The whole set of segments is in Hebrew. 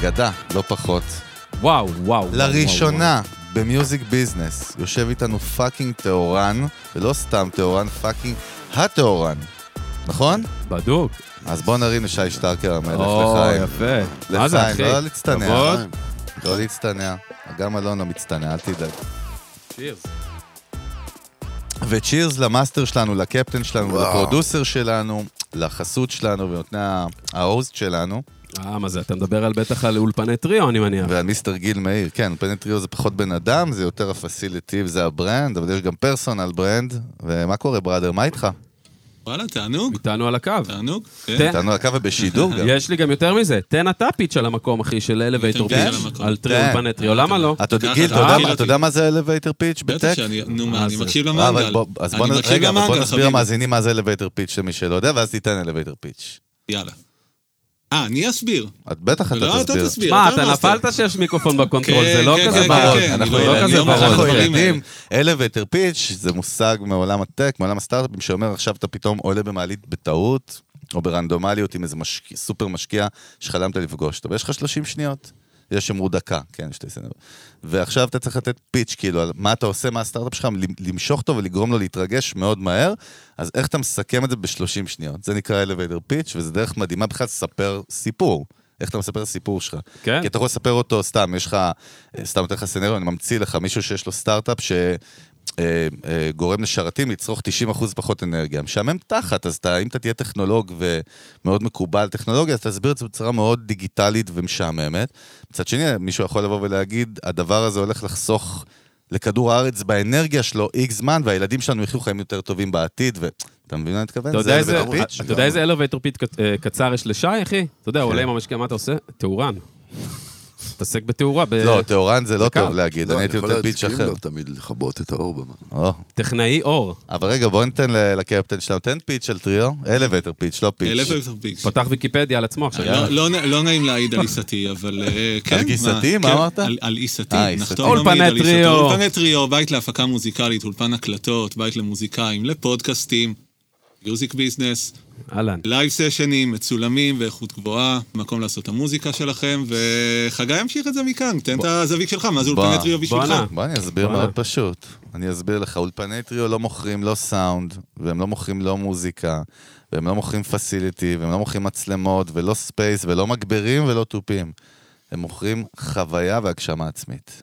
אגדה, לא פחות. וואו, וואו. לראשונה במיוזיק ביזנס יושב איתנו פאקינג תאורן, ולא סתם תאורן, פאקינג התאורן. נכון? בדוק. אז בוא נרים לשי שטרקר המלך או, לחיים. יפה. מה זה, לחיים, אחי? לא להצטנע. כבוד. לא להצטנע. גם אלון לא מצטנע, אל תדאג. צ'ירס. וצ'ירס למאסטר שלנו, לקפטן שלנו, לפרודוסר שלנו, לחסות שלנו ונותני ההוסט שלנו. מה זה? אתה מדבר בטח על אולפני טריו, אני מניח. ועל מיסטר גיל מאיר, כן, אולפני טריו זה פחות בן אדם, זה יותר הפסיליטיב, זה הברנד, אבל יש גם פרסונל ברנד. ומה קורה, בראדר? מה איתך? וואלה, תענוג. איתנו על הקו. תענוג. איתנו על הקו ובשידור גם. יש לי גם יותר מזה. תן אתה פיץ' על המקום, אחי, של אלווייטור פיץ'. על טריו, אולפני טריו. למה לא? גיל, אתה יודע מה זה אלווייטר פיץ' בטק? בטח שאני, נו מה, אני מקשיב למנגל. אז בוא נסביר מה זה אלווייטר פיץ' למי שלא יודע, ואז תיתן אלווייטר פיץ'. יאללה. אני אסביר. בטח אתה תסביר. מה, אתה נפלת שיש מיקרופון בקונטרול, זה לא כזה ברור. אנחנו ילדים. אלווייטר פיץ' זה מושג מעולם הטק, מעולם הסטארט-אפים, שאומר עכשיו אתה פתאום עולה במעלית בטעות, או ברנדומליות עם איזה סופר משקיע שחלמת לפגוש אותו, ויש לך 30 שניות. יש שמרו דקה, כן, שתי סנר. ועכשיו אתה צריך לתת פיץ', כאילו, על מה אתה עושה, מה הסטארט-אפ שלך, למשוך אותו ולגרום לו להתרגש מאוד מהר, אז איך אתה מסכם את זה ב-30 שניות? זה נקרא elevator pitch, וזה דרך מדהימה בכלל לספר סיפור. איך אתה מספר סיפור שלך? כן. כי אתה יכול לספר אותו סתם, יש לך, סתם נותן לך סנריו, אני ממציא לך מישהו שיש לו סטארט-אפ גורם לשרתים לצרוך 90% פחות אנרגיה. משעמם תחת, אז אם אתה תהיה טכנולוג ומאוד מקובל טכנולוגיה, אז תסביר את זה בצורה מאוד דיגיטלית ומשעממת. מצד שני, מישהו יכול לבוא ולהגיד, הדבר הזה הולך לחסוך לכדור הארץ באנרגיה שלו X זמן, והילדים שלנו יחיו חיים יותר טובים בעתיד, ואתה מבין מה אני מתכוון? אתה יודע איזה אלווייטור פיץ' קצר יש לשי, אחי? אתה יודע, עולה עם המשקיע, מה אתה עושה? תאורן. תעסק בתאורה. לא, תאורן זה לא טוב להגיד, אני הייתי יותר פיץ' אחר. לא תמיד לכבות את האור במה. טכנאי אור. אבל רגע, בוא ניתן לקפטן שלנו, תן פיץ' של טריו, אלווייטר פיץ', לא פיץ'. אלווייטור פיץ'. פתח ויקיפדיה על עצמו עכשיו. לא נעים להעיד על עיסתי, אבל כן. על גיסתי, מה אמרת? על עיסתי. אולפני טריו. אולפני טריו, בית להפקה מוזיקלית, אולפן הקלטות, בית למוזיקאים, לפודקאסטים, מיוזיק ביזנס. אהלן. לייב סשנים, מצולמים ואיכות גבוהה, מקום לעשות את המוזיקה שלכם, וחגי ימשיך את זה מכאן, תן את הזווית שלך, מה זה אולפני טריו בשבילך? בוא אני אסביר מאוד פשוט, אני אסביר לך, אולפני טריו לא מוכרים לא סאונד, והם לא מוכרים לא מוזיקה, והם לא מוכרים פסיליטי, והם לא מוכרים מצלמות, ולא ספייס, ולא מגברים ולא טופים, הם מוכרים חוויה והגשמה עצמית.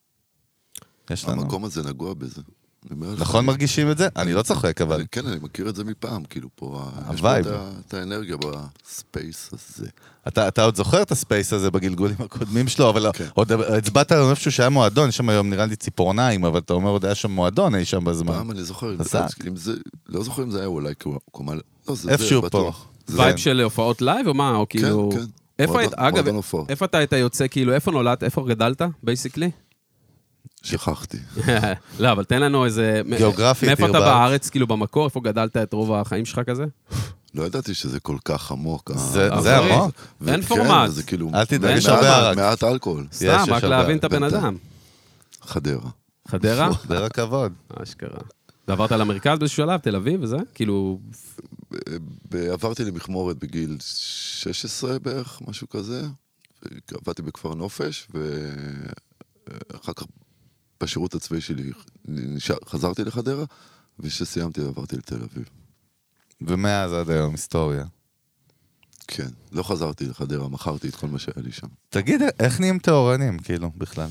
יש לנו. המקום הזה נגוע בזה. נכון מרגישים את זה? אני לא צוחק, אבל... כן, אני מכיר את זה מפעם, כאילו פה... הווייב. יש את האנרגיה בספייס הזה. אתה עוד זוכר את הספייס הזה בגלגולים הקודמים שלו, אבל עוד הצבעת על איפשהו שהיה מועדון, יש שם היום נראה לי ציפורניים, אבל אתה אומר עוד היה שם מועדון אי שם בזמן. פעם אני זוכר, לא זוכר אם זה היה אולי קומה... איפשהו פה. וייב של הופעות לייב או מה? או כאילו... כן, אגב, איפה אתה היית יוצא, כאילו, איפה נולדת, איפה גדלת, בייסיקלי? שכחתי. לא, אבל תן לנו איזה... גיאוגרפית. מאיפה אתה בארץ, כאילו במקור, איפה גדלת את רוב החיים שלך כזה? לא ידעתי שזה כל כך עמוק. זה עמוק? אין פורמט. אל תדע, יש הרבה ערק. מעט אלכוהול. סתם, רק להבין את הבן אדם. חדרה. חדרה? חדרה כבוד. אשכרה. ועברת למרכז באיזשהו שלב, תל אביב וזה? כאילו... עברתי למכמורת בגיל 16 בערך, משהו כזה. עבדתי בכפר נופש, ואחר כך בשירות הצבאי שלי חזרתי לחדרה, ושסיימתי עברתי לתל אביב. ומאז עד היום היסטוריה. כן, לא חזרתי לחדרה, מכרתי את כל מה שהיה לי שם. תגיד, איך נהיים תאורנים, כאילו, בכלל?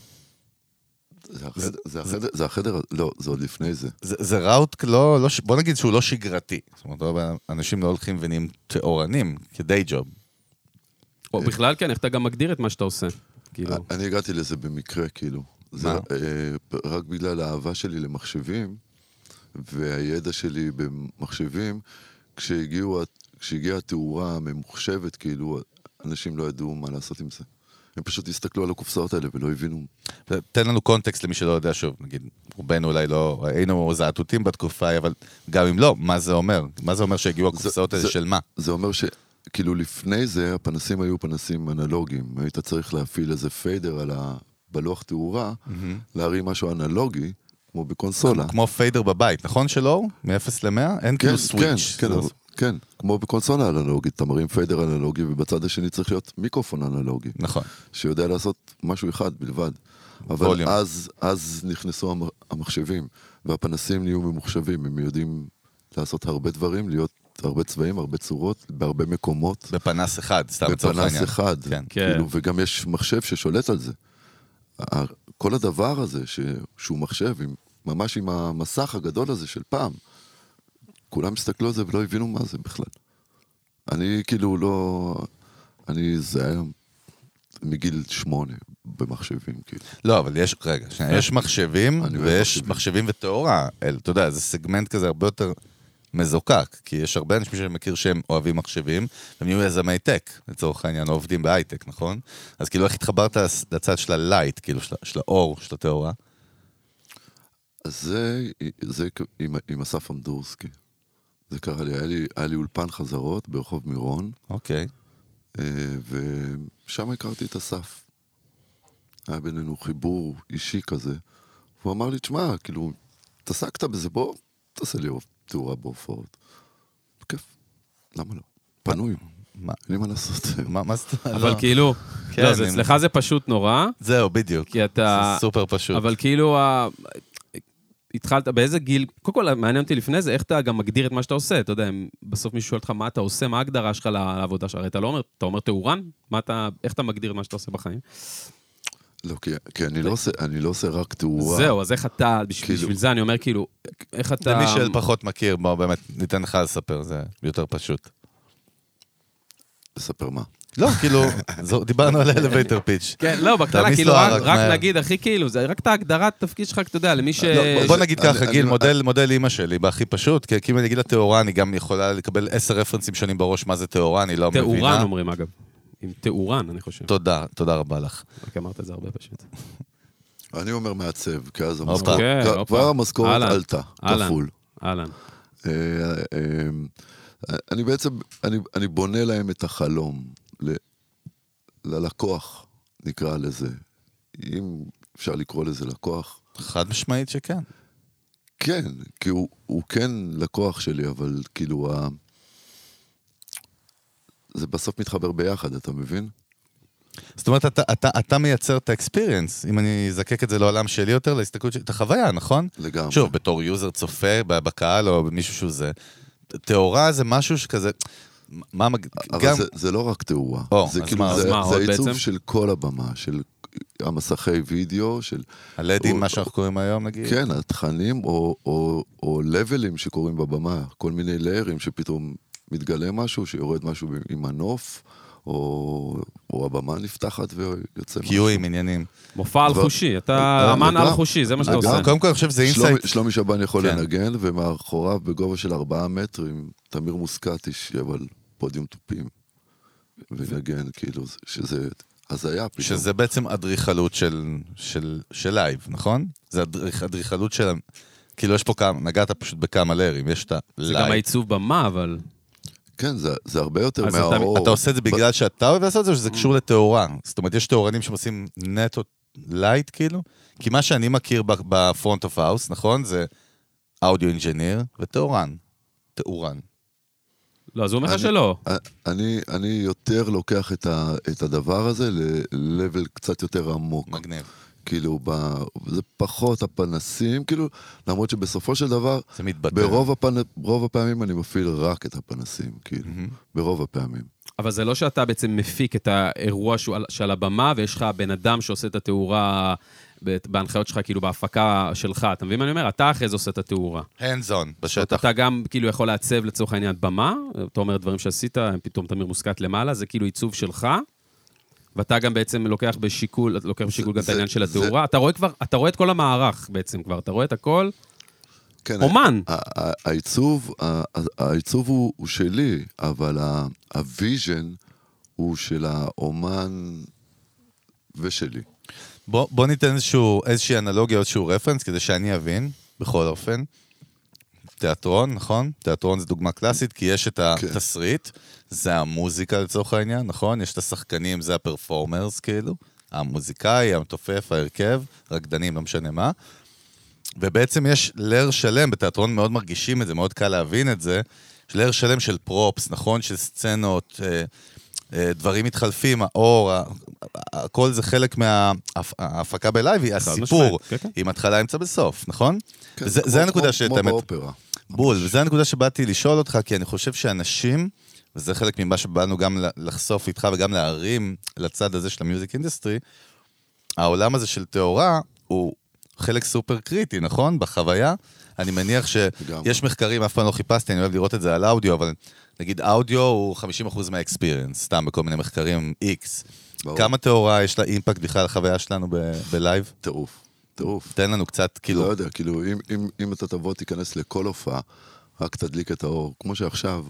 זה החדר, לא, זה עוד לפני זה. זה ראוט, בוא נגיד שהוא לא שגרתי. זאת אומרת, אנשים לא הולכים ונהיים תאורנים, כדי ג'וב. או בכלל כן, איך אתה גם מגדיר את מה שאתה עושה? אני הגעתי לזה במקרה, כאילו. רק בגלל האהבה שלי למחשבים, והידע שלי במחשבים, כשהגיעה התאורה הממוחשבת, כאילו, אנשים לא ידעו מה לעשות עם זה. הם פשוט הסתכלו על הקופסאות האלה ולא הבינו. תן לנו קונטקסט למי שלא יודע, שוב, נגיד, רובנו אולי לא, היינו זעתותים בתקופה, אבל גם אם לא, מה זה אומר? מה זה אומר שהגיעו הקופסאות האלה של מה? זה אומר שכאילו לפני זה, הפנסים היו פנסים אנלוגיים. היית צריך להפעיל איזה פיידר בלוח תאורה, להרים משהו אנלוגי, כמו בקונסולה. כמו פיידר בבית, נכון שלא? מ-0 ל-100? אין כאילו סוויץ'. כן, כמו בקונסולה אנלוגית, אתה מרים פיידר אנלוגי, ובצד השני צריך להיות מיקרופון אנלוגי. נכון. שיודע לעשות משהו אחד בלבד. אבל אז נכנסו המחשבים, והפנסים נהיו ממוחשבים, הם יודעים לעשות הרבה דברים, להיות הרבה צבעים, הרבה צורות, בהרבה מקומות. בפנס אחד, סתם לצורך העניין. בפנס אחד, כאילו, וגם יש מחשב ששולט על זה. כל הדבר הזה, שהוא מחשב, ממש עם המסך הגדול הזה של פעם, כולם הסתכלו על זה ולא הבינו מה זה בכלל. אני כאילו לא... זה היה מגיל 8 במחשבים, כאילו. לא, אבל יש, רגע, יש מחשבים, ויש מחשבים ותיאורה. אתה יודע, זה סגמנט כזה הרבה יותר מזוקק, כי יש הרבה אנשים שאני מכיר שהם אוהבים מחשבים, והם יהיו יזמי טק, לצורך העניין, עובדים בהייטק, נכון? אז כאילו, איך התחברת לצד של הלייט, כאילו, של האור, של התיאורה? אז זה עם אסף אמדורסקי. זה קרה לי, היה לי אולפן חזרות ברחוב מירון. אוקיי. ושם הכרתי את אסף. היה בינינו חיבור אישי כזה. הוא אמר לי, תשמע, כאילו, תעסקת בזה, בוא, תעשה לי תאורה בהופעות. בכיף, למה לא? פנוי. אין לי מה לעשות. אבל כאילו, אצלך זה פשוט נורא. זהו, בדיוק. כי אתה... זה סופר פשוט. אבל כאילו, התחלת, באיזה גיל, קודם כל, מעניין אותי לפני זה, איך אתה גם מגדיר את מה שאתה עושה, אתה יודע, בסוף מישהו שואל אותך מה אתה עושה, מה ההגדרה שלך לעבודה שלך, אתה לא אומר, אתה אומר תאורן? איך אתה מגדיר את מה שאתה עושה בחיים? לא, כי אני לא עושה רק תאורה. זהו, אז איך אתה, בשביל זה אני אומר כאילו, איך אתה... למי שפחות מכיר, בוא באמת ניתן לך לספר, זה יותר פשוט. לספר מה? לא, כאילו, דיברנו על elevator pitch. כן, לא, בקטנה, כאילו, רק נגיד, הכי כאילו, זה רק את ההגדרת תפקיד שלך, אתה יודע, למי ש... בוא נגיד ככה, גיל, מודל אמא שלי, בהכי פשוט, כי אם אני אגיד לתיאורה, אני גם יכולה לקבל 10 רפרנסים שונים בראש מה זה תיאורה, אני לא מבינה. תאורן אומרים, אגב. עם תאורן, אני חושב. תודה רבה לך. רק אמרת את זה הרבה פשוט. אני אומר מעצב, כי אז כבר המשכורת עלתה, כפול. אהלן. אני בעצם, אני בונה להם את החלום, ללקוח, נקרא לזה. אם אפשר לקרוא לזה לקוח. חד משמעית שכן. כן, כי הוא כן לקוח שלי, אבל כאילו, זה בסוף מתחבר ביחד, אתה מבין? זאת אומרת, אתה מייצר את האקספיריאנס, אם אני אזקק את זה לעולם שלי יותר, להסתכלות שלי, את החוויה, נכון? לגמרי. שוב, בתור יוזר צופה בקהל או במישהו שהוא זה. תיאורה זה משהו שכזה... אבל זה לא רק תיאורה. זה העיצוב של כל הבמה, של המסכי וידאו, של... הלדים, מה שאנחנו קוראים היום, נגיד? כן, התכנים או לבלים שקוראים בבמה, כל מיני ליירים שפתאום מתגלה משהו, שיורד משהו עם הנוף, או הבמה נפתחת ויוצא משהו. קיואים, עניינים. מופע על חושי, אתה אמן על חושי, זה מה שאתה עושה. קודם כל, אני חושב שזה אינסייט. שלומי שבן יכול לנגן, ומאחוריו בגובה של 4 מטרים, תמיר מוסקטי שישב על פודיום טופים, ונגן, כאילו, שזה הזיה פתאום. שזה בעצם אדריכלות של לייב, נכון? זה אדריכלות של... כאילו, יש פה כמה, נגעת פשוט בכמה ליירים, יש את הלייב. זה גם העיצוב במה, אבל... כן, זה הרבה יותר מהאור. אתה עושה את זה בגלל שאתה אוהב לעשות את זה, או שזה קשור לתיאורה? זאת אומרת, יש תיאורנים שעושים נטו לייט, כאילו? כי מה שאני מכיר בפרונט אוף האוס, נכון? זה אודיו אינג'יניר ותיאורן. תיאורן. לא, אז הוא אומר לך שלא. אני יותר לוקח את הדבר הזה ללבל קצת יותר עמוק. מגניב. כאילו, זה פחות הפנסים, כאילו, למרות שבסופו של דבר, זה מתבטא. ברוב הפעמים אני מפעיל רק את הפנסים, כאילו, ברוב הפעמים. אבל זה לא שאתה בעצם מפיק את האירוע שעל הבמה, ויש לך בן אדם שעושה את התאורה בהנחיות שלך, כאילו, בהפקה שלך. אתה מבין מה אני אומר? אתה אחרי זה עושה את התאורה. hands on, בשטח. אתה גם, כאילו, יכול לעצב לצורך העניין במה, אתה אומר דברים שעשית, פתאום תמיר מוסקט למעלה, זה כאילו עיצוב שלך. ואתה גם בעצם לוקח בשיקול גם את העניין של התאורה. אתה רואה את כל המערך בעצם כבר, אתה רואה את הכל. אומן. העיצוב הוא שלי, אבל הוויז'ן הוא של האומן ושלי. בוא ניתן איזושהי אנלוגיה, איזשהו רפרנס, כדי שאני אבין, בכל אופן. תיאטרון, נכון? תיאטרון זה דוגמה קלאסית, כי יש את התסריט, זה המוזיקה לצורך העניין, נכון? יש את השחקנים, זה הפרפורמרס, כאילו. המוזיקאי, המתופף, ההרכב, רקדנים, לא משנה מה. ובעצם יש לר שלם, בתיאטרון מאוד מרגישים את זה, מאוד קל להבין את זה, לייר שלם של פרופס, נכון? של סצנות, דברים מתחלפים, האור, הכל זה חלק מההפקה בלייב, היא הסיפור, עם התחלה אמצע בסוף, נכון? זה הנקודה כמו באופרה. בול, וזה הנקודה שבאתי לשאול אותך, כי אני חושב שאנשים, וזה חלק ממה שבאנו גם לחשוף איתך וגם להרים לצד הזה של המיוזיק אינדסטרי, העולם הזה של תיאורה הוא חלק סופר קריטי, נכון? בחוויה. אני מניח שיש מחקרים, אף פעם לא חיפשתי, אני אוהב לראות את זה על אודיו, אבל נגיד אודיו הוא 50% מהאקספיריאנס, סתם בכל מיני מחקרים X. כמה תיאורה יש לה אימפקט בכלל על החוויה שלנו בלייב? טירוף. תן לנו קצת, כאילו... לא יודע, כאילו, אם אתה תבוא, תיכנס לכל הופעה, רק תדליק את האור, כמו שעכשיו,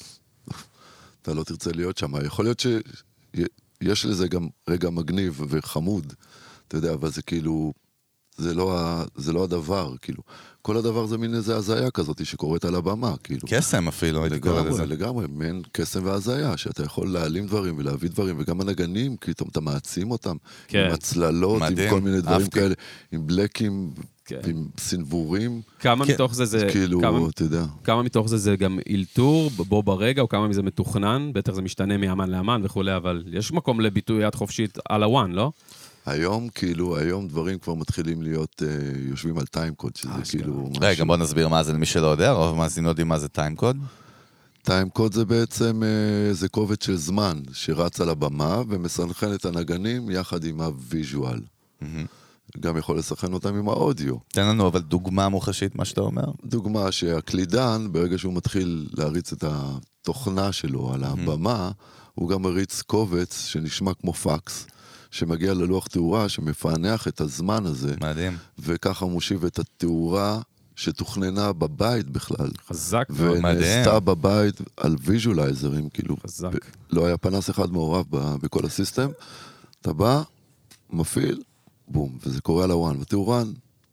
אתה לא תרצה להיות שם. יכול להיות שיש לזה גם רגע מגניב וחמוד, אתה יודע, אבל זה כאילו, זה לא הדבר, כאילו. כל הדבר זה מין איזה הזיה כזאת שקורית על הבמה, כאילו. קסם אפילו, הייתי קורא לזה. לגמרי, מעין קסם והזיה, שאתה יכול להעלים דברים ולהביא דברים, וגם הנגנים, כי אתה מעצים אותם, עם הצללות, עם כל מיני דברים כאלה, עם בלקים, עם סנבורים. כמה מתוך זה, כאילו, אתה יודע. כמה מתוך זה גם אילתור, בו ברגע, או כמה מזה מתוכנן, בטח זה משתנה מאמן לאמן וכו', אבל יש מקום לביטוי יד חופשית על הוואן, לא? היום, כאילו, היום דברים כבר מתחילים להיות, יושבים על טיימקוד, שזה כאילו... רגע, בוא נסביר מה זה למי שלא יודע, רוב מאזינים לא יודעים מה זה טיימקוד. טיימקוד זה בעצם, זה קובץ של זמן שרץ על הבמה ומסנכן את הנגנים יחד עם הוויז'ואל. גם יכול לסנכן אותם עם האודיו. תן לנו אבל דוגמה מוחשית, מה שאתה אומר. דוגמה שהקלידן, ברגע שהוא מתחיל להריץ את התוכנה שלו על הבמה, הוא גם מריץ קובץ שנשמע כמו פקס. שמגיע ללוח תאורה, שמפענח את הזמן הזה. מדהים. וככה מושיב את התאורה שתוכננה בבית בכלל. חזק מאוד. ונעשתה בבית על ויז'ולייזרים, כאילו. חזק. לא היה פנס אחד מעורב בכל הסיסטם. אתה בא, מפעיל, בום, וזה קורה על הוואן. ותאורן,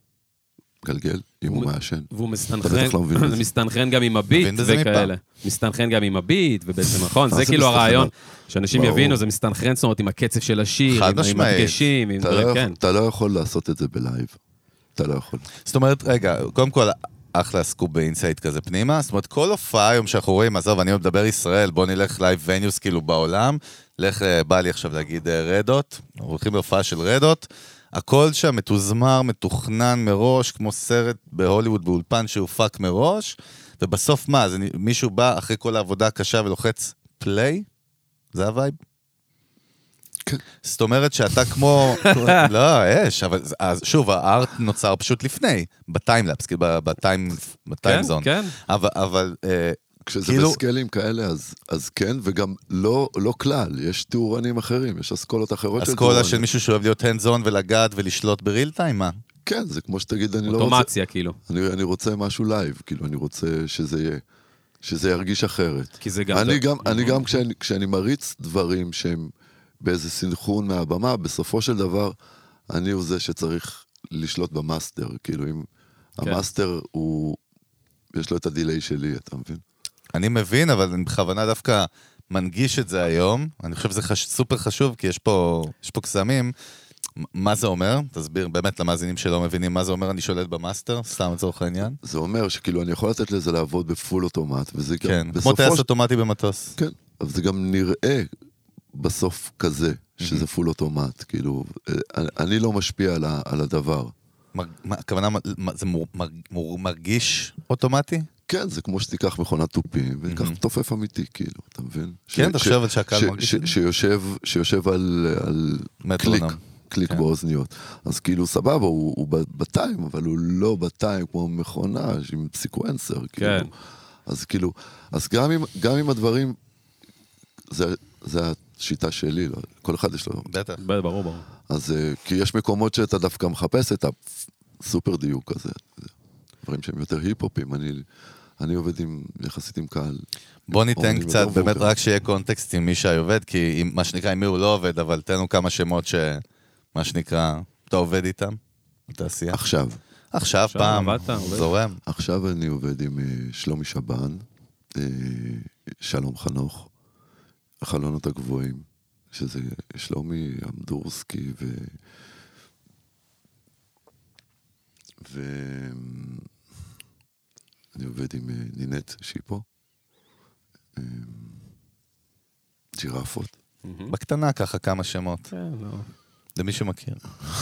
גלגל, אם הוא מעשן. והוא מסתנכרן גם עם הביט וכאלה. מסתנכרן גם עם הביט, ובעצם נכון, זה כאילו הרעיון. שאנשים יבינו, זה מסתנכרן, זאת אומרת, עם הקצב של השיר, עם הדגשים, עם דברים, כן. אתה לא יכול לעשות את זה בלייב. אתה לא יכול. זאת אומרת, רגע, קודם כל, אחלה סקופ באינסייט כזה פנימה, זאת אומרת, כל הופעה היום שאנחנו רואים, עזוב, אני מדבר ישראל, בוא נלך לייב וניוס כאילו בעולם, בא לי עכשיו להגיד רדות, אנחנו הולכים להופעה של רדות, הכל שם מתוזמר, מתוכנן מראש, כמו סרט בהוליווד באולפן שהופק מראש, ובסוף מה, מישהו בא אחרי כל העבודה הקשה ולוחץ פליי? זה הווייב? כן. זאת אומרת שאתה כמו... לא, יש, אבל שוב, הארט נוצר פשוט לפני, בטיימלאפס, בטיים זון. כן, כן. אבל... כשזה בסקלים כאלה, אז כן, וגם לא כלל, יש תאורנים אחרים, יש אסכולות אחרות של תאורנים. אסכולה של מישהו שאוהב להיות הנדזון ולגעת ולשלוט בריל טיים, מה? כן, זה כמו שתגיד, אני לא רוצה... אוטומציה, כאילו. אני רוצה משהו לייב, כאילו, אני רוצה שזה ירגיש אחרת. כי זה גם... אני גם כשאני מריץ דברים שהם באיזה סנכרון מהבמה, בסופו של דבר, אני הוא זה שצריך לשלוט במאסטר, כאילו, אם המאסטר הוא... יש לו את הדיליי שלי, אתה מבין? אני מבין, אבל אני בכוונה דווקא מנגיש את זה היום. אני חושב שזה סופר חשוב, כי יש פה קסמים. מה זה אומר? תסביר באמת למאזינים שלא מבינים מה זה אומר, אני שולט במאסטר, סתם לצורך העניין. זה אומר שכאילו אני יכול לתת לזה לעבוד בפול אוטומט, וזה גם... כן, כמו טייס אוטומטי במטוס. כן, אבל זה גם נראה בסוף כזה, שזה פול אוטומט, כאילו, אני לא משפיע על הדבר. הכוונה, זה מרגיש אוטומטי? כן, זה כמו שתיקח מכונת טופים, וכך תופף אמיתי, כאילו, אתה מבין? כן, תחשב שהקהל מרגיש. שיושב על קליק באוזניות. אז כאילו, סבבה, הוא בטיים, אבל הוא לא בטיים כמו מכונה, עם סיקוונסר, כאילו. אז כאילו, אז גם עם הדברים, זה השיטה שלי, כל אחד יש לו... בטח. ברור. אז כי יש מקומות שאתה דווקא מחפש את הסופר דיוק הזה. דברים שהם יותר היפ-הופים, אני עובד יחסית עם קהל. בוא ניתן קצת, באמת רק שיהיה קונטקסט עם מי שעובד, כי מה שנקרא, עם מי הוא לא עובד, אבל תנו כמה שמות שמה שנקרא, אתה עובד איתם, בתעשייה. עכשיו, פעם, זורם. עכשיו אני עובד עם שלומי שבן, שלום חנוך, החלונות הגבוהים, שזה שלומי אמדורסקי ואני עובד עם נינט שיפו, ג'ירפות. בקטנה ככה כמה שמות. כן, לא. למי שמכיר.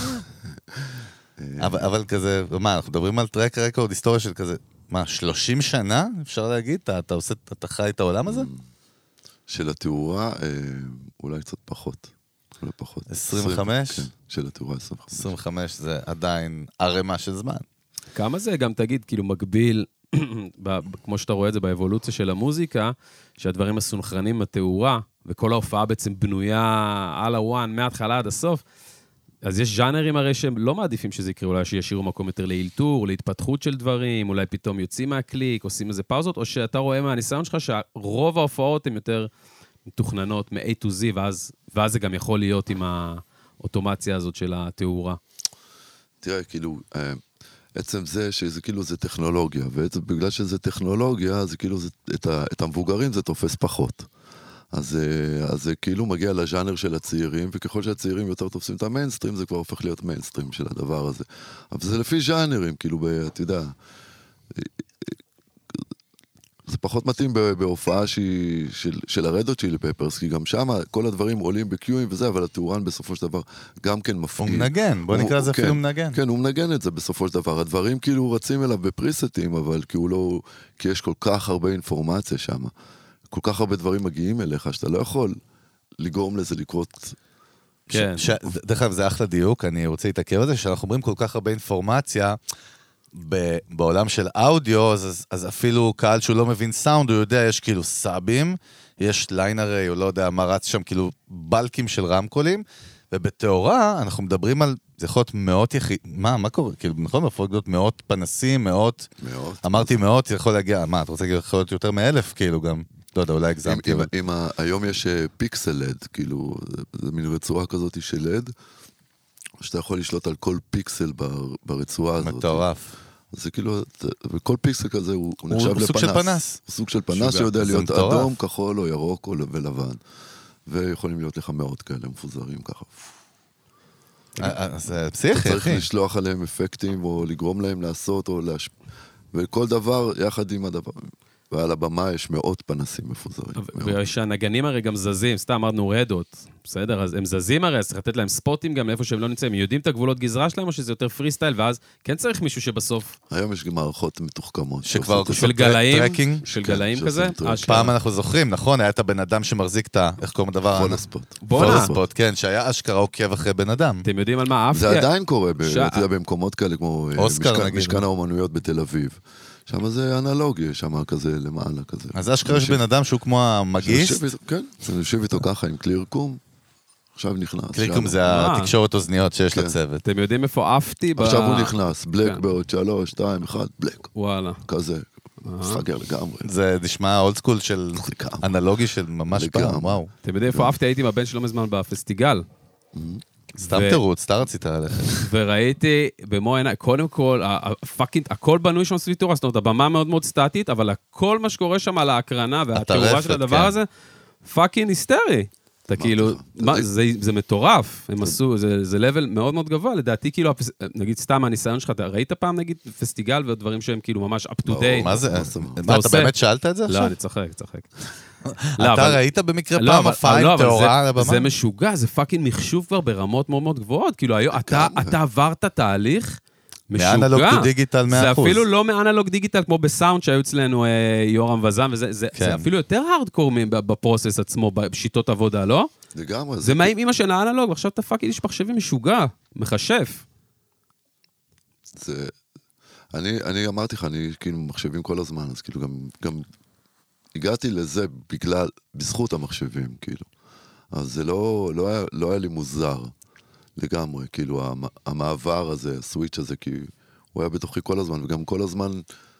אבל כזה, מה, אנחנו מדברים על טרק רקורד, היסטוריה של כזה, מה, 30 שנה? אפשר להגיד? אתה חי את העולם הזה? של התאורה, אולי קצת פחות. אולי פחות. 25? כן, של התאורה 25. 25 זה עדיין ערימה של זמן. כמה זה גם, תגיד, כאילו מקביל, כמו שאתה רואה את זה באבולוציה של המוזיקה, שהדברים הסונכרנים בתאורה, וכל ההופעה בעצם בנויה על הוואן, מההתחלה עד הסוף, אז יש ז'אנרים הרי שהם לא מעדיפים שזה יקרה, אולי שישירו מקום יותר לאילתור, להתפתחות של דברים, אולי פתאום יוצאים מהקליק, עושים איזה פאוזות, או שאתה רואה מהניסיון שלך שרוב ההופעות הן יותר מתוכננות מ-A to Z, ואז זה גם יכול להיות עם האוטומציה הזאת של התאורה. תראה, כאילו, עצם זה שזה כאילו זה טכנולוגיה, ובגלל שזה טכנולוגיה, זה כאילו את המבוגרים זה תופס פחות. אז זה כאילו מגיע לז'אנר של הצעירים, וככל שהצעירים יותר תופסים את המיינסטרים, זה כבר הופך להיות מיינסטרים של הדבר הזה. אבל זה לפי ז'אנרים, כאילו, אתה יודע, זה פחות מתאים בהופעה של הרד הוט צ'ילי פפרס, כי גם שם כל הדברים עולים בקיואים וזה, אבל התאורן בסופו של דבר גם כן מפגיע. הוא מנגן, בוא נקרא לזה אפילו מנגן. כן, הוא מנגן את זה בסופו של דבר. הדברים כאילו רצים אליו בפריסטים, אבל כי יש כל כך הרבה אינפורמציה שם. כל כך הרבה דברים מגיעים אליך, שאתה לא יכול לגרום לזה לקרות. כן. דרך אגב, זה אחלה דיוק, אני רוצה להתעכב על זה, שאנחנו אומרים כל כך הרבה אינפורמציה, בעולם של אודיו, אז אפילו קהל שהוא לא מבין סאונד, הוא יודע, יש כאילו סאבים, יש ליינרי, הוא לא יודע מה רץ שם, כאילו בלקים של רמקולים, ובתאורה אנחנו מדברים על, זה יכול להיות מאות מה קורה? כאילו, נכון, יכול להיות מאות פנסים, מאות, אמרתי מאות, יכול להגיע, מה, אתה רוצה להגיד, יכול להיות יותר מ1,000, כאילו גם, לא יודע, אולי הגזמתי. היום יש פיקסל לד, כאילו, זה מין רצועה כזאת של לד, שאתה יכול לשלוט על כל פיקסל ברצועה הזאת. מטורף. זה כאילו, וכל פיקסל כזה הוא נחשב לפנס. הוא סוג של פנס. הוא סוג של פנס שיודע להיות אדום, כחול או ירוק או ולבן. ויכולים להיות לך מאות כאלה מפוזרים ככה. זה פסיכי, אחי. אתה צריך לשלוח עליהם אפקטים או לגרום להם לעשות או וכל דבר יחד עם הדבר. ועל הבמה יש מאות פנסים מפוזרים. ושהנגנים הרי גם זזים, סתם אמרנו רדות, בסדר? אז הם זזים הרי, אז צריך לתת להם ספוטים גם לאיפה שהם לא נמצאים. הם יודעים את הגבולות גזרה שלהם, או שזה יותר פרי סטייל, ואז כן צריך מישהו שבסוף... היום יש גם מערכות מתוחכמות. של גלאים, של גלאים כזה. פעם אנחנו זוכרים, נכון? היה את הבן אדם שמחזיק את איך קוראים לדבר? פולספוט, כן, שהיה אשכרה עוקב אחרי בן אדם. אתם יודעים על מה? זה עדיין קורה במקומות כאלה, כמו משכן האומנויות בתל אביב. שם זה אנלוגי, שם כזה למעלה כזה. אז אשכרה יש בן אדם שהוא כמו המגיסט? כן, אני יושב איתו ככה עם קליר קום, עכשיו נכנס. קליר קום זה התקשורת אוזניות שיש לצוות. אתם יודעים איפה עפתי? עכשיו הוא נכנס, בלק בעוד 3, 2, 1, בלק. וואלה. כזה, מפגר לגמרי. זה נשמע אולד סקול של אנלוגי של ממש פעם, וואו. אתם יודעים איפה עפתי? הייתי עם הבן שלו מזמן בפסטיגל. סתם תירוץ, אתה רצית ללכת. וראיתי במו עיניי, קודם כל, הכל בנוי שם סביב תאורה, זאת אומרת, הבמה מאוד מאוד סטטית, אבל כל מה שקורה שם על ההקרנה והתאורה של הדבר הזה, פאקינג היסטרי. אתה כאילו, זה מטורף, הם עשו, זה לבל מאוד מאוד גבוה, לדעתי כאילו, נגיד סתם הניסיון שלך, אתה ראית פעם נגיד פסטיגל ודברים שהם כאילו ממש up to date? מה זה? אתה באמת שאלת את זה עכשיו? לא, אני צוחק. אתה ראית במקרה פעם הופעה עם תאורה על הבמה? זה משוגע, זה פאקינג מחשוב כבר ברמות מאוד מאוד גבוהות, כאילו אתה עברת תהליך משוגע. מאנלוג דיגיטל 100%. זה אפילו לא מאנלוג דיגיטל כמו בסאונד שהיו אצלנו יורם וזם, וזה אפילו יותר הארדקור בפרוסס עצמו, בשיטות עבודה, לא? לגמרי. זה מה עם אמא של האנלוג, ועכשיו אתה פאקינג איש מחשבים משוגע, מחשף. אני אמרתי לך, אני כאילו מחשבים כל הזמן, אז כאילו גם הגעתי לזה בזכות המחשבים, כאילו. אז זה לא היה לי מוזר לגמרי, כאילו המעבר הזה, הסוויץ' הזה, כי הוא היה בתוכי כל הזמן, וגם כל הזמן,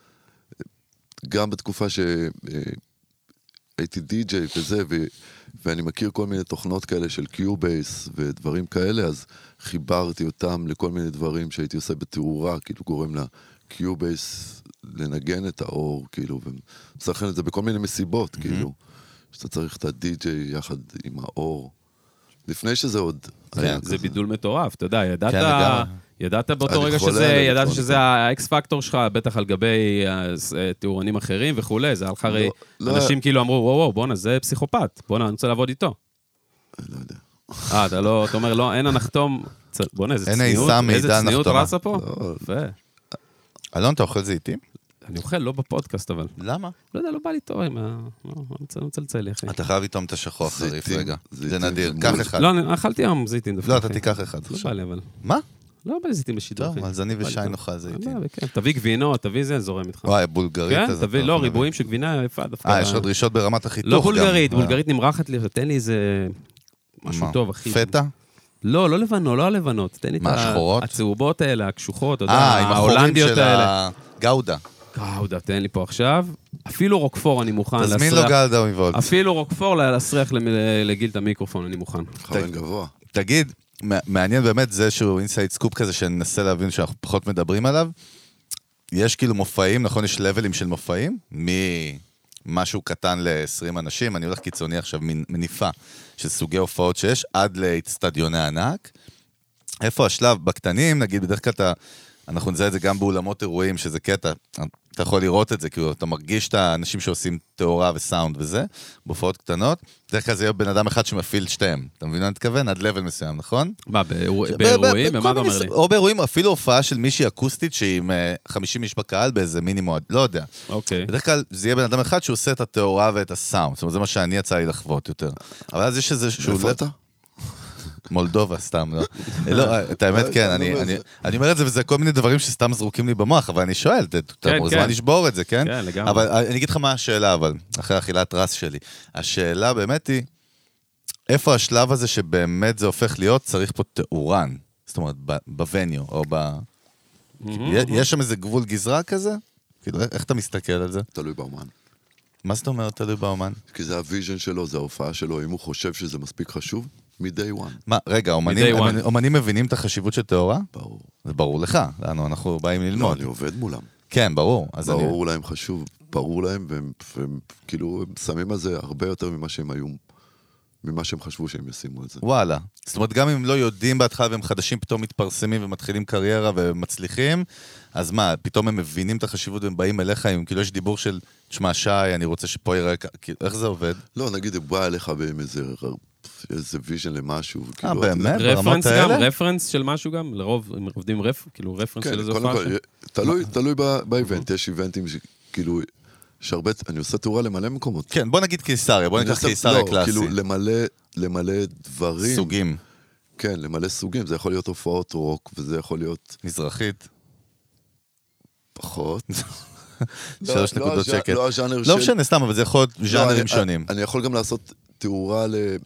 גם בתקופה שהייתי די-ג'יי וזה, ואני מכיר כל מיני תוכנות כאלה של קיובייס ודברים כאלה, אז חיברתי אותם לכל מיני דברים שהייתי עושה בתאורה, כאילו גורם לקיובייס לנגן את האור, כאילו, ומשחקן את זה בכל מיני מסיבות, כאילו, שאתה צריך את הדי-ג'יי יחד עם האור. לפני שזה עוד היה כזה. זה בידול מטורף, אתה יודע, ידעת באותו רגע שזה האקס פקטור שלך, בטח על גבי תיאורנים אחרים וכולי, זה הלכה הרי, אנשים כאילו אמרו, וואו, בוא'נה, זה פסיכופת, בוא'נה, אני רוצה לעבוד איתו. לא יודע. אתה לא, אתה אומר, לא, אין הנחתום, בוא'נה, איזה צניעות רצה פה? יפה. אלון, אתה אוכל זיתים? אני אוכל, לא בפודקאסט, אבל. למה? לא יודע, לא בא לי טוב, לא מצלצל לי, אחי. אתה חייב איתום את השחור חריף, רגע. זה נדיר, קח אחד. לא, אני אכלתי היום זיתים דווקא. לא, אתה תיקח אחד. לא בא לי, אבל. מה? לא בא לי זיתים בשידור, אחי. טוב, אז אני ושי נאכל זיתים. תביא גבינות, תביא זה, זורם איתך. וואי, בולגרית. כן, תביא, לא, ריבועים של גבינה יפה דווקא. יש לו דרישות ברמת החיתוך. לא בולגרית, בולגרית נמרחת לי, תן לי איזה משהו טוב, אחי. פטה? לא לבנות, לא הלבנות. תן לי את הצהובות האלה, הקשוחות, ההולנדיות האלה. גאודה. גאודה, תן לי פה עכשיו. אפילו רוקפור אני מוכן להסריח. תזמין לו גאודה מבולט. אפילו רוקפור להסריח לגיל את המיקרופון, אני מוכן. חרן גבוה. תגיד, מעניין באמת זה שהוא אינסייד סקופ כזה שננסה להבין שאנחנו פחות מדברים עליו. יש כאילו מופעים, נכון? יש לבלים של מופעים, ממשהו קטן ל-20 אנשים, אני הולך קיצוני עכשיו, מניפה של סוגי הופעות שיש, עד לאצטדיוני ענק. איפה השלב? בקטנים, נגיד, בדרך כלל אנחנו נזהה את זה גם באולמות אירועים, שזה קטע, אתה יכול לראות את זה, כאילו, אתה מרגיש את האנשים שעושים תאורה וסאונד וזה, בהופעות קטנות, בדרך כלל זה יהיה בן אדם אחד שמפעיל שתיהם, אתה מבין מה אני מתכוון? עד לבל מסוים, נכון? מה, באירועים? ומה אתה אומר לי? או באירועים, אפילו הופעה של מישהי אקוסטית, שהיא עם 50 איש בקהל באיזה מינימום, לא יודע. אוקיי. בדרך כלל זה יהיה בן אדם אחד שהוא עושה את התאורה ואת הסאונד, זאת אומרת, זה מה שאני יצא לי לחוות יותר. אבל אז יש איזה שהוא... איפה אתה? מולדובה, סתם, לא? לא, את האמת, כן, אני אומר את זה, וזה כל מיני דברים שסתם זרוקים לי במוח, אבל אני שואל, אתה מוזמן לשבור את זה, כן? כן, לגמרי. אבל אני אגיד לך מה השאלה, אבל, אחרי אכילת רס שלי. השאלה באמת היא, איפה השלב הזה שבאמת זה הופך להיות, צריך פה תאורן, זאת אומרת, בווניו, או ב... יש שם איזה גבול גזרה כזה? כאילו, איך אתה מסתכל על זה? תלוי באומן. מה זאת אומרת תלוי באומן? כי זה הוויז'ן שלו, זה ההופעה שלו, אם הוא חושב שזה מספיק חשוב, מ-day one. מה, רגע, אומנים מבינים את החשיבות של תאורה? ברור. זה ברור לך, אנחנו באים ללמוד. לא, אני עובד מולם. כן, ברור. ברור להם חשוב, ברור להם, והם כאילו שמים על זה הרבה יותר ממה שהם היו, ממה שהם חשבו שהם ישימו את זה. וואלה. זאת אומרת, גם אם לא יודעים בהתחלה והם חדשים פתאום מתפרסמים ומתחילים קריירה ומצליחים, אז מה, פתאום הם מבינים את החשיבות והם באים אליך, אם כאילו יש דיבור של, תשמע, שי, אני רוצה שפה יראה, איך זה עובד? לא, נגיד, הוא בא אליך עם איזה ויז'ן למשהו. באמת? רפרנס גם? רפרנס של משהו גם? לרוב הם עובדים כאילו רפרנס של איזה הופעה? תלוי באיבנט, יש איבנטים שכאילו, יש הרבה, אני עושה תאורה למלא מקומות. כן, בוא נגיד קיסריה, בוא ניקח קיסריה קלאסי. כאילו למלא דברים. סוגים. כן, למלא סוגים, זה יכול להיות הופעות רוק, וזה יכול להיות... מזרחית. פחות. 3 נקודות שקט. לא הז'אנר לא משנה, סתם, אבל זה יכול להיות ז'אנרים שונים. אני יכול גם לעשות תאורה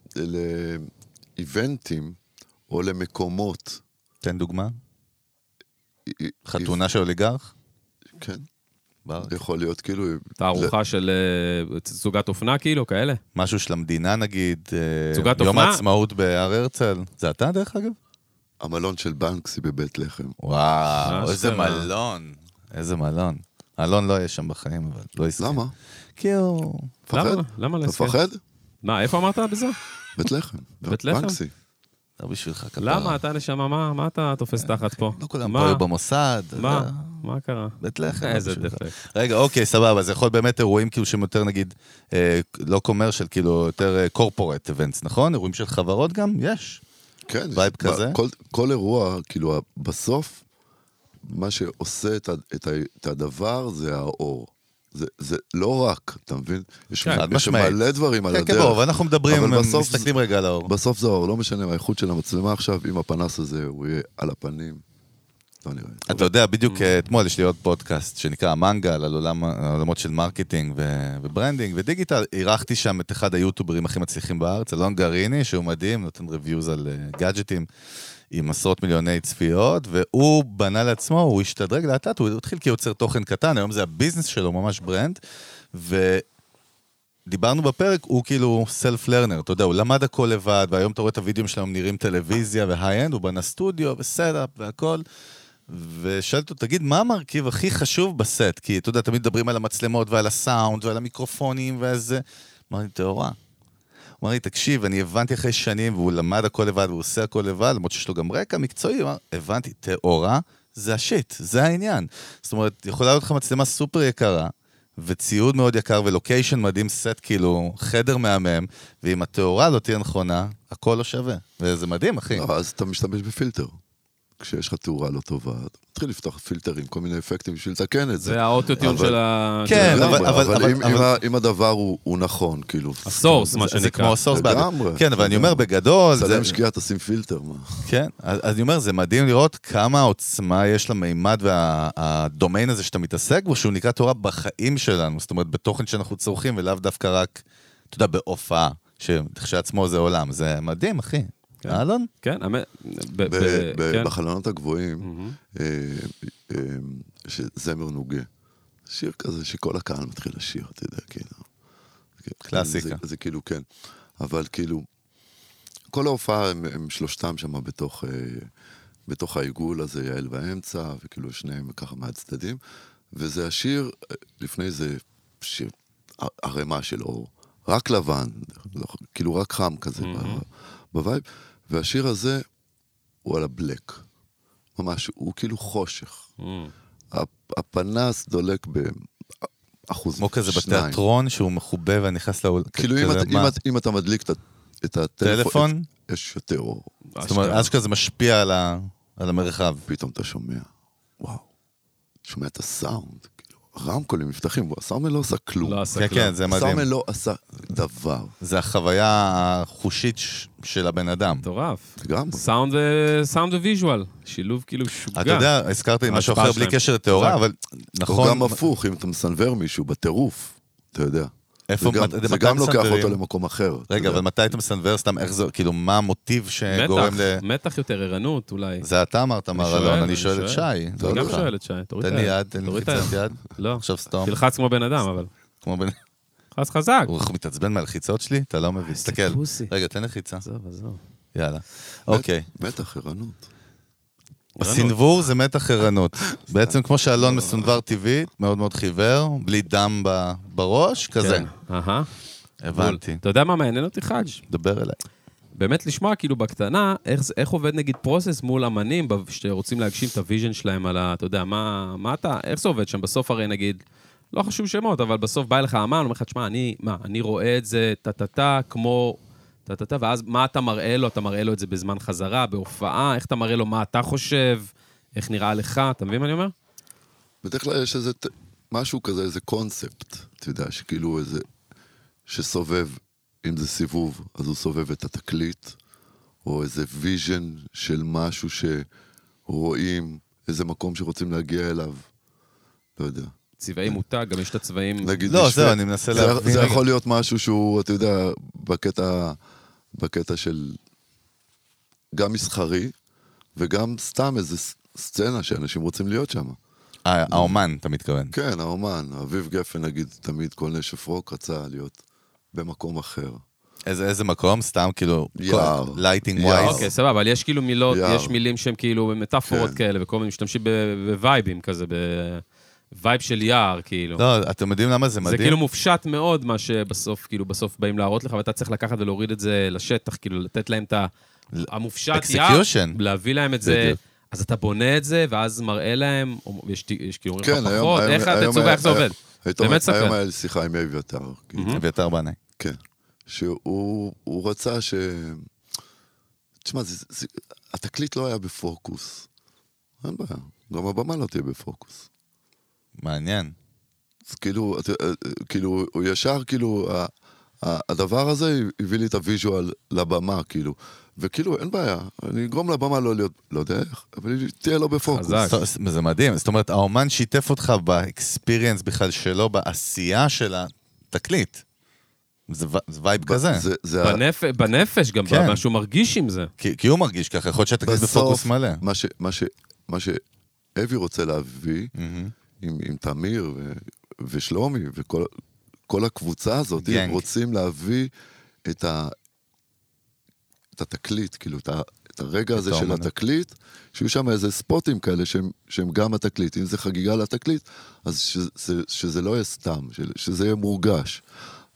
לאיבנטים, או למקומות. תן דוגמה. חתונה של אוליגרך? כן. יכול להיות כאילו... תערוכה של סוגת אופנה כאילו, כאלה? משהו של המדינה נגיד. סוגת אופנה? יום העצמאות בהר הרצל. זה אתה דרך אגב? המלון של בנקסי בבית לחם. וואו, איזה מלון. איזה מלון. אלון לא יהיה שם בחיים, אבל לא יסכים. למה? כי הוא... פחד? למה לא יסכים? אתה פחד? מה, איפה אמרת בזה? בית לחם. בית לחם? בנקסי. לא בשבילך כפרה. למה? אתה נשמה, מה אתה תופס תחת פה? לא כולם פה היו במוסד. מה קרה? בית לחם. איזה דפק. רגע, אוקיי, סבבה, זה יכול באמת אירועים כאילו שהם יותר נגיד, לא קומרשל, כאילו יותר קורפורט אבנטס, נכון? אירועים של חברות גם? יש. כן. וייב כזה. כל אירוע, כאילו, בסוף, מה שעושה את הדבר זה האור. זה לא רק, אתה מבין? יש מלא דברים על הדרך. כן, בואו, ואנחנו מדברים, מסתכלים רגע על האור. בסוף זה האור, לא משנה, האיכות של המצלמה עכשיו, עם הפנס הזה, הוא יהיה על הפנים. לא נראה. אתה יודע, בדיוק אתמול יש לי עוד פודקאסט, שנקרא המנגל, על עולמות של מרקטינג וברנדינג ודיגיטל. אירחתי שם את אחד היוטוברים הכי מצליחים בארץ, אלון גריני, שהוא מדהים, נותן ריוויוז על גאדג'טים. עם עשרות מיליוני צפיות, והוא בנה לעצמו, הוא השתדרג לאט, הוא התחיל כיוצר תוכן קטן, היום זה הביזנס שלו, ממש ברנד, ודיברנו בפרק, הוא כאילו סלף-לרנר, אתה יודע, הוא למד הכל לבד, והיום אתה רואה את הוידאוים שלהם נראים טלוויזיה והיי-אנד, הוא בנה סטודיו וסט-אפ והכל, ושאלת אותו, תגיד, מה המרכיב הכי חשוב בסט? כי אתה יודע, תמיד מדברים על המצלמות ועל הסאונד ועל המיקרופונים ואיזה, מה אני תאורה? הוא אמר לי, תקשיב, אני הבנתי אחרי שנים, והוא למד הכל לבד, והוא עושה הכל לבד, למרות שיש לו גם רקע מקצועי, הוא אמר, הבנתי, תאורה, זה השיט, זה העניין. זאת אומרת, יכולה להיות לך מצלמה סופר יקרה, וציוד מאוד יקר, ולוקיישן מדהים, סט כאילו, חדר מהמם, ואם התאורה לא תהיה נכונה, הכל לא שווה. וזה מדהים, אחי. לא, אז אתה משתמש בפילטר. כשיש לך תאורה לא טובה, אתה מתחיל לפתוח פילטרים, כל מיני אפקטים בשביל לתקן את זה. זה האוטוטיון של ה... כן, אבל אם הדבר הוא נכון, כאילו... הסורס, מה שנקרא. זה כמו הסורס. לגמרי. כן, אבל אני אומר בגדול... צלם שקיעה, תשים פילטר, מה? כן, אז אני אומר, זה מדהים לראות כמה עוצמה יש למימד והדומיין הזה שאתה מתעסק בו, שהוא נקרא תאורה בחיים שלנו, זאת אומרת, בתוכן שאנחנו צורכים, ולאו דווקא רק, אתה יודע, בהופעה, שכשעצמו זה עולם. זה מדהים, אחי. אלון? כן, בחלונות הגבוהים, שזמר נוגה. שיר כזה שכל הקהל מתחיל לשיר, אתה יודע, כאילו. קלאסיקה. זה כאילו, כן. אבל כאילו, כל ההופעה הם שלושתם שם בתוך העיגול הזה, יעל באמצע, וכאילו שניהם ככה מהצדדים. וזה השיר, לפני זה שיר, הרמה שלו, רק לבן, כאילו רק חם כזה בווייב. והשיר הזה הוא על הבלק. ממש, הוא כאילו חושך. הפנס דולק באחוז כמו כזה בתיאטרון שהוא מחובה ונכנס לאול... כאילו אם אתה מדליק את הטלפון, יש יותר אור. זאת אומרת, אז כזה משפיע על המרחב. פתאום אתה שומע, וואו, שומע את הסאונד. רמקולים מפתחים, הסארמל לא עשה כלום. כן, זה מדהים. הסארמל לא עשה דבר. זה החוויה החושית של הבן אדם. מטורף. גם. סאונד וויז'ואל. שילוב כאילו שוגע. אתה יודע, הזכרת לי משהו אחר בלי קשר לתיאורה, אבל נכון... או גם הפוך, אם אתה מסנבר מישהו בטירוף, אתה יודע. זה גם לוקח אותו למקום אחר. רגע, אבל מתי אתה מסנבר סתם, איך זה, כאילו, מה המוטיב שגורם ל... מתח יותר, ערנות אולי. זה אתה אמרת, מר אלון, אני שואל את שי. אני גם שואל את שי, תן לי יד, תן לי חיצת יד. לא, עכשיו סתום. תלחץ כמו בן אדם, אבל. כמו בן... תלחץ חזק. הוא מתעצבן מהלחיצות שלי? אתה לא מבין. תסתכל. רגע, תן לי חיצה. עזוב. יאללה. אוקיי. מתח, ערנות. הסנבור זה מתח ערנות. בעצם כמו שאלון מסונבר טבעי, מאוד מאוד חיוור, בלי דם בראש, כזה. הבנתי. אתה יודע מה מעניין אותי, חאג'? דבר אליי. באמת לשמוע כאילו בקטנה, איך עובד נגיד פרוסס מול אמנים, שרוצים להגשים את הוויז'ן שלהם על אתה יודע, איך זה עובד שם? בסוף הרי נגיד, לא חשוב שמות, אבל בסוף בא לך אמן, אומר לך, תשמע, אני רואה את זה טטטה כמו טטטה, ואז מה אתה מראה לו? אתה מראה לו את זה בזמן חזרה, בהופעה, איך אתה מראה לו מה אתה חושב, איך נראה לך, אתה מבין מה אני אומר? בדרך כלל יש איזה משהו כזה, איזה קונספט, אתה יודע, שכאילו איזה, שסובב, אם זה סיבוב, אז הוא סובב את התקליט, או איזה ויז'ן של משהו שרואים, איזה מקום שרוצים להגיע אליו, לא יודע. צבעי מותג, גם יש את הצבעים... לא, זהו, אני מנסה להבין. זה יכול להיות משהו שהוא, אתה יודע, בקטע של גם מסחרי, וגם סתם איזה סצנה שאנשים רוצים להיות שם. האומן, אתה מתכוון. כן, האומן. אביב גפן, נגיד, תמיד כל נשף רוק רצה להיות במקום אחר. איזה מקום? סתם כאילו... יער. לייטינג ווייז. אוקיי, סבבה, אבל יש כאילו מילות, יש מילים שהן כאילו מטאפורות כאלה, וכל מיני משתמשים בווייבים כזה, וייב של יער, כאילו. לא, אתם יודעים למה זה מדהים? זה כאילו מופשט מאוד, מה שבסוף, כאילו, בסוף באים להראות לך, ואתה צריך לקחת ולהוריד את זה לשטח, כאילו, לתת להם את המופשט יער, להביא להם את זה, אז אתה בונה את זה, ואז מראה להם, יש כאילו, כן, איך התצוגה, איך זה עובד? היום היה לי שיחה עם אביתר. אביתר בנאי. כן. שהוא רצה תשמע, התקליט לא היה בפוקוס. אין בעיה, גם הבמה לא תהיה בפוקוס. מעניין. אז כאילו, הוא ישר, כאילו, הדבר הזה הביא לי את הוויז'ואל לבמה, כאילו. וכאילו, אין בעיה, אני אגרום לבמה לא להיות, לא יודע איך, אבל היא תהיה לא בפוקוס. זה מדהים, זאת אומרת, האומן שיתף אותך באקספיריאנס בכלל שלו, בעשייה של התקליט. זה וייב כזה. בנפש גם, משהו מרגיש עם זה. כי הוא מרגיש ככה, יכול להיות שהתקליט בפוקוס מלא. מה שאבי רוצה להביא, עם תמיר ושלומי, וכל הקבוצה הזאת, הם רוצים להביא את התקליט, כאילו, את הרגע הזה של התקליט, שיהיו שם איזה ספוטים כאלה, שהם גם התקליט. אם זה חגיגה לתקליט, אז שזה לא יהיה סתם, שזה יהיה מורגש.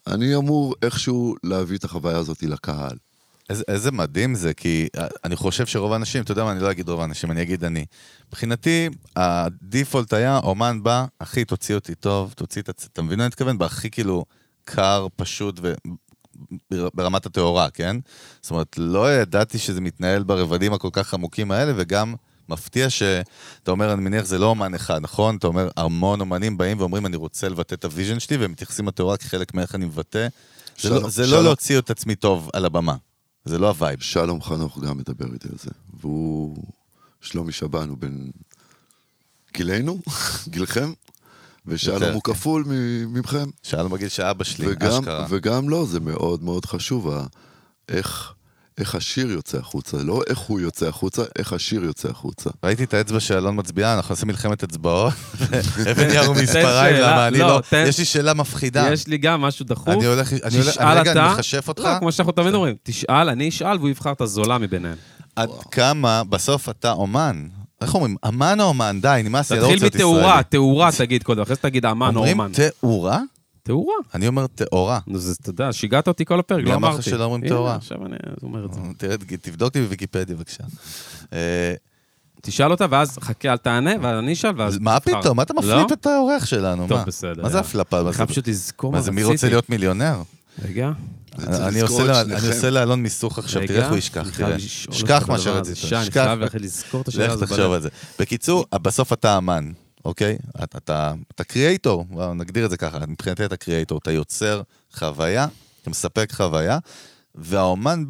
אני אמור איכשהו להביא את החוויה הזאת לקהל. איזה מדהים זה, כי אני חושב שרוב האנשים, אתה יודע מה, אני לא אגיד רוב האנשים, אני אגיד אני. מבחינתי, הדיפולט היה, אומן בא, אחי, תוציא אותי טוב, תוציא את אתה מבין מה אני מתכוון? בהכי כאילו קר, פשוט ברמת התיאורה, כן? זאת אומרת, לא ידעתי שזה מתנהל ברבדים הכל כך עמוקים האלה, וגם מפתיע שאתה אומר, אני מניח, זה לא אומן אחד, נכון? אתה אומר, המון אומנים באים ואומרים, אני רוצה לבטא את הוויז'ן שלי, והם מתייחסים לתיאורה כחלק מאיך אני מבטא. זה לא להוציא את עצמי טוב על הבמה. זה לא הווייב. שלום חנוך גם מדבר איתי על זה. והוא, שלומי שבן, הוא בין גילנו, גילכם, ושלום הוא כפול ממכם. שלום בגיל שאבא שלי, אשכרה. וגם לא, זה מאוד מאוד חשוב, איך השיר יוצא החוצה, לא איך הוא יוצא החוצה, איך השיר יוצא החוצה. ראיתי את האצבע של אלון מצביעה, אנחנו עושים מלחמת אצבעות, אבן ירו מספריים, למה אני לא, יש לי שאלה מפחידה. יש לי גם משהו דחוף, אני רגע, אני מחשף אותך. לא, כמו שאנחנו תמיד אומרים, תשאל, אני אשאל, והוא יבחר את הזולה מביניהם. עד כמה, בסוף אתה אומן, איך אומרים, אמן או אומן, די, נמאס לי, לא רוצה את תתחיל מתאורה, תאורה תגיד קודם, אחרי שתגיד אמן או אומן. אומרים תאורה? תאורה. אני אומר תאורה. נו, זה, אתה יודע, שיגעת אותי כל הפרק, לא אמרתי. מי אמר לך שלא אומרים תאורה? עכשיו אני אומר את זה. תבדוק לי בוויקיפדיה, בבקשה. תשאל אותה, ואז חכה, אל תענה, ואני אשאל, ואז... מה פתאום? מה אתה מפליפ את האורח שלנו? טוב, בסדר. מה זה הפלפה? אני חייב פשוט לזכור מה מה זה, מי רוצה להיות מיליונר? רגע. אני עושה לאלון מיסוך עכשיו, תראה איך הוא ישכח, תראה. שכח מה שרצית. אני חייב לזכור את השאלה לך תחשוב על זה. בקיצור, בסוף אתה אמן, אוקיי? אתה קריאייטור, נגדיר את זה ככה, מבחינתי אתה קריאייטור, אתה יוצר חוויה, אתה מספק חוויה, והאומן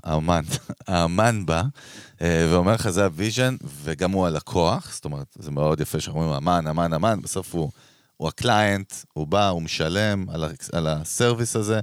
בא, ואומר לך זה הוויז'ן, וגם הוא הלקוח, זאת אומרת, זה מאוד יפה שאומרים, אמן, בסוף הוא הקליינט, הוא בא, הוא משלם על הסרוויס הזה.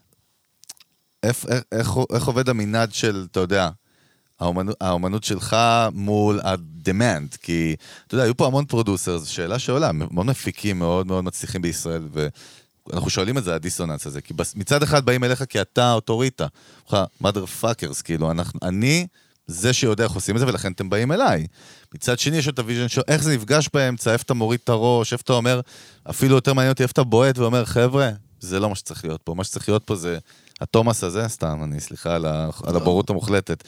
איך עובד המנעד של, אתה יודע, האומנות שלך מול ה-demand, כי, אתה יודע, היו פה המון פרודוסר, זו שאלה שעולה, המון מפיקים מאוד מאוד מצליחים בישראל, ואנחנו שואלים את זה, הדיסוננס הזה, כי מצד אחד באים אליך כי אתה אוטוריטה, mother fuckers, כאילו, אני זה שיודע איך עושים את זה, ולכן אתם באים אליי. מצד שני, יש את הוויז'ן שלו, איך זה נפגש באמצע, איפה אתה מוריד את הראש, איפה אתה אומר, אפילו יותר מעניין אותי, איפה אתה בועט ואומר, חבר'ה, זה לא מה שצריך להיות פה, מה שצריך להיות פה זה התומאס הזה, סתם, אני סליחה על הבורות המוחלטת,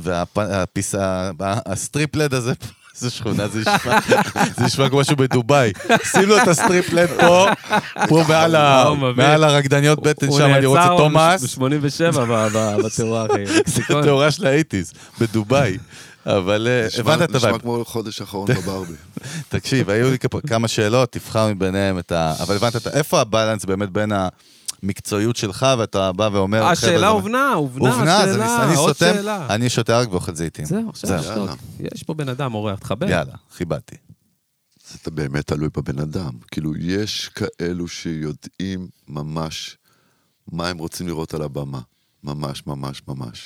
והסטריפלד הזה, איזה שכונה, זה נשמע כמו משהו בדוביי. שים לו את הסטריפלד פה מעל הרקדניות בטן שם, אני רוצה תומאס. ב-87 בתאורה, אחי. זה תאורה של האיטיז, בדוביי. אבל הבנת את הווייב. נשמע כמו חודש האחרון בברבי. תקשיב, היו לי כמה שאלות, תבחר מביניהם את ה... אבל הבנת את ה... איפה הבאלנס באמת בין המקצועיות שלך, ואתה בא ואומר... השאלה הובנה, השאלה, עוד שאלה. אני שותה רק ואוכל זיתים. זהו, עכשיו, יש פה בן אדם אורח, תחבר. יאללה, חיבדתי. זה באמת תלוי בבן אדם. כאילו, יש כאלו שיודעים ממש מה הם רוצים לראות על הבמה. ממש, ממש, ממש.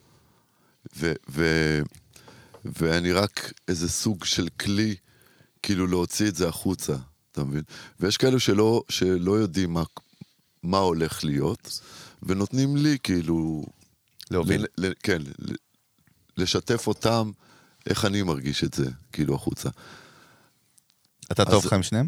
ואני רק איזה סוג של כלי, כאילו להוציא את זה החוצה, אתה מבין? ויש כאלו שלא יודעים מה הולך להיות, ונותנים לי כאילו... להוביל. כן, לשתף אותם איך אני מרגיש את זה, כאילו החוצה. אתה טוב לך עם שניהם?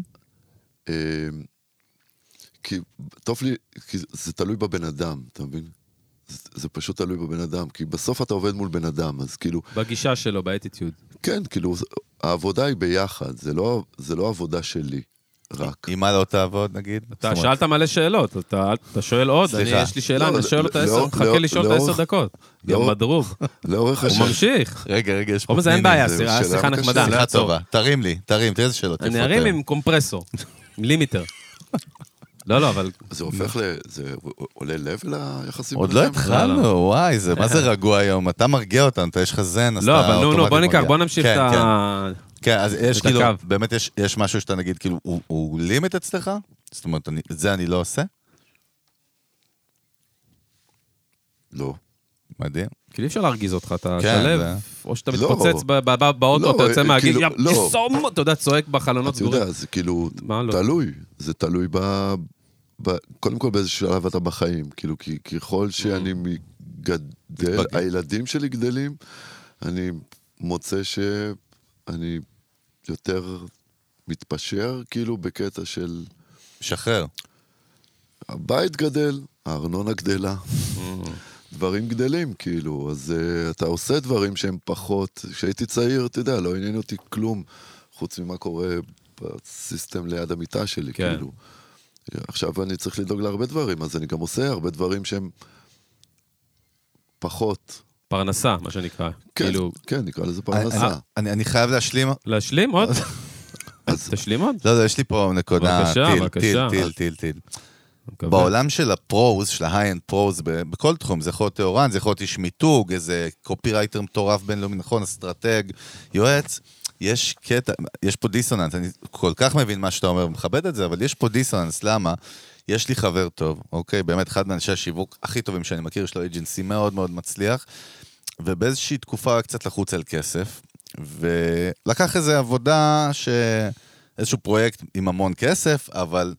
כי טוב לי, כי זה תלוי בבן אדם, אתה מבין? זה פשוט תלוי בבן אדם, כי בסוף אתה עובד מול בן אדם, אז כאילו... בגישה שלו, באטיטיוד. כן, כאילו, העבודה היא ביחד, זה לא עבודה שלי, רק. עם מה לא תעבוד, נגיד? אתה שאלת מלא שאלות, אתה שואל עוד, יש לי שאלה, אני שואל אותה 10, חכה לשאול את 10 דקות. גם מדרוג. הוא ממשיך. רגע, יש פה פנימי. זה אין בעיה, שיחה נחמדה. שיחה טובה. תרים לי, תראה איזה שאלות. אני ארים עם קומפרסור, עם לימיטר. לא, אבל... זה הופך זה עולה לב ליחסים? עוד לא התחלנו, וואי, מה זה רגוע היום? אתה מרגיע אותנו, יש לך זן, אז אתה אוטומטית מרגיע. לא, אבל בוא נמשיך את ה... כן, אז יש כאילו, באמת יש משהו שאתה נגיד, כאילו, הוא לימיט אצלך? זאת אומרת, את זה אני לא עושה? לא. מדהים. כאילו אי אפשר להרגיז אותך, אתה שלב, או שאתה מתפוצץ באוטו, אתה יוצא מהגיל, יסום, אתה יודע, צועק בחלונות סגורים. אתה יודע, זה כאילו, תלוי, זה תלוי קודם כל באיזה שלב אתה בחיים, כאילו, כי ככל שאני גדל, הילדים שלי גדלים, אני מוצא שאני יותר מתפשר, כאילו, בקטע של... שחרר. הבית גדל, הארנונה גדלה, דברים גדלים, כאילו, אז אתה עושה דברים שהם פחות, כשהייתי צעיר, אתה יודע, לא עניין אותי כלום, חוץ ממה קורה בסיסטם ליד המיטה שלי, כן. כאילו. עכשיו אני צריך לדאוג להרבה דברים, אז אני גם עושה הרבה דברים שהם פחות. פרנסה, מה שנקרא. כן, כאילו... כן, נקרא לזה פרנסה. אני חייב להשלים... להשלים עוד? תשלים עוד? לא, יש לי פה נקודה, בבקשה. טיל. בעולם של הפרוז, של ההיי-אנד פרוז, בכל תחום, זה יכול להיות תאורן, זה יכול להיות איש מיתוג, איזה קופירייטר מטורף בינלאומי, נכון, אסטרטג, יועץ, יש קטע, יש פה דיסוננס, אני כל כך מבין מה שאתה אומר, מכבד את זה, אבל יש פה דיסוננס, למה? יש לי חבר טוב, אוקיי, באמת אחד מאנשי השיווק הכי טובים שאני מכיר, יש לו אייג'נסי מאוד מאוד מצליח, ובאיזושהי תקופה קצת לחוץ על כסף, ולקח איזו עבודה, איזשהו פרויקט עם המון כסף, אבל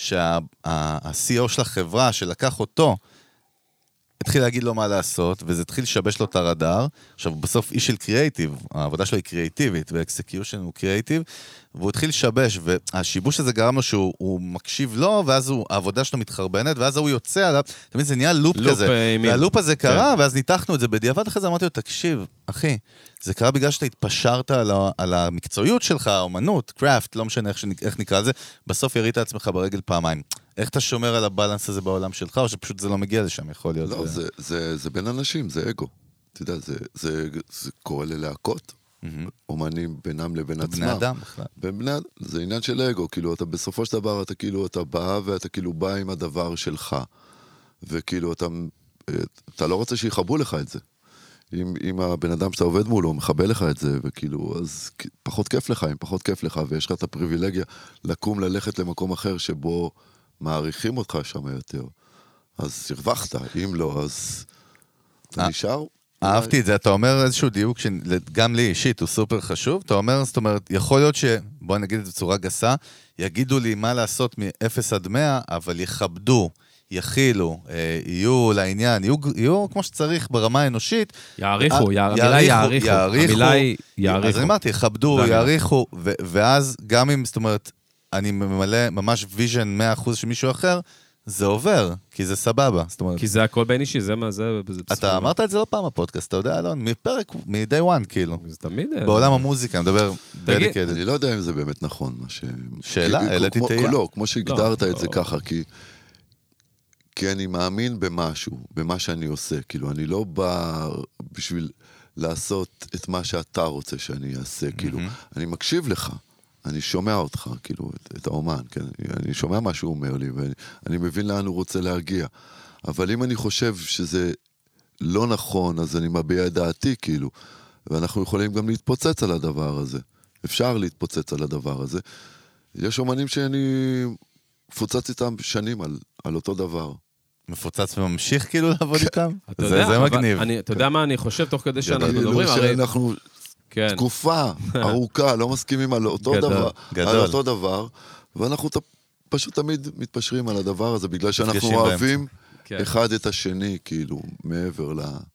שה-CEO של החברה שלקח אותו, התחיל להגיד לו מה לעשות, וזה התחיל לשבש לו את הרדאר. עכשיו, בסוף איש של קריאייטיב, העבודה שלו היא קריאייטיבית, ואקסקיושן הוא קריאייטיב, והוא התחיל לשבש, והשיבוש הזה גרם לו שהוא מקשיב לו, ואז העבודה שלו מתחרבנת, ואז הוא יוצא עליו, תמיד זה נהיה לופ כזה, והלופ הזה קרה, ואז ניתחנו את זה בדיעבד, אחרי זה אמרתי לו, תקשיב, אחי, זה קרה בגלל שאתה התפשרת על המקצועיות שלך, האומנות, קראפט, לא משנה איך נקרא לזה, בסוף ירית עצמך ברגל פעמיים. איך אתה שומר על הבלנס הזה בעולם שלך, או שפשוט זה לא מגיע לשם, יכול להיות? לא, זה בין אנשים, זה אגו. אתה יודע, זה קורה ללהקות, אומנים בינם לבין עצמם. בני אדם בכלל. זה עניין של אגו, כאילו, אתה בסופו של דבר, אתה כאילו, אתה בא, ואתה כאילו בא עם הדבר שלך, וכאילו, אתה לא רוצה שיחבו לך את זה. אם הבן אדם שאתה עובד מולו מחבל לך את זה, וכאילו, אז פחות כיף לך, אם פחות כיף לך, ויש לך את הפריבילגיה לקום ללכת למקום אחר שבו מעריכים אותך שם יותר. אז הרווחת, אם לא, אז אתה נשאר. אהבתי את זה, אתה אומר איזשהו דיוק שגם לי אישית הוא סופר חשוב, אתה אומר, זאת אומרת, יכול להיות בוא נגיד את זה בצורה גסה, יגידו לי מה לעשות מ-0 עד 100, אבל יכבדו, יכילו, יהיו לעניין, יהיו כמו שצריך ברמה האנושית. יעריכו, המילה יעריכו. אז אני אמרתי, יכבדו, יעריכו, ואז גם אם, זאת אומרת, אני ממלא ממש ויז'ן 100% של מישהו אחר, זה עובר, כי זה סבבה. כי זה הכל בין אישי, זה מה זה... אתה אמרת את זה לא פעם בפודקאסט, אתה יודע, אלון, מפרק, מ-day one, כאילו. זה תמיד... בעולם המוזיקה, מדבר דדיקטד. אני לא יודע אם זה באמת נכון, מה ש... שאלה, העליתי תהיה. לא, כמו שהגדרת את זה ככה, כי אני מאמין במשהו, במה שאני עושה, כאילו, אני לא בא בשביל לעשות את מה שאתה רוצה שאני אעשה, כאילו, אני מקשיב לך. אני שומע אותך, כאילו, את האומן, כן? אני שומע מה שהוא אומר לי, ואני מבין לאן הוא רוצה להגיע. אבל אם אני חושב שזה לא נכון, אז אני מביע את דעתי, כאילו, ואנחנו יכולים גם להתפוצץ על הדבר הזה. אפשר להתפוצץ על הדבר הזה. יש אומנים שאני מפוצץ איתם שנים על אותו דבר. מפוצץ וממשיך כאילו לעבוד איתם? זה מגניב. אתה יודע מה אני חושב תוך כדי שאנחנו מדברים? שאנחנו... תקופה ארוכה, לא מסכימים על אותו דבר, ואנחנו פשוט תמיד מתפשרים על הדבר הזה, בגלל שאנחנו אוהבים אחד את השני, כאילו, מעבר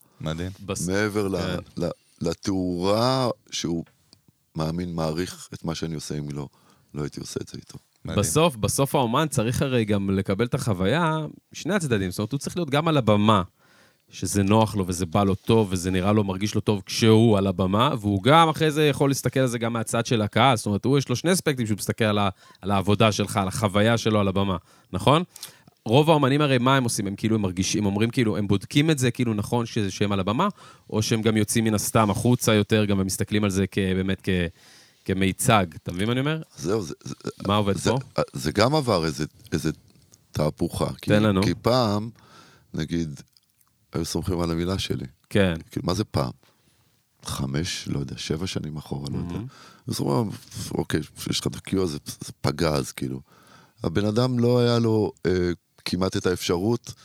לתאורה שהוא מאמין, מעריך את מה שאני עושה, אם לא הייתי עושה את זה איתו. בסוף האומן צריך הרי גם לקבל את החוויה, שני הצדדים, זאת אומרת, הוא צריך להיות גם על הבמה, שזה נוח לו וזה בא לו טוב, וזה נראה לו, מרגיש לו טוב כשהוא על הבמה, והוא גם אחרי זה יכול להסתכל על זה גם מהצד של הקהל, זאת אומרת, יש לו שני אספקטים שהוא מסתכל על העבודה שלך, על החוויה שלו על הבמה, נכון? רוב האומנים הרי מה הם עושים? הם כאילו מרגישים, אומרים כאילו, הם בודקים את זה כאילו נכון שהם על הבמה, או שהם גם יוצאים מן הסתם החוצה יותר, גם הם מסתכלים על זה באמת כמיצג, אתה מבין מה אני אומר? זהו, מה עובד פה? זה גם עבר איזה תהפוכה, כי פעם, נגיד, היו סומכים על המילה שלי. כן. מה זה פעם? 5, לא יודע, 7 שנים אחורה, לא יודע. אז הוא אומר, אוקיי, יש לך את הקיו הזה, זה פגז, כאילו. הבן אדם לא היה לו כמעט את האפשרות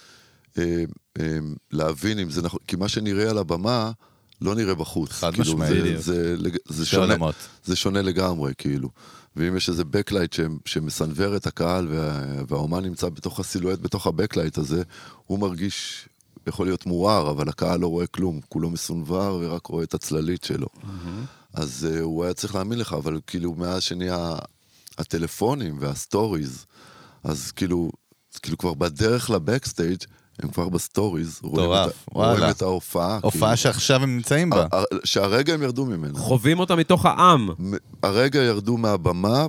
להבין אם זה נכון, כי מה שנראה על הבמה, לא נראה בחוץ. חד משמעי. זה שונה לגמרי, כאילו. ואם יש איזה בקלייט שמסנבר את הקהל, והאומן נמצא בתוך הסילואט, בתוך הבקלייט הזה, הוא מרגיש... יכול להיות מואר, אבל הקהל לא רואה כלום, כולו מסונבר ורק רואה את הצללית שלו. אז הוא היה צריך להאמין לך, אבל כאילו מאז שנהיה הטלפונים והסטוריז, אז כאילו כאילו כבר בדרך לבקסטייג' הם כבר בסטוריז, רואים את ההופעה. הופעה שעכשיו הם נמצאים בה. שהרגע הם ירדו ממנה. חווים אותה מתוך העם. הרגע ירדו מהבמה,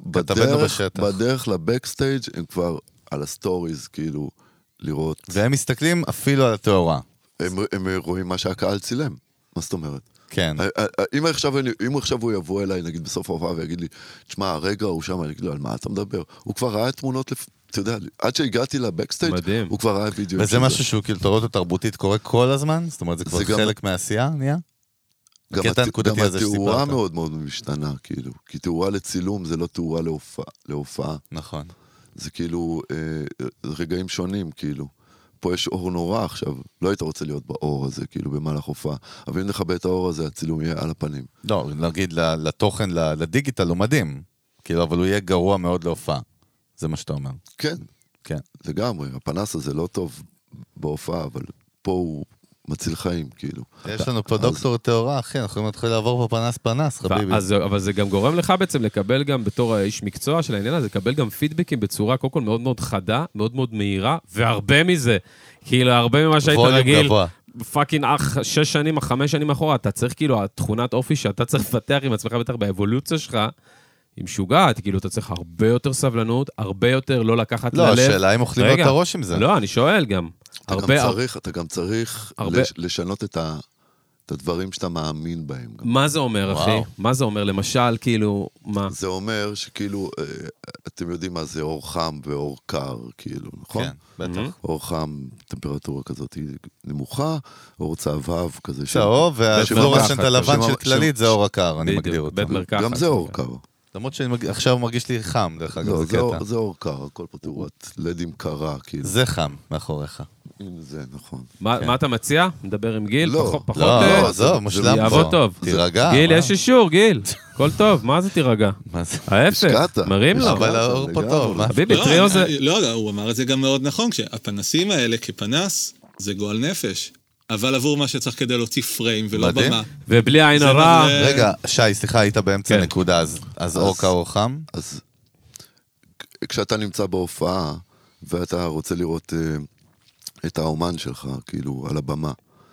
בדרך לבקסטייג' הם כבר על הסטוריז, כאילו, לראות. והם מסתכלים אפילו על התאורה. הם רואים מה שהקהל צילם. מה זאת אומרת? כן. אם עכשיו הוא יבוא אליי, נגיד בסוף ההופעה, ויגיד לי, תשמע, הרגע הוא שם, אני אגיד לו, על מה אתה מדבר? הוא כבר ראה תמונות, אתה יודע, עד שהגעתי לבקסטייג' הוא כבר ראה וידאו. וזה משהו שהוא כאילו תורות התרבותית קורה כל הזמן? זאת אומרת, זה כבר חלק מהעשייה, נהיה? גם התאורה מאוד מאוד משתנה, כאילו. כי תאורה לצילום זה לא תאורה להופעה. נכון. זה כאילו רגעים שונים, כאילו. פה יש אור נורא עכשיו, לא היית רוצה להיות באור הזה, כאילו, במהלך הופעה. אבל אם נכבה את האור הזה, הצילום יהיה על הפנים. לא, נגיד לתוכן, לדיגיטל הוא מדהים. כאילו, אבל הוא יהיה גרוע מאוד להופעה. זה מה שאתה אומר. כן. כן. לגמרי. הפנס הזה לא טוב בהופעה, אבל פה הוא מציל חיים, כאילו. יש לנו פה דוקטור תאורה, אחי, אנחנו יכולים להתחיל לעבור פה פנס, חביבי. אבל זה גם גורם לך בעצם לקבל גם בתור האיש מקצוע של העניין הזה, לקבל גם פידבקים בצורה קודם כל מאוד מאוד חדה, מאוד מאוד מהירה, והרבה מזה. כאילו, הרבה ממה שהיית רגיל, פאקינג 6 שנים, 5 שנים אחורה, אתה צריך כאילו, התכונת אופי שאתה צריך לפתח עם עצמך בטח באבולוציה שלך, היא משוגעת, כאילו אתה צריך הרבה יותר סבלנות, הרבה יותר לא לקחת ללב. לא, השאלה אם אוכלים לו את הראש עם זה. לא, אני שואל גם. אתה גם צריך לשנות את הדברים שאתה מאמין בהם. מה זה אומר, אחי? מה זה אומר? למשל, כאילו, מה? זה אומר שכאילו, אתם יודעים מה זה אור חם ואור קר, כאילו, נכון? כן, בטח. אור חם, טמפרטורה כזאת היא נמוכה, אור צהבהב כזה. צהוב, והפלורסנט הלבן של כללית זה אור הקר, אני מגדיר אותו. גם זה אור קר. למרות שעכשיו מרגיש לי חם, דרך אגב, זה קטע. זה אור קר, הכל פה תאורת לדים קרה, כאילו. זה חם, מאחוריך. זה, נכון. מה אתה מציע? נדבר עם גיל? פחות... לא, זהו, מושלם פה. יעבוד טוב. תירגע. גיל, יש אישור, גיל. הכל טוב, מה זה תירגע? ההפך, מרים לו. אבל האור פה טוב. חביבי, טריו זה... לא, הוא אמר את זה גם מאוד נכון, כשהפנסים האלה כפנס, זה גועל נפש. אבל עבור מה שצריך כדי להוציא פריים ולא במה. ובלי עין הרע. רגע, שי, סליחה, היית באמצע נקודה, אז אור קר או חם? אז כשאתה נמצא בהופעה, ואתה רוצה לראות את האומן שלך, כאילו, על הבמה,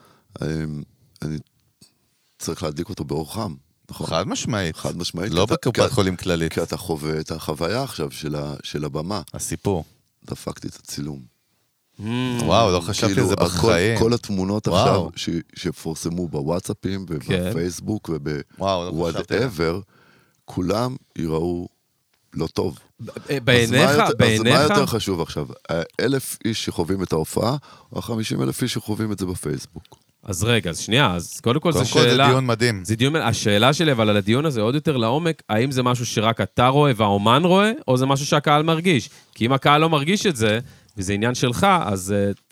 אני צריך להדליק אותו באור חם. חד משמעית. חד משמעית. לא בקופת חולים כללית. כי אתה חווה את החוויה עכשיו של הבמה. הסיפור. דפקתי את הצילום. וואו, לא חשבתי על זה בחיים. כל התמונות עכשיו שפורסמו בוואטסאפים ובפייסבוק ובוואטאבר, כולם יראו לא טוב. בעיניך? אז מה יותר חשוב עכשיו? 1,000 איש שחווים את ההופעה, או 50,000 איש שחווים את זה בפייסבוק? אז רגע, אז שנייה, אז קודם כל זה דיון מדהים. זה דיון, השאלה שלי, אבל על הדיון הזה עוד יותר לעומק, האם זה משהו שרק אתה רואה והאומן רואה, או זה משהו שהקהל מרגיש? כי אם הקהל לא מרגיש את זה, וזה עניין שלך, אז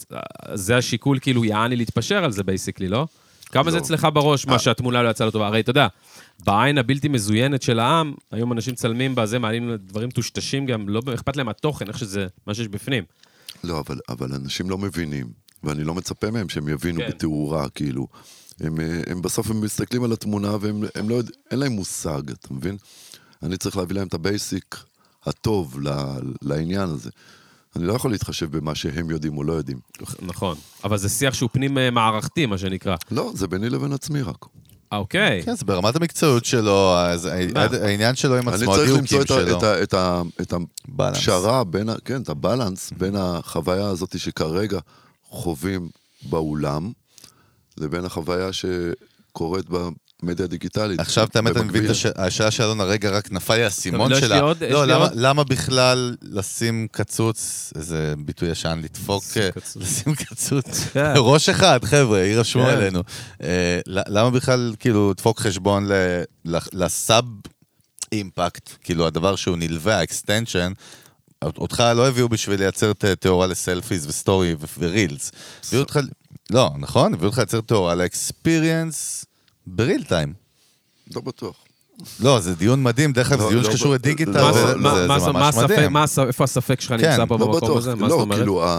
זה השיקול כאילו יעני להתפשר על זה בייסיקלי, לא? כמה זה אצלך בראש, מה שהתמונה לא יצאה לו טובה? הרי אתה יודע, בעין הבלתי מזוינת של העם, היום אנשים צלמים בזה, מעלים דברים טושטשים גם, לא אכפת להם התוכן, איך שזה, מה שיש בפנים. לא, אבל אנשים לא מבינים, ואני לא מצפה מהם שהם יבינו בתאורה, כאילו. הם בסוף הם מסתכלים על התמונה, והם לא, אין להם מושג, אתה מבין? אני צריך להביא להם את הבייסיק הטוב לעניין הזה. אני לא יכול להתחשב במה שהם יודעים או לא יודעים. נכון, אבל זה שיח שהוא פנים מערכתי, מה שנקרא. לא, זה ביני לבין עצמי רק. אוקיי. כן, זה ברמת המקצועיות שלו, העניין שלו עם עצמו, הדיוקים שלו. אני צריך למצוא את הפשרה, כן, את הבלנס בין החוויה הזאת שכרגע חווים באולם, לבין החוויה שקורית במדיה הדיגיטלית. עכשיו, האמת, אני מבין את השאלה שלנו, הרגע רק נפל לי הסימון שלה. לא, למה בכלל לשים קצוץ, איזה ביטוי ישן, לדפוק, לשים קצוץ, ראש אחד, חבר'ה, יירשמו אלינו. למה בכלל, כאילו, דפוק חשבון לסאב אימפקט, כאילו, הדבר שהוא נלווה, האקסטנשן, אותך לא הביאו בשביל לייצר תיאורה לסלפיז וסטורי ורילס. הביאו אותך, לא, נכון? הביאו אותך לייצר תיאורה לאקספיריאנס בריל טיים. לא בטוח. לא, זה דיון מדהים, דרך כלל זה דיון שקשור לדיגיטל, זה ממש מדהים. איפה הספק שלך נמצא פה במקום הזה? מה זאת אומרת? לא, כאילו,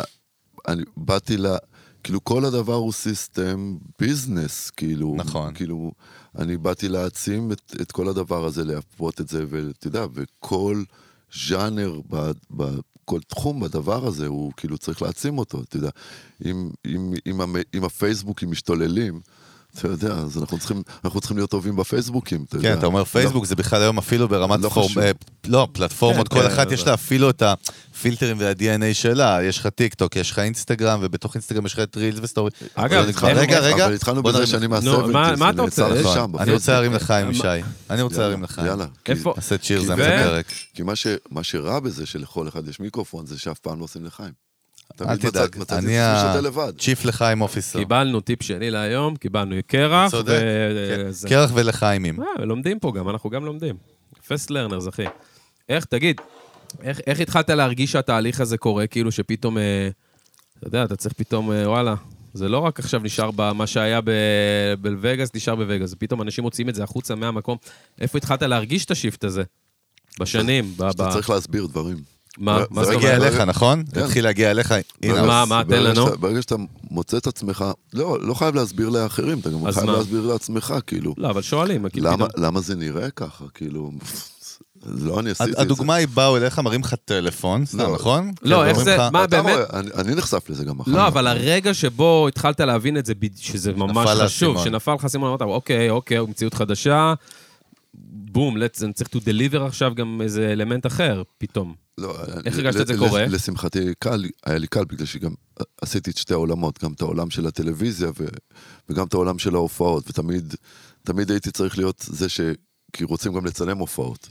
אני באתי כאילו כל הדבר הוא סיסטם ביזנס, כאילו. נכון. כאילו, אני באתי להעצים את כל הדבר הזה, להפות את זה, ואתה יודע, וכל ז'אנר כל תחום בדבר הזה, הוא כאילו צריך להעצים אותו, אתה יודע. אם הפייסבוקים משתוללים, אתה יודע, אז אנחנו צריכים להיות טובים בפייסבוקים, אתה יודע. כן, אתה אומר פייסבוק, זה בכלל היום אפילו ברמת פלטפורמות, כל אחת יש לה אפילו את הפילטרים וה-DNA שלה, יש לך טיק טוק, יש לך אינסטגרם, ובתוך אינסטגרם יש לך את רילס וסטורי. אגב, רגע, אבל התחלנו בזה שאני מהסבנטיז. מה אתה רוצה? אני רוצה להרים לחיים, ישי. אני רוצה להרים לחיים. יאללה. איפה? עשה צ'יר, זה הפרק. כי מה שרע בזה שלכל אחד יש מיקרופון, זה שאף פעם לא עושים לחיים. אל תדאג, אני הצ'יף לחיים אופיסר. קיבלנו טיפ שני להיום, קיבלנו קרח. קרח ולחיימים. לומדים פה גם, אנחנו גם לומדים. פסט לרנרס, אחי. תגיד, איך התחלת להרגיש שהתהליך הזה קורה, כאילו שפתאום, אתה יודע, אתה צריך פתאום, וואלה, זה לא רק עכשיו נשאר במה שהיה בווגאס, נשאר בווגאס, פתאום אנשים מוצאים את זה החוצה מהמקום. איפה התחלת להרגיש את השיפט הזה? בשנים. אתה צריך להסביר דברים. מה זה הגיע אליך, נכון? התחיל להגיע אליך. מה, תן לנו? ברגע שאתה מוצא את עצמך, לא חייב להסביר לאחרים, אתה גם חייב להסביר לעצמך, כאילו. לא, אבל שואלים. למה זה נראה ככה, כאילו... לא, אני עשיתי את זה. הדוגמה היא באו אליך, מראים לך טלפון, נכון? לא, איך זה, מה באמת? אני נחשף לזה גם אחר. לא, אבל הרגע שבו התחלת להבין את זה, שזה ממש חשוב, שנפל לך סימון, אמרת, אוקיי, מציאות חדשה, בום, אני צריך to deliver עכשיו גם איזה אלמנט אחר, פתאום. לא, איך הרגשת את זה קורה? לשמחתי היה לי קל, בגלל שגם עשיתי את שתי העולמות, גם את העולם של הטלוויזיה וגם את העולם של ההופעות, ותמיד הייתי צריך להיות זה כי רוצים גם לצלם הופעות.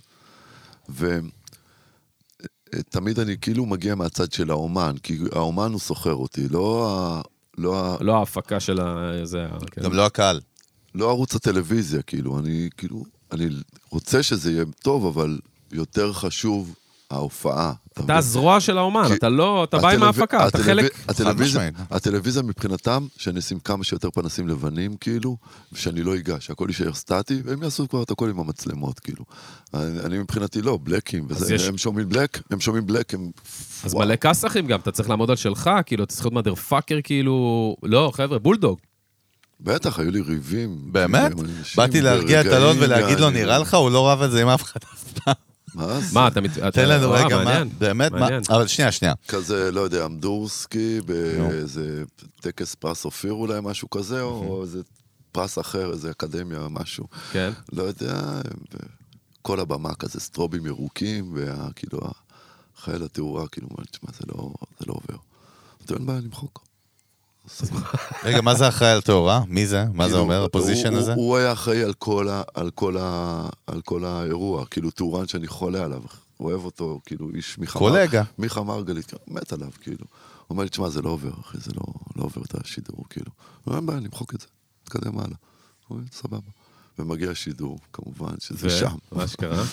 ותמיד אני כאילו מגיע מהצד של האומן, כי האומן הוא סוחר אותי, לא ההפקה של זה. גם לא הקהל. לא ערוץ הטלוויזיה, כאילו, אני רוצה שזה יהיה טוב, אבל יותר חשוב ההופעה. אתה הזרוע של האומן, אתה בא עם ההפקה, אתה חלק... הטלוויזיה מבחינתם, שאני אשים כמה שיותר פנסים לבנים, כאילו, ושאני לא אגע, שהכל יישאר סטטי, והם יעשו כבר את הכל עם המצלמות, כאילו. אני מבחינתי לא, בלקים, הם שומעים בלק, הם... אז מלא כסחים גם, אתה צריך לעמוד על שלך, כאילו, אתה צריך להיות מאדר פאקר, כאילו... לא, חבר'ה, בולדוג. בטח, היו לי ריבים. באמת? באתי להרגיע את אלון ולהגיד לו, נראה לך, הוא לא רב על זה עם אף אחד אף פעם. מה, תן לנו רגע, מה? באמת, מה? אבל שנייה. כזה, לא יודע, אמדורסקי, באיזה טקס פרס אופיר אולי, משהו כזה, או איזה פרס אחר, איזה אקדמיה, משהו. כן. לא יודע, כל הבמה כזה, סטרובים ירוקים, וכאילו, החייל התאורה, כאילו, תשמע, זה לא עובר. אתה אין בעיה למחוק. רגע, מה זה אחראי על תאורה? מי זה? מה זה אומר, הפוזישן הזה? הוא היה אחראי על כל האירוע, כאילו תאורן שאני חולה עליו, אוהב אותו, כאילו איש מיכה מרגלית, מת עליו, כאילו. הוא אומר לי, תשמע, זה לא עובר, אחי, זה לא עובר את השידור, כאילו. הוא אומר, אני מחוק את זה, תקדם הלאה. הוא אומר, סבבה. ומגיע השידור, כמובן, שזה שם. מה שקרה?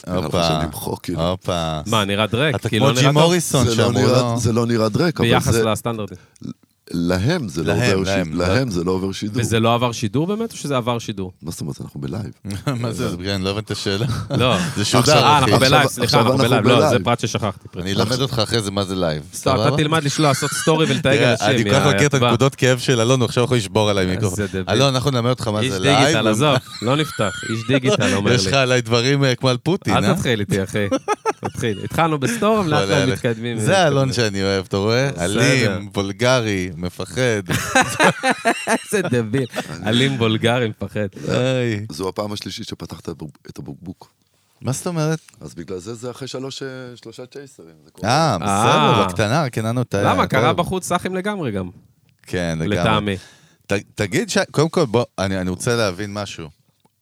מה, נראה דרק? אתה כמו ג'י מוריסון שם, זה לא נראה דרק, אבל ביחס לסטנדרטים. להם זה לא עובר שידור. וזה לא עבר שידור באמת, או שזה עבר שידור? מה זאת אומרת, אנחנו בלייב. מה זה? אני לא הבנתי את השאלה. לא. זה שודר, אחי. אנחנו בלייב, סליחה, אנחנו בלייב. לא, זה פרט ששכחתי. אני אלמד אותך אחרי זה מה זה לייב. סתם, אתה תלמד לעשות סטורי ולתייג אנשים. אני כל כך מכיר את הנקודות כאב של אלון, הוא עכשיו יכול לשבור עליי מיקרופון. אלון, אנחנו נלמד אותך מה זה לייב. איש דיגיטל, עזוב, לא נפתח. איש דיגיטל אומר לי. יש לך עליי דברים כמו על פוטין, אל תתחיל איתי, אחי. תתחיל. התחלנו בסטורם, לאט מתקדמים. זה אלון שאני אוהב, אתה רואה? אלים, וולגרי, מפחד. איזה דביל. אלים וולגרי, מפחד. זו הפעם השלישית שפתחת את הבוקבוק. מה זאת אומרת? אז בגלל זה אחרי שלושה צ'ייסרים. בסדר, בקטנה, קננו את ה... למה? קרה בחוץ סחים לגמרי גם. כן, לגמרי. לטעמי. תגיד, קודם כל, בוא, אני רוצה להבין משהו.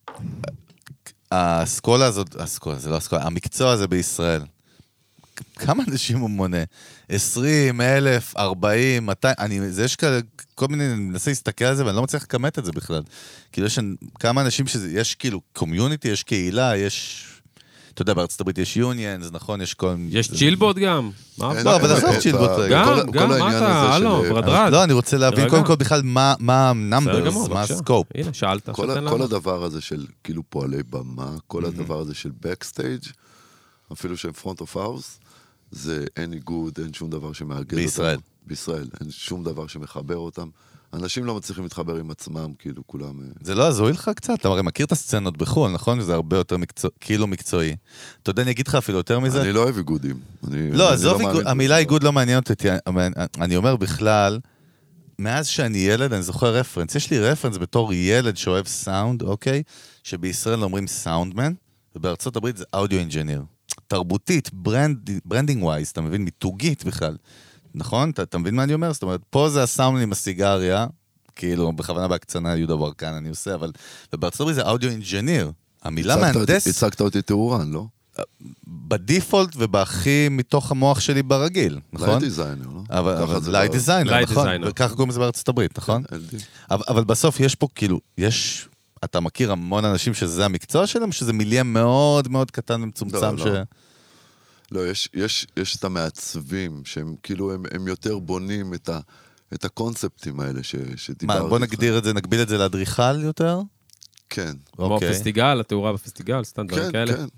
האסכולה הזאת, זה לא אסכולה, המקצוע הזה בישראל, כמה אנשים הוא מונה? 20,000, 40, 200, יש כל מיני, אני מנסה להסתכל על זה, ואני לא מצליח לקמת את זה בכלל. כאילו יש כמה אנשים יש כאילו קומיוניטי, יש קהילה, יש... אתה יודע, בארצות הברית יש יוניאנס, נכון? יש צ'ילבוט גם. לא, אבל עזוב צ'ילבוט רגע. גם, מה אתה? הלו, ברדרד. לא, אני רוצה להבין קודם כל בכלל מה הנאמברס, מה הסקופ. הנה, שאלת. כל הדבר הזה של כאילו פועלי במה, כל הדבר הזה של בקסטייג', אפילו שהם פרונט אוף האוס, זה אין איגוד, אין שום דבר שמאגד אותם. בישראל. אין שום דבר שמחבר אותם. אנשים לא מצליחים להתחבר עם עצמם, כאילו כולם... זה לא הזוי לך קצת? אתה הרי מכיר את הסצנות בחו"ל, נכון? זה הרבה יותר כאילו מקצועי. אתה יודע, אני אגיד לך אפילו יותר מזה? אני לא אוהב איגודים. לא, עזוב, המילה איגוד לא מעניינת אותי. אני אומר בכלל, מאז שאני ילד, אני זוכר רפרנס. יש לי רפרנס בתור ילד שאוהב סאונד, אוקיי? שבישראל אומרים סאונדמן, ובארצות הברית זה אודיו אינג'יניר. תרבותית, ברנדינג ווייז, אתה מבין? מיתוגית בכלל. נכון? אתה מבין מה אני אומר? זאת אומרת, פה זה הסאונד עם הסיגריה, כאילו, בכוונה בהקצנה יהודה ברקן אני עושה, אבל בארצות הברית זה אודיו אינג'יניר. המילה מהנדס... הצגת אותי תאורן, לא? בדיפולט ובהכי מתוך המוח שלי ברגיל, נכון? לייט דיזיינר, לא? אבל לייט דיזיינר, נכון? וכך קוראים לזה בארצות הברית, נכון? אבל בסוף יש פה, כאילו, אתה מכיר המון אנשים שזה המקצוע שלהם, שזה מילייה מאוד מאוד קטן ומצומצם ש... לא, יש את המעצבים, שהם כאילו, הם יותר בונים את הקונספטים האלה שדיברתי. מה, בוא נגדיר את זה, נגביל את זה לאדריכל יותר? כן. כמו פסטיגל, התאורה בפסטיגל, סתם דברים כאלה. כן,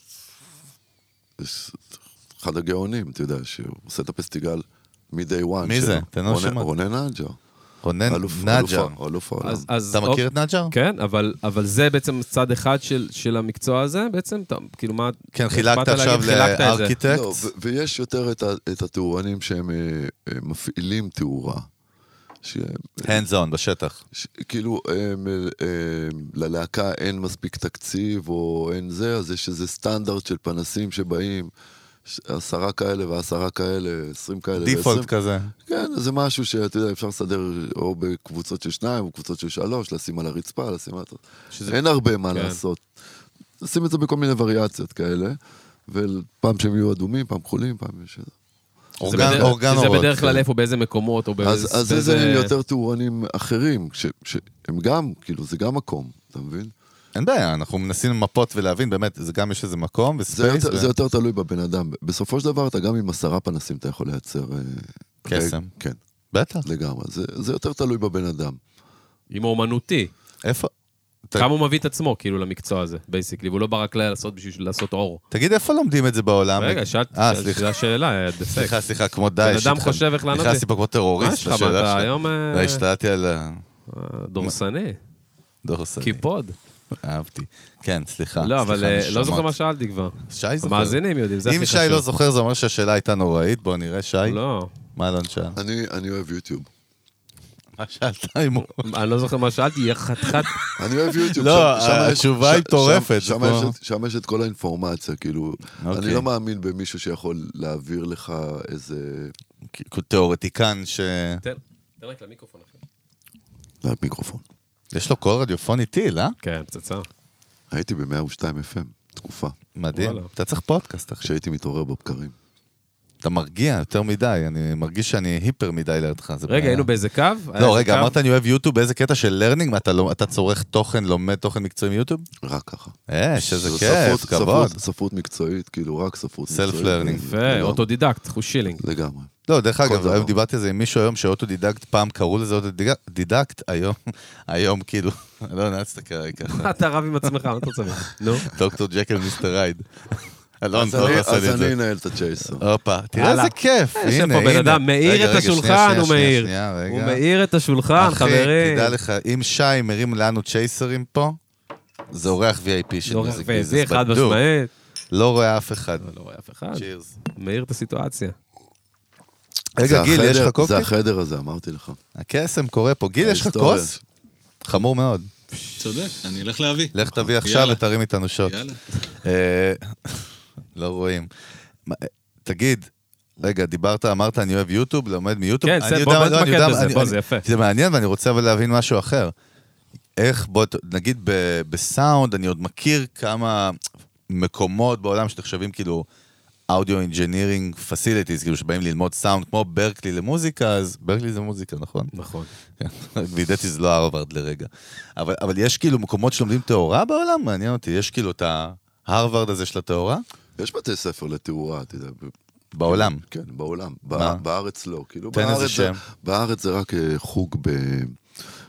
כן. אחד הגאונים, אתה יודע, שהוא עושה את הפסטיגל מ-day one. מי זה? תנו שמות. רונן נג'ר. רונן נג'ר. אלוף העולם. אתה מכיר את נג'ר? כן, אבל זה בעצם צד אחד של המקצוע הזה, בעצם, כאילו מה... כן, חילקת עכשיו לארכיטקט. ויש יותר את התאורנים שהם מפעילים תאורה. hands on, בשטח. כאילו, ללהקה אין מספיק תקציב, או אין זה, אז יש איזה סטנדרט של פנסים שבאים, 10 כאלה ו10 כאלה, 20 כאלה. דיפולט כזה. כן, זה משהו שאתה יודע, אפשר לסדר או בקבוצות של 2 או קבוצות של 3, לשים על הרצפה, לשים על... אין הרבה מה לעשות. לשים את זה בכל מיני וריאציות כאלה, ופעם שהם יהיו אדומים, פעם כחולים, פעם יש... אורגן זה בדרך כלל איפה, באיזה מקומות, או באיזה... אז זה יותר תאורנים אחרים, שהם גם, כאילו, זה גם מקום, אתה מבין? אין בעיה, אנחנו מנסים למפות ולהבין, באמת, זה גם יש איזה מקום וספייס. זה יותר תלוי בבן אדם. בסופו של דבר, אתה גם עם 10 פנסים, אתה יכול לייצר... קסם. כן. בטח. לגמרי. זה יותר תלוי בבן אדם. עם האומנותי. איפה? כמה הוא מביא את עצמו, כאילו, למקצוע הזה, בייסיקלי, והוא לא ברק לעשות בשביל לעשות אור. תגיד, איפה לומדים את זה בעולם? רגע, שאלתי השאלה, דפק. סליחה, כמו די. בן אדם חושב איך לענות לי. נכנסתי פה כמו טרוריסט. מה יש לך, אתה היום... השתלטתי על... דורסני. דורסני. קיפוד. אהבתי. כן, סליחה. לא, אבל לא זוכר מה שאלתי כבר. שי זוכר. המאזינים יודעים, זה הכי אם חשוב. שי לא זוכר, זה אומר שהשאלה הייתה נוראית. בוא נראה, שי. לא. מה אלון שאל? אני אוהב יוטיוב. מה שאלת, אימו? אני לא זוכר מה שאלתי, יהיה חתיכת... אני אוהב יוטיוב. לא, התשובה היא טורפת. שם יש את כל האינפורמציה, כאילו, אני לא מאמין במישהו שיכול להעביר לך איזה... תיאורטיקן ש... תן רק למיקרופון אחר. למיקרופון. יש לו קול רדיופון איתי, לא? כן, פצצה. הייתי ב-102 FM, תקופה. מדהים. אתה צריך פודקאסט, אחי. כשהייתי מתעורר בבקרים. אתה מרגיע יותר מדי, אני מרגיש שאני היפר מדי לידך. רגע, היינו באיזה קו? לא, רגע, אמרת אני אוהב יוטיוב, באיזה קטע של לרנינג? אתה צורך תוכן, לומד תוכן מקצועי מיוטיוב? רק ככה. שזה כיף, כבוד. ספרות מקצועית, כאילו רק ספרות מקצועית. סלף לרנינג. יפה, אוטודידקט, חושילינג. לגמרי. לא, דרך אגב, היום דיברתי על זה עם מישהו היום שאוטודידקט, פעם קראו לזה אוטודידקט, היום כאילו, לא נעצת כרגע. אתה רב עם עצמך, מה אתה רוצה? נו. דוקטור ג'קל מיסטר רייד. אז אני אנהל את הצ'ייסר. הופה, תראה איזה כיף. יש פה בן אדם, מאיר את השולחן, הוא מאיר. הוא מאיר את השולחן, חברים. תדע לך, אם שי מרים לנו צ'ייסרים פה, זה אורח VIP של מוזיק ביזנס. חד משמעית. לא רואה אף אחד. לא רואה אף אחד. צ'ירס. מאיר את הסיטואציה. רגע, גיל, יש לך קוקי? זה החדר הזה, אמרתי לך. הקסם קורה פה. גיל, יש לך כוס? חמור מאוד. צודק, אני אלך להביא. לך תביא עכשיו ותרים איתנו שוט. לא רואים. תגיד, רגע, אמרת, אני אוהב יוטיוב, לומד מיוטיוב. כן, בוא נתמקד בזה, בוא, זה יפה. זה מעניין, ואני רוצה אבל להבין משהו אחר. איך, בוא, נגיד בסאונד, אני עוד מכיר כמה מקומות בעולם שתחשבים כאילו, אודיו אינג'ינירינג פסיליטיז, כאילו שבאים ללמוד סאונד, כמו ברקלי למוזיקה, אז ברקלי זה מוזיקה, נכון? נכון. וידעתי זה לא הרווארד לרגע. אבל יש כאילו מקומות שלומדים תאורה בעולם? מעניין אותי, יש כאילו את ההרווארד הזה של התאורה? יש בתי ספר לתאורה, אתה יודע. בעולם? כן, בעולם. בארץ לא. כאילו תן איזה שם. בארץ זה רק חוג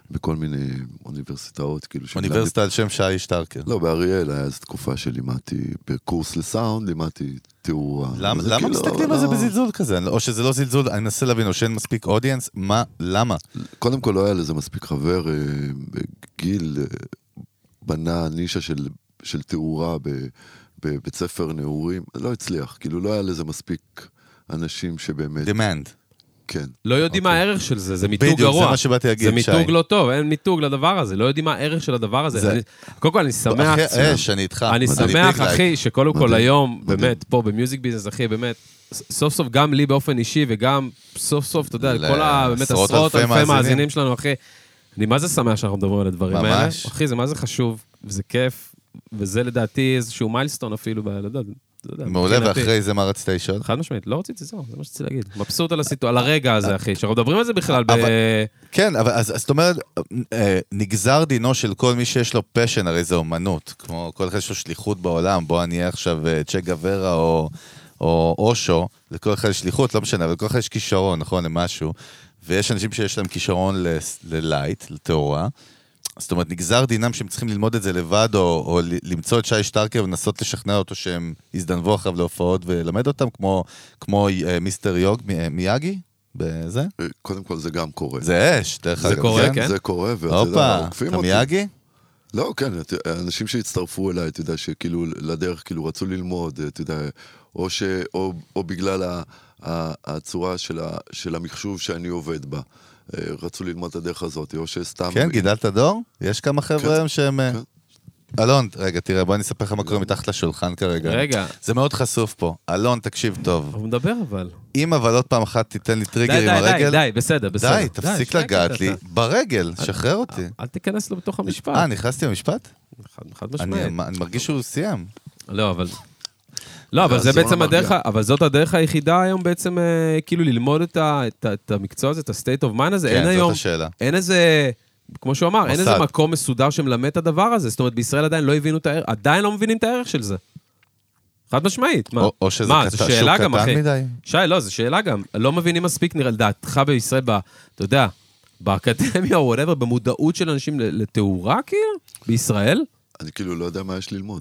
בכל מיני אוניברסיטאות, כאילו... אוניברסיטה על שם שי שטרקר. לא, באריאל היה איזו תקופה שלימדתי בקורס לסאונד, לימדתי תאורה. למה מסתכלים על זה בזלזול כזה? או שזה לא זלזול, אני מנסה להבין, או שאין מספיק אודיאנס, למה? קודם כל לא היה לזה מספיק חבר, גיל בנה נישה של תאורה בבית ספר נעורים, לא הצליח, כאילו לא היה לזה מספיק אנשים שבאמת... demand. כן. לא יודעים מה הערך של זה, זה מיתוג גרוע. בדיוק, זה מה שבאתי להגיד, שי. זה מיתוג לא טוב, אין מיתוג לדבר הזה, לא יודעים מה הערך של הדבר הזה. קודם כל, אני שמח... אני איתך. אני שמח, אחי, שקודם כל היום, באמת, פה במיוזיק ביזנס, אחי, באמת, סוף סוף גם לי באופן אישי, וגם סוף סוף, אתה יודע, כל באמת עשרות אלפי מאזינים שלנו, אחי. אני מה זה שמח שאנחנו מדברים על הדברים האלה. אחי, זה מה זה חשוב, וזה כיף, וזה לדעתי איזשהו מיילסטון אפילו, מעולה, ואחרי זה מה רצית לשאול? חד משמעית, לא רציתי, זה מה שרציתי להגיד. מבסוט על הרגע הזה, אחי, שאנחנו מדברים על זה בכלל כן, אבל אז זאת אומרת, נגזר דינו של כל מי שיש לו פשן, הרי זה אומנות, כמו כל אחד יש לו שליחות בעולם, בוא אני אהיה עכשיו צ'ה גוורה או אושו, לכל אחד יש שליחות, לא משנה, אבל לכל אחד יש כישרון, נכון, למשהו, ויש אנשים שיש להם כישרון ללייט, לתאורה, זאת אומרת, נגזר דינם שהם צריכים ללמוד את זה לבד, או למצוא את שי שטרקר ולנסות לשכנע אותו שהם יזדנבו אחריו להופעות ולמד אותם, כמו מיסטר מיאגי, בזה? קודם כל זה גם קורה. זה אש, דרך אגב. זה קורה, כן? זה קורה, ואתה יודע, אתה מיאגי? לא, כן, אנשים שהצטרפו אליי, אתה יודע, שכאילו לדרך, כאילו רצו ללמוד, אתה יודע, או בגלל הצורה של המחשוב שאני עובד בה. רצו ללמוד את הדרך הזאת, או שסתם... כן, גידלת דור? יש כמה חבר'ה היום שהם... אלון, רגע, תראה, בוא אני אספר לך מה קורה מתחת לשולחן כרגע. רגע. זה מאוד חשוף פה. אלון, תקשיב טוב. הוא מדבר אבל. אם אבל עוד פעם אחת תיתן לי טריגר עם הרגל... די, בסדר. די, תפסיק לגעת לי. ברגל, שחרר אותי. אל תיכנס לו בתוך המשפט. נכנסתי למשפט? חד משמעית. אני מרגיש שהוא סיים. לא, אבל... לא, אבל זה בעצם הדרך, אבל זאת הדרך היחידה היום בעצם, כאילו ללמוד את המקצוע הזה, את ה-state of mind הזה. כן, זאת השאלה. אין איזה, כמו שהוא אמר, אין איזה מקום מסודר שמלמד את הדבר הזה. זאת אומרת, בישראל עדיין לא הבינו את הערך, עדיין לא מבינים את הערך של זה. חד משמעית. או שזה שוק קטן מדי. שי, לא, זו שאלה גם. לא מבינים מספיק, נראה, לדעתך בישראל, אתה יודע, באקדמיה או whatever, במודעות של אנשים לתאורה, כאילו, בישראל? אני כאילו לא יודע מה יש ללמוד.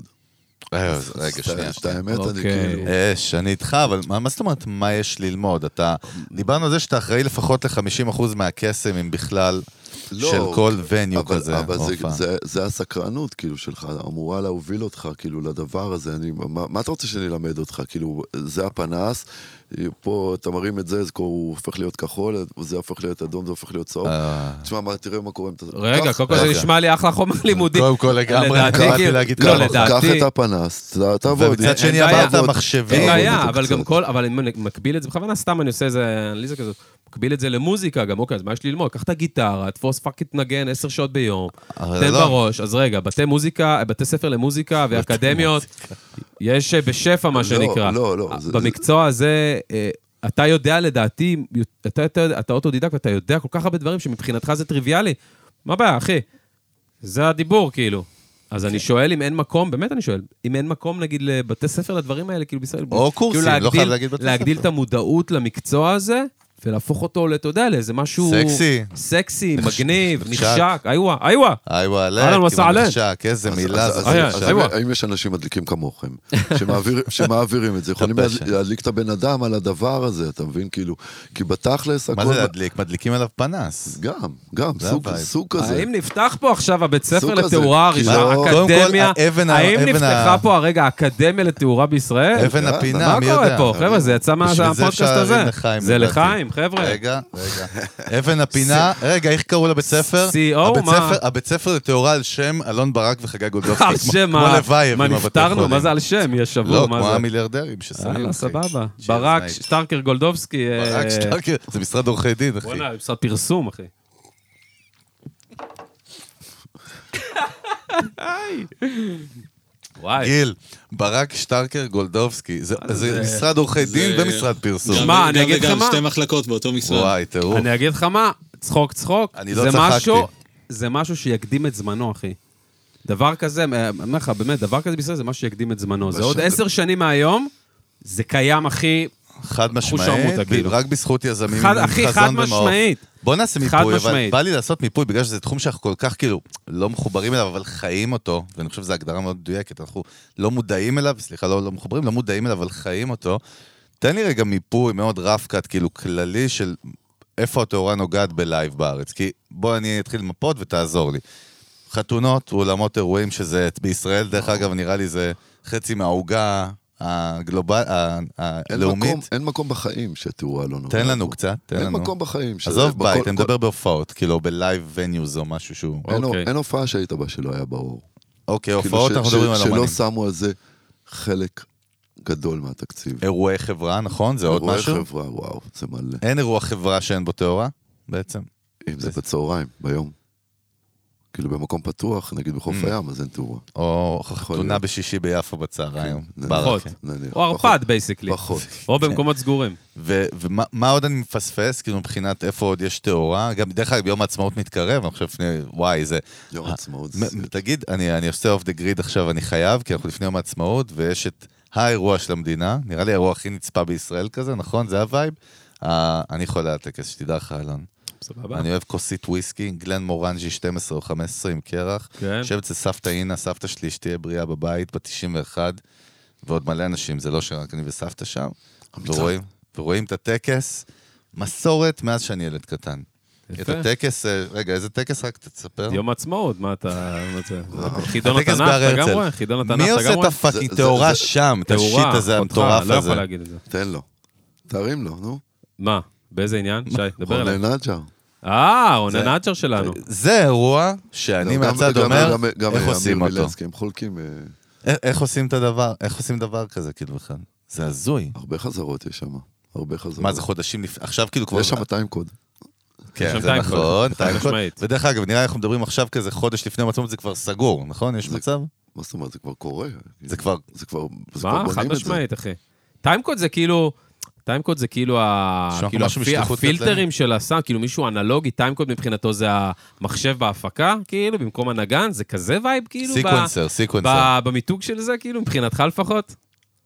רגע, שנייה. את האמת, אני כאילו... אני איתך, אבל מה זאת אומרת, מה יש ללמוד? דיברנו על זה שאתה אחראי לפחות ל-50% מהקסם, אם בכלל, של כל וניו כזה. אבל זה הסקרנות, כאילו, שלך, אמורה להוביל אותך, כאילו, לדבר הזה. מה אתה רוצה שאני אלמד אותך? כאילו, זה הפנס, פה אתה מרים את זה, הוא הופך להיות כחול, זה הופך להיות אדום, זה הופך להיות צהוב. תשמע, תראה מה קורה. רגע, קודם כל זה נשמע לי אחלה חומר לימודי. קודם כל לגמרי, קראתי להגיד ככה. קח את הפנס, תעבוד. ומצד שני אמרת מחשבים. אין בעיה, אבל גם אבל אני מקביל את זה, בכוונה סתם אני עושה איזה אנליזה כזאת, מקביל את זה למוזיקה, גם אוקיי, אז מה יש לי ללמוד? קח את הגיטרה, תפוס פאקית נגן 10 שעות ביום, תן בראש, אז רגע, בתי ספר למוזיקה ואקדמיות, יש בשפע מה שנקרא. במקצוע הזה, אתה יודע לדעתי, אתה אוטודידקט, ואתה יודע כל כך הרבה דברים שמבחינתך זה טריוויאלי. מה בעיה, אחי? זה הדיבור, כאילו. אז אני שואל אם אין מקום, באמת אני שואל, אם אין מקום, נגיד, לבתי ספר לדברים האלה, כאילו בישראל. או קורסים, לא חייב להגיד בתי ספר. להגדיל את המודעות למקצוע הזה, ולהפוך אותו, אתה יודע, לאיזה משהו... סקסי, מגניב, נחשק, איווה. איווה, נחשק, איזה מילה. האם יש אנשים מדליקים כמוכם, שמעבירים את זה, יכולים להדליק את הבן אדם על הדבר הזה, אתה מבין, כאילו, כי בתכלס... מה זה להדליק? מדליקים עליו פנס. גם, סוג כזה. האם נפתח פה עכשיו הבית ספר לתאורה האקדמיה? האם נפתחה פה הרגע האקדמיה לתאורה בישראל? אבן הפינה, מי יודע? מה קורה פה? חבר'ה, זה יצא מהפודקאסט הזה. זה לחיים, חבר'ה. רגע. אבן הפינה, רגע, איך קראו לבית ספר? הבית ספר לתאורה על שם אלון ברק וחגי גולדובסקי. על שם מה נפטרנו? מה זה על שם? יש שבוע, לא, כמו המיליארדרים ששמים. סבבה. ברק, שטרקר, גולדובסקי. ברק, שטרקר, זה משרד עורכי דין, אחי. בוא'נה, משרד פרסום, אחי. גיל, ברק, שטרקר, גולדובסקי, זה משרד עורכי דין ומשרד פרסום. שמע, אני אגיד לך מה. שתי מחלקות באותו משרד. וואי, תראו. אני אגיד לך מה, צחוק. אני לא צחקתי. זה משהו שיקדים את זמנו, אחי. דבר כזה, באמת, דבר כזה בישראל זה משהו שיקדים את זמנו. זה עוד 10 שנים מהיום, זה קיים, אחי, חד משמעית, שרמוטה, כאילו. רק בזכות יזמים אחי, חד משמעית. בוא נעשה מיפוי, אבל בא לי לעשות מיפוי, בגלל שזה תחום שאנחנו כל כך כאילו לא מחוברים אליו, אבל חיים אותו, ואני חושב שזו הגדרה מאוד מדויקת, אנחנו לא מודעים אליו, סליחה, לא מחוברים, לא מודעים אליו, אבל חיים אותו. תן לי רגע מיפוי מאוד רף-קאט, כאילו כללי של איפה התאורה נוגעת בלייב בארץ, כי בוא אני אתחיל למפות ותעזור לי. חתונות, אולמות אירועים שזה בישראל, דרך אגב, נראה לי זה חצי מהעוגה הלאומית. אין מקום בחיים שהתאורה לא נוגעת. תן לנו קצת, תן לנו. אין מקום בחיים. עזוב בית, אני מדבר בהופעות, כאילו בלייב וניוז או משהו שהוא... אין הופעה שהיית בה שלא היה ברור. אוקיי, הופעות אנחנו מדברים על אומנים. שלא שמו על זה חלק גדול מהתקציב. אירועי חברה, נכון? זה עוד משהו? אירועי חברה, וואו, זה מלא. אין אירוע חברה שאין בו תאורה, בעצם? אם זה בצהריים, ביום. כאילו במקום פתוח, נגיד בחוף הים, אז אין תאורה. או חתונה בשישי ביפו בצהריים. פחות. או ערפד, בייסיקלי. פחות. או במקומות סגורים. ומה עוד אני מפספס, כאילו מבחינת איפה עוד יש תאורה? גם דרך אגב, יום העצמאות מתקרב, אני חושב לפני, וואי, זה... יום העצמאות. תגיד, אני עושה אוף דה גריד עכשיו, אני חייב, כי אנחנו לפני יום העצמאות, ויש את האירוע של המדינה, נראה לי האירוע הכי נצפה בישראל כזה, נכון? זה הווייב? אני יכול להטקס, שתדע לך, אלון. סבבה. אני אוהב כוסית וויסקי, גלן מורנג'י 12 או 15 עם קרח. יושב אצל סבתא אינה, סבתא שלי שתהיה בריאה בבית, ב-91, ועוד מלא אנשים, זה לא שרק אני וסבתא שם. ורואים את הטקס, מסורת מאז שאני ילד קטן. את הטקס, רגע, איזה טקס רק תספר? יום עצמאות, מה אתה... חידון התנ"ך, אתה גם רואה? חידון התנ"ך, אתה גם רואה? מי עושה את הפאקינג תאורה שם, את השיט הזה המטורף הזה? לא יכול להגיד את זה. תן לו. תרים לו, נו. מה? באיזה עניין? שי, דבר אליי. רונן נג'ר. רונן נג'ר שלנו. זה אירוע שאני מהצד אומר, איך עושים אותו? הם חולקים... איך עושים את הדבר? איך עושים דבר כזה, כאילו בכלל? זה הזוי. הרבה חזרות יש שם. הרבה חזרות. מה, זה חודשים לפני? עכשיו כאילו כבר... יש שם טיימקוד. כן, זה נכון, טיימקוד. ודרך אגב, נראה אנחנו מדברים עכשיו כזה חודש לפני המצום, זה כבר סגור, נכון? יש מצב? מה זאת אומרת? זה כבר קורה. זה כבר... מה? חד משמעית, אחי. טיימקוד זה כאילו... טיימקוד זה כאילו הפילטרים של הסאונד, כאילו מישהו אנלוגי, טיימקוד מבחינתו זה המחשב בהפקה, כאילו, במקום הנגן, זה כזה וייב, כאילו, סיקוונסר. במיתוג של זה, כאילו, מבחינתך לפחות?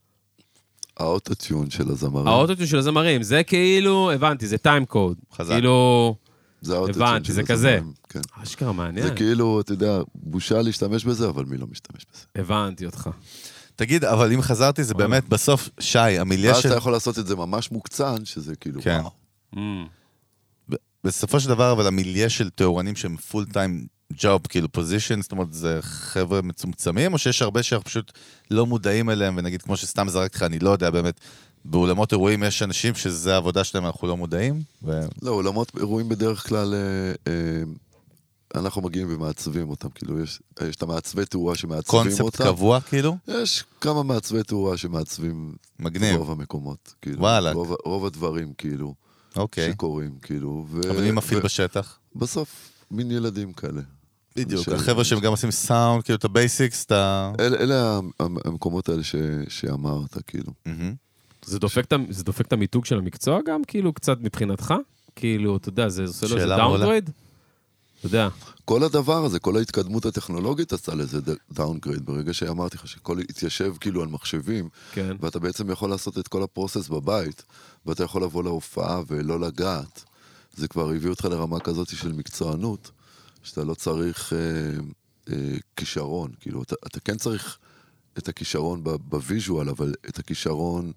האוטוטיון של הזמרים. האוטוטיון של הזמרים, זה כאילו, הבנתי, זה טיימקוד. כאילו, הבנתי, זה כזה. אשכרה מעניין. זה כאילו, אתה יודע, בושה להשתמש בזה, אבל מי לא משתמש בזה? הבנתי אותך. תגיד, אבל אם חזרתי, זה באמת בסוף, שי, המיליה של... ואז אתה יכול לעשות את זה ממש מוקצן, שזה כאילו, וואו. בסופו של דבר, אבל המיליה של תאורנים שהם פול טיים ג'וב, כאילו פוזישן, זאת אומרת, זה חבר'ה מצומצמים, או שיש הרבה שאנחנו פשוט לא מודעים אליהם, ונגיד, כמו שסתם זרקתי לך, אני לא יודע, באמת, באולמות אירועים יש אנשים שזה העבודה שלהם, אנחנו לא מודעים? לא, אולמות אירועים בדרך כלל... אנחנו מגיעים ומעצבים אותם, כאילו יש את המעצבי תאורה שמעצבים אותם. קונספט קבוע, כאילו? יש כמה מעצבי תאורה שמעצבים רוב המקומות, כאילו. וואלה. רוב הדברים, כאילו, שקורים, כאילו. אבל מי מפעיל בשטח? בסוף, מין ילדים כאלה. בדיוק, החבר'ה שהם גם עושים סאונד, כאילו את הבייסיקס, את ה... אלה המקומות האלה שאמרת, כאילו. זה דופק את המיתוג של המקצוע גם, כאילו, קצת מבחינתך? כאילו, אתה יודע, זה עושה לו איזה דאונגרייד? אתה יודע. כל הדבר הזה, כל ההתקדמות הטכנולוגית עשתה לזה דאונגרייד, ברגע שאמרתי לך שכל התיישב כאילו על מחשבים, ואתה בעצם יכול לעשות את כל הפרוסס בבית, ואתה יכול לבוא להופעה ולא לגעת, זה כבר הביא אותך לרמה כזאת של מקצוענות, שאתה לא צריך כישרון, כאילו, אתה כן צריך את הכישרון בוויז'ואל, אבל את הכישרון...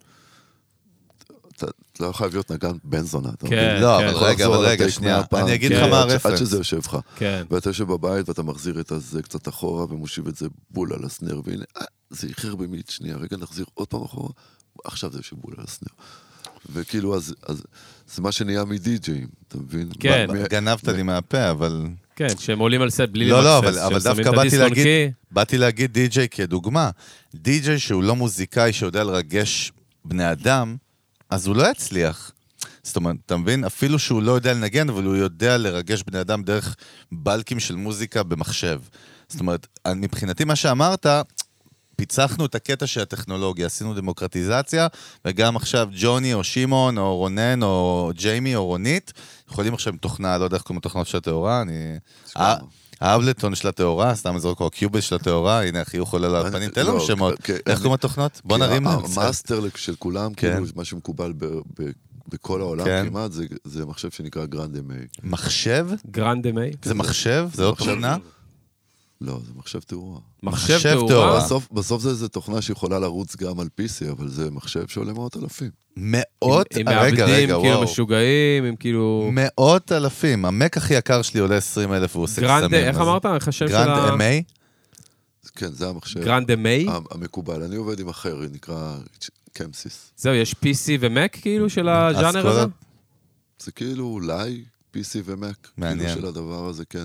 אתה לא חייב להיות נגן בן זונה. כן, לא, אבל רגע, שנייה. אני אגיד לך מה הרפרנס. עד שזה יושב לך. ואתה יושב בבית ואתה מחזיר את זה קצת אחורה ומושיב את זה בול על הסנר, והנה, זה איחר במית שנייה, רגע נחזיר עוד פעם אחורה, עכשיו זה יושב בול על הסנר. וכאילו, אז זה מה שנהיה מדי-ג'יים, אתה מבין? כן. גנבת לי מהפה, אבל... כן, שהם עולים על סט בלי למקסס. לא, אבל דווקא באתי להגיד די-ג'יי כדוגמה. די-ג'יי שהוא לא מוזיקאי שיודע לרגש בני אדם, אז הוא לא יצליח. זאת אומרת, אתה מבין? אפילו שהוא לא יודע לנגן, אבל הוא יודע לרגש בני אדם דרך בלקים של מוזיקה במחשב. זאת אומרת, מבחינתי מה שאמרת, פיצחנו את הקטע של הטכנולוגיה, עשינו דמוקרטיזציה, וגם עכשיו ג'וני או שימון או רונן או ג'יימי או רונית, יכולים עכשיו עם תוכנה, לא יודע איך קוראים תוכנות של התאורה, האבלטון של התאורה, סתם אזור כמו הקיובל של התאורה, הנה החיוך עולה על הפנים, תן לנו שמות. איך קוראים התוכנות? בוא נרים. המאסטר של כולם, כאילו, מה שמקובל בכל העולם כמעט, זה מחשב שנקרא גרנד אמי. מחשב? גרנד אמי? זה מחשב? זה עוד תוכנה? לא, זה מחשב תאורה. מחשב תאורה? בסוף זה תוכנה שיכולה לרוץ גם על PC, אבל זה מחשב שעולה מאות אלפים. מאות? עם מעבדים, כאילו משוגעים, עם כאילו... מאות אלפים. המק הכי יקר שלי עולה 20,000 והוא עושה קסמים. איך אמרת? איך השם של ה... גרנד אמי? כן, זה המחשב. גרנד אמי? המקובל. אני עובד עם אחר, נקרא קמסיס. זהו, יש PC ומק כאילו של הז'אנר הזה? זה כאילו אולי PC ומק. מעניין. כאילו של הדבר הזה, כן.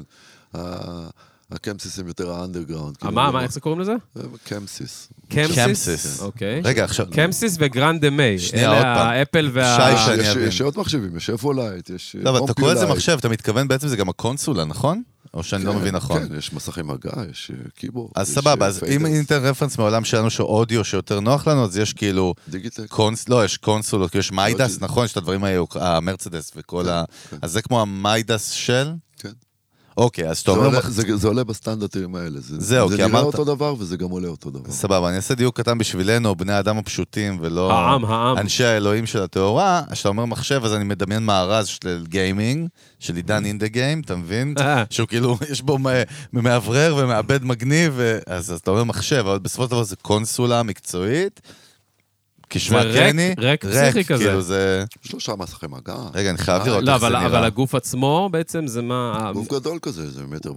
הקמסיס הם יותר האנדרגראונד. מה, איך זה קוראים לזה? קמסיס. קמסיס? אוקיי. רגע, עכשיו... קמסיס וגרנד אמי. שנייה, עוד פעם. האפל וה... יש עוד מחשבים, יש איפולייט, יש... לא, אבל אתה קורא לזה מחשב, אתה מתכוון בעצם זה גם הקונסולה, נכון? או שאני לא מבין נכון. כן, יש מסכי מגע, יש קיבורד. אז סבבה, אז אם ניתן רפרנס מעולם שלנו שאודיו שיותר נוח לנו, אז יש כאילו... דיגיטק. לא, יש קונסולות, יש מיידס, נכון? יש את הדברים האלה, המרצדס וכל ה... אז זה כמו המיידס של... כן. אוקיי, אז אתה אומר... זה עולה בסטנדרטים האלה. זהו, כי זה אמרת... נראה אותו דבר וזה גם עולה אותו דבר. סבבה, אני אעשה דיוק קטן בשבילנו, בני האדם הפשוטים ולא... העם. אנשי האלוהים של התאורה. כשאתה אומר מחשב, אז אני מדמיין מארז של גיימינג, של עידן אינדה גיים, אתה מבין? שהוא כאילו, יש בו מאוורר ומעבד מגניב, אז אתה אומר מחשב, אבל בסופו של דבר זה קונסולה מקצועית, כשמה קני, ריק פסיכי כזה. כאילו זה... 3 מסכי מגע. רגע, אני חייב לראות איך זה נראה. אבל הגוף עצמו בעצם זה מה... גוף גדול כזה, זה 1.5 מטר,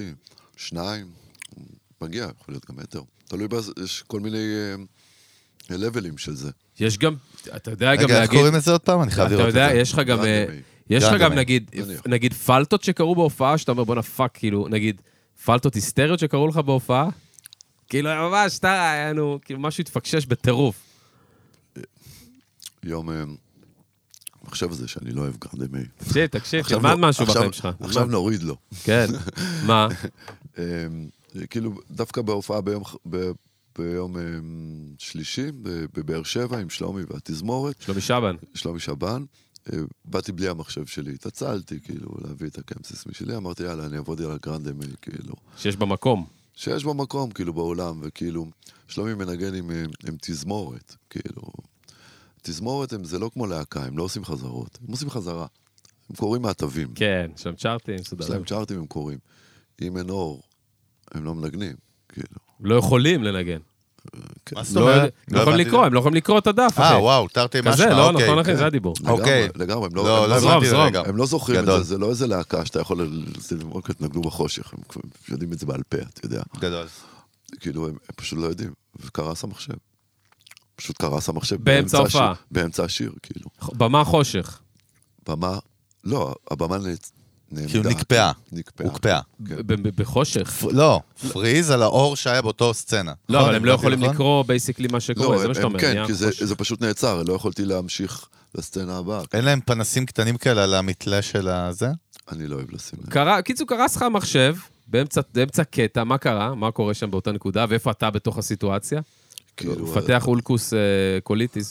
2, מגיע, יכול להיות גם מטר. תלוי, יש כל מיני לבלים של זה. יש גם, אתה יודע גם להגיד... רגע, איך קוראים את זה עוד פעם? אני חייב לראות את זה. אתה יודע, יש לך גם נגיד פלטות שקרו בהופעה, שאתה אומר בוא נפק, כאילו, נגיד פלטות היסטריות שקרו לך בהופעה, כאילו ממש, כאילו משהו התפקשש בטירוף. יום מחשב הזה שאני לא אוהב גרדמי. תקשיב, תלמד משהו בחיים שלך. עכשיו נוריד לו. כן, מה? כאילו, דווקא בהופעה ביום שלישי, בבאר שבע, עם שלומי והתזמורת. שלומי שבן. באתי בלי המחשב שלי, התעצלתי, כאילו, להביא את הקמסיס משלי. אמרתי, יאללה, אני אעבוד על הגרנדמי, כאילו. שיש במקום. שיש במקום, כאילו, בעולם, וכאילו, שלומי מנגן עם תזמורת, כאילו. תזמורת זה לא כמו להקה, הם לא עושים חזרות, הם עושים חזרה. הם קוראים מהטבים. כן, שם צ'ארטים, סודר. יש להם צ'ארטים, הם קוראים. אם אין אור, הם לא מנגנים, כאילו. לא יכולים לנגן. מה זאת אומרת? לא יכולים לקרוא, הם לא יכולים לקרוא את הדף, אחי. וואו, תרתי משמע, כזה, לא, נכון אחי, זה הדיבור. אוקיי. לגמרי, הם לא זוכרים את זה, זה לא איזה להקה שאתה יכול להתנגנו בחושך, הם יודעים את זה בעל פה, אתה יודע. גדול. כאילו, הם פשוט לא יודעים, וקרס המחשב. פשוט קרס המחשב באמצע הופעה. באמצע השיר, כאילו. במה חושך? במה, לא, הבמה נעמדה. כאילו נקפאה. הוקפאה. בחושך? לא, פריז על האור שהיה באותו סצנה. לא, אבל הם לא יכולים לקרוא בייסיקלי מה שקורה, זה מה שאתה אומר. כן, כי זה פשוט נעצר, לא יכולתי להמשיך לסצנה הבאה. אין להם פנסים קטנים כאלה על המתלה של הזה? אני לא אוהב לשים להם. קיצור, קרס לך המחשב, באמצע קטע, מה קרה? מה קורה שם באותה נקודה, ואיפה אתה בתוך הסיטואציה? פתח אולקוס קוליטיס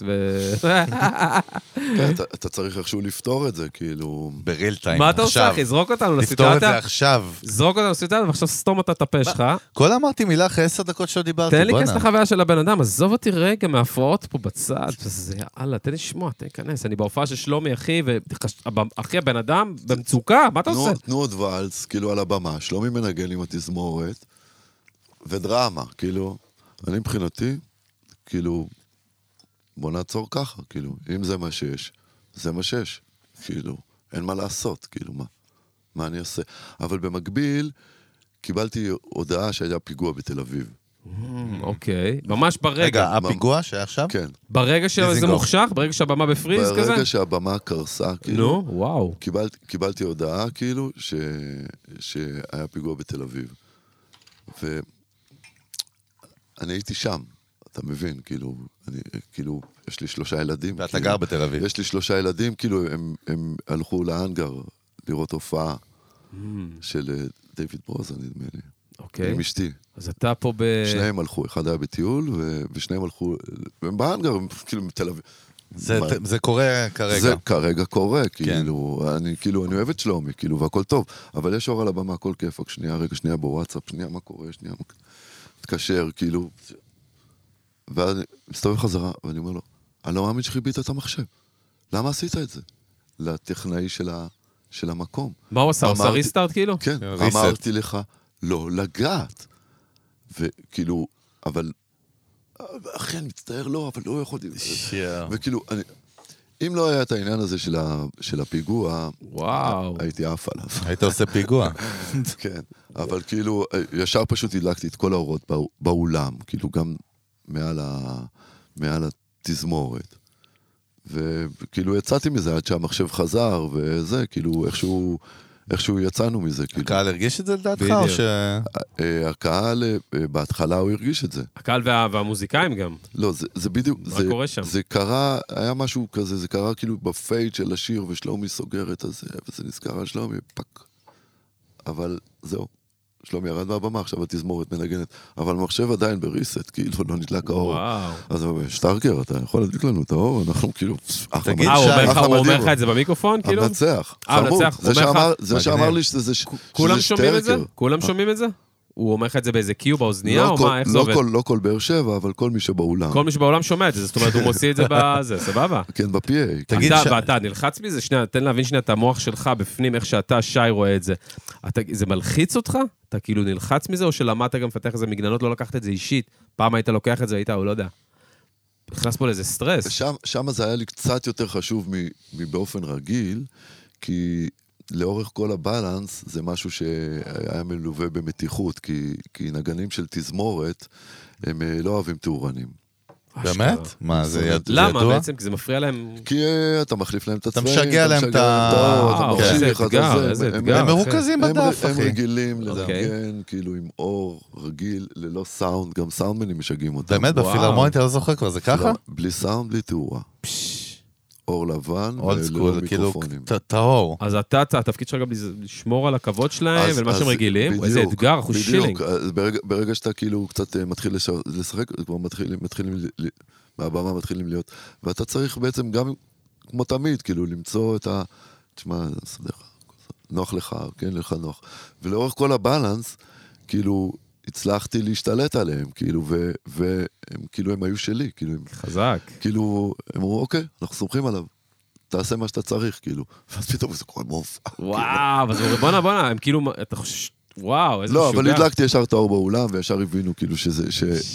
אתה צריך איכשהו לפתור את זה, כאילו... בריל טיים, מה אתה עושה, אחי? זרוק אותנו לסיטואציה. לפתור את זה עכשיו. זרוק אותנו לסיטואציה, ועכשיו סתום את הפה שלך. כל אמרתי מילה אחרי 10 דקות שלא דיברתי. תן לי כנס לחוויה של הבן אדם, עזוב אותי רגע מהפרעות פה בצד. יאללה, תן לי שמוע, תן כנס. אני בהופעה של שלומי, אחי הבן אדם, במצוקה, מה אתה עושה? תנו עוד ואלס, כאילו על הבמה, שלומי מנגן עם התזמורת, ודרמה, כאילו, אני מבחינתי, כאילו, בוא נעצור ככה, כאילו, אם זה מה שיש, זה מה שיש, כאילו, אין מה לעשות, כאילו, מה אני אעשה? אבל במקביל, קיבלתי הודעה שהיה פיגוע בתל אביב. אוקיי, ממש ברגע. רגע, הפיגוע שהיה עכשיו? כן. ברגע שזה מוחשך? ברגע שהבמה בפריז כזה? ברגע שהבמה קרסה, כאילו. נו, וואו. קיבלתי הודעה, כאילו, שהיה פיגוע בתל אביב. ואני הייתי שם. אתה מבין, כאילו, יש לי 3 ילדים. ואתה גר בתל אביב. יש לי 3 ילדים, כאילו, הם הלכו לאנגר לראות הופעה של דיוויד ברוזה, נדמה לי. אוקיי. עם אשתי. אז אתה פה שניהם הלכו, אחד היה בטיול, ושניהם הלכו, הם באנגר, הם כאילו מתל אביב. זה קורה כרגע. זה כרגע קורה, כאילו, אני אוהב את שלומי, כאילו, והכל טוב, אבל יש אור על הבמה, הכל כיפק, שנייה בוואטסאפ, שנייה מה קורה, שנייה מתקשר, כאילו, ואז אני מסתובב חזרה, ואני אומר לו, אני לא מאמין שחיבית את המחשב, למה עשית את זה? לטכנאי של המקום. מה הוא עשה? עושה ריסטארט כאילו? כן, אמרתי לך, לא לגעת. וכאילו, אבל, אחי, אני מצטער, לא, אבל לא יכולתי. וכאילו, אם לא היה את העניין הזה של הפיגוע, הייתי עף עליו. היית עושה פיגוע. כן, אבל כאילו, ישר פשוט הדלקתי את כל האורות באולם, כאילו גם מעל התזמורת. וכאילו יצאתי מזה עד שהמחשב חזר, וזה, כאילו, איכשהו יצאנו מזה. הקהל הרגיש את זה לדעתך, או ש... הקהל, בהתחלה הוא הרגיש את זה. הקהל והמוזיקאים גם. לא, זה בדיוק... מה קורה שם? זה קרה, היה משהו כזה, זה קרה כאילו בפייט של השיר, ושלומי סוגר את הזה, וזה נזכר על שלומי, פק. אבל זהו. שלומי ירד מהבמה, עכשיו התזמורת מנגנת, אבל המחשב עדיין בריסט, כאילו לא נדלק האור. אז שטרקר, אתה יכול להדליק לנו את האור, אנחנו כאילו... הוא אומר לך את זה במיקרופון, כאילו? המנצח, חמוד. זה שאמר לי שזה שטרקר. כולם שומעים את זה? כולם שומעים את זה? הוא אומר לך את זה באיזה קיו באוזנייה, או מה, איך זה עובד? לא כל באר שבע, אבל כל מי שבאולם. כל מי שבאולם שומע את זה, זאת אומרת, הוא מוציא את זה בזה, סבבה? כן, בפי-איי. ואתה נלחץ מזה, שנייה, תן להבין שנייה את המוח שלך בפנים, איך שאתה, שי, רואה את זה. זה מלחיץ אותך? אתה כאילו נלחץ מזה, או שלמדת גם לפתח איזה מגננות, לא לקחת את זה אישית? פעם היית לוקח את זה, היית, או לא יודע. נכנס פה לאיזה סטרס. שם זה היה לי קצת יותר חשוב מבאופן רגיל, כי לאורך כל הבלנס זה משהו שהיה מלווה במתיחות, כי נגנים של תזמורת, הם לא אוהבים תאורנים. באמת? מה, זה ידוע? למה בעצם? כי זה מפריע להם... כי אתה מחליף להם את הצבעים, אתה משגע להם את ה... איזה אתגר, איזה אתגר. הם מרוכזים בדף, אחי. הם רגילים לנגן, כאילו עם אור רגיל, ללא סאונד, גם סאונדמנים משגעים אותם. באמת, בפילהרמונית, אתה לא זוכר כבר, זה ככה? בלי סאונד, בלי תאורה. אור לבן, וללא מיקרופונים. טהור. אז התפקיד שלך גם לשמור על הכבוד שלהם, ולמה שהם רגילים, איזה אתגר, אחוז שילינג. ברגע שאתה כאילו קצת מתחיל לשחק, כבר מתחילים, מהבמה מתחילים להיות, ואתה צריך בעצם גם, כמו תמיד, כאילו, למצוא את ה... תשמע, נוח לך, כן, לך נוח. ולאורך כל הבלנס, כאילו, הצלחתי להשתלט עליהם, כאילו, והם כאילו, הם היו שלי, כאילו, חזק. כאילו, הם אמרו, אוקיי, אנחנו סומכים עליו, תעשה מה שאתה צריך, כאילו, ואז פתאום זה קורה מופע. וואו, אז בואנה, הם כאילו, אתה חושב, וואו, איזה לא, משוגע. אבל הדלקתי ישר את האור באולם, וישר הבינו, כאילו, שזה,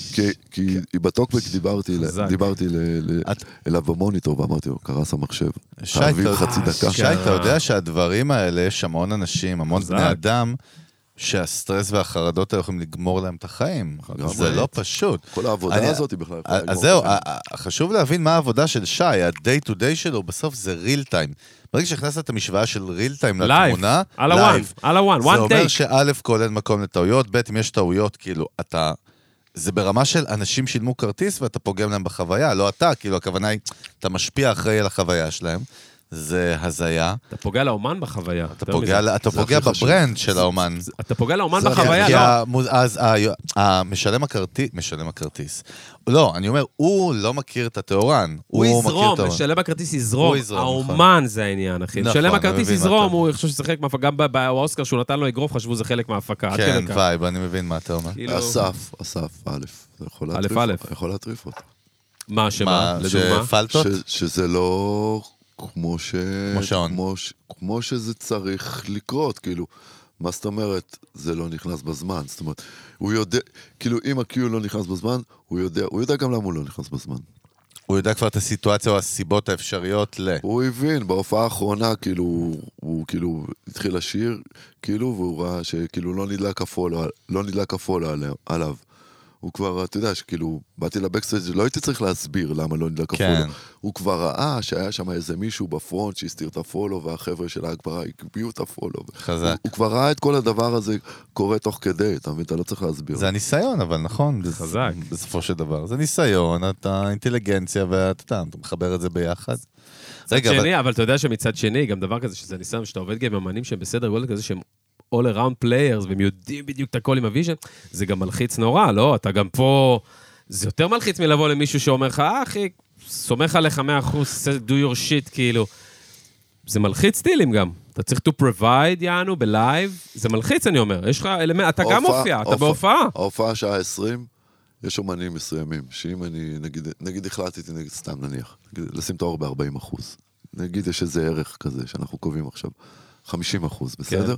כי בטוקבק דיברתי אליו במוניטור, ואמרתי לו, קרס המחשב, תעביר חצי דקה. שי, אתה יודע שהדברים האלה, יש המון אנשים, המון בני אדם, שהסטרס והחרדות האלה יכולים לגמור להם את החיים. זה לא פשוט. כל העבודה הזאת היא בכלל... אז זהו, חשוב להבין מה העבודה של שי, ה-day to day שלו, בסוף זה real time. ברגע שהכנסת את המשוואה של real time לתמונה, על הוואן, זה אומר שא' כל אין מקום לטעויות, ב' אם יש טעויות, כאילו, זה ברמה של אנשים שילמו כרטיס ואתה פוגם להם בחוויה, לא אתה, כאילו, הכוונה היא, אתה משפיע אחרי על החוויה שלהם. זה הזיה. אתה פוגע לאומן בחוויה. אתה פוגע בברנד של האומן. אתה פוגע לאומן בחוויה, לא. אז משלם הכרטיס. לא, אני אומר, הוא לא מכיר את התאורן. הוא יזרום, משלם הכרטיס יזרום. האומן זה העניין, אחי. משלם הכרטיס יזרום, הוא חושב שזה חלק מהפקה. גם באוסקר שהוא נתן לו אגרוף, חשבו זה חלק מהפקה. כן, וייב, אני מבין מה אתה אומר. אסף, א', יכול להטריף אותו. מה, שמה? לדוגמה? שזה לא... כמו שזה צריך לקרות, כאילו, מה זאת אומרת, זה לא נכנס בזמן, זאת אומרת, הוא יודע, כאילו, אם הקיו לא נכנס בזמן, הוא יודע גם למה הוא לא נכנס בזמן. הוא יודע כבר את הסיטואציה או הסיבות האפשריות הוא הבין, בהופעה האחרונה, כאילו, הוא כאילו התחיל לשיר, כאילו, והוא ראה שכאילו לא נדלק הפול עליו. הוא כבר, אתה יודע, שכאילו, באתי לבקסטייג' לא הייתי צריך להסביר למה לא נדלק הפולו. הוא כבר ראה שהיה שם איזה מישהו בפרונט שהסתיר את הפולו, והחבר'ה של ההגברה הקביעו את הפולו. חזק. הוא כבר ראה את כל הדבר הזה קורה תוך כדי, אתה לא צריך להסביר. זה הניסיון, אבל נכון. חזק. בסופו של דבר. זה ניסיון, אתה אינטליגנציה, ואתה מחבר את זה ביחד. אבל אתה יודע שמצד שני, גם דבר כזה, שזה ניסיון שאתה עובד גם עם אמנים שהם בסדר גודל כזה, שהם all around players, והם יודעים בדיוק את הכל עם הוויז'ן, זה גם מלחיץ נורא, לא? אתה גם פה, זה יותר מלחיץ מלבוא למישהו שאומר לך, אחי, סומך עליך 100%, do your shit, כאילו. זה מלחיץ סטילים גם. אתה צריך to provide, יענו, בלייב. זה מלחיץ, אני אומר. יש לך אלמנט, אתה גם מופיע, אתה בהופעה. ההופעה שעה 20, יש אומנים מסוימים, שאם אני, נגיד החלטתי, סתם נניח, לשים את האור ב-40%. נגיד יש איזה ערך כזה, שאנחנו קובעים עכשיו, 50%, בסדר?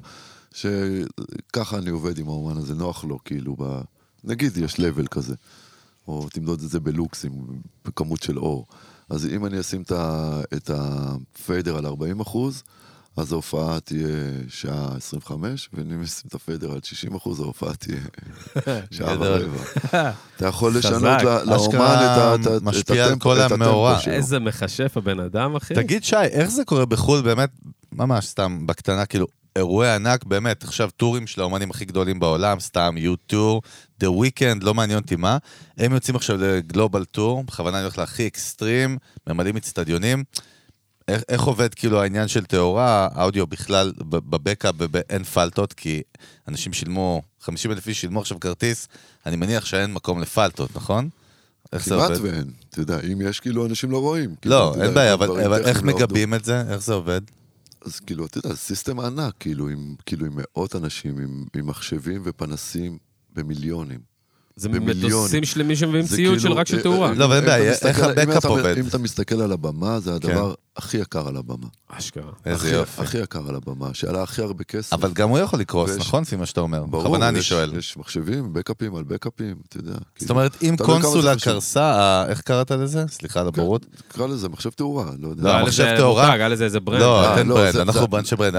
שככה אני עובד עם האומן הזה, נוח לו, כאילו, נגיד יש לבל כזה, או תמדוד את זה בלוקסים, בכמות של אור. אז אם אני אשים את הפיידר על 40%, אז ההופעה תהיה שעה 25, ואם אני אשים את הפיידר על 60%, ההופעה תהיה שעה ורבע. אתה יכול לשנות לאומן את משפיע על כל המאורע. איזה מחשף הבן אדם, אחי. תגיד, שי, איך זה קורה בחול באמת, ממש סתם בקטנה, כאילו, אירועי ענק, באמת, עכשיו טורים של האומנים הכי גדולים בעולם, סתם יוטור, The Weeknd, לא מעניין אותי מה, הם יוצאים עכשיו לגלובל טור, בכוונה אני הולך להכי אקסטרים, ממלאים אצטדיונים, איך עובד כאילו העניין של תאורה, האודיו בכלל בבקאפ ובאין פלטות, כי אנשים שילמו, 50,000 איש שילמו עכשיו כרטיס, אני מניח שאין מקום לפלטות, נכון? כמעט ואין, אתה יודע, אם יש כאילו אנשים לא רואים. לא, אין בעיה, אבל איך מגבים את זה? איך זה עובד? אז כאילו, אתה יודע, סיסטם ענק, כאילו עם מאות אנשים, עם מחשבים ופנסים במיליונים. זה מטוסים שלמים שמביאים ציוד של רק של תאורה. לא, אבל אין בעיה, איך הבקאפ עובד? אם אתה מסתכל על הבמה, זה הדבר הכי יקר על הבמה. אשכרה. איזה יופי. הכי יקר על הבמה, שעלה הכי הרבה כסף. אבל גם הוא יכול לקרוס, נכון? לפי מה שאתה אומר. בכוונה אני שואל. יש מחשבים, בקאפים על בקאפים, אתה יודע. זאת אומרת, אם קונסולה קרסה, איך קראת לזה? סליחה על הבורות. קרא לזה מחשב תאורה, לא יודע. לא, מחשב תאורה. היה לזה איזה ברנד. לא, אין ברנד, אנחנו ברנד שברנד.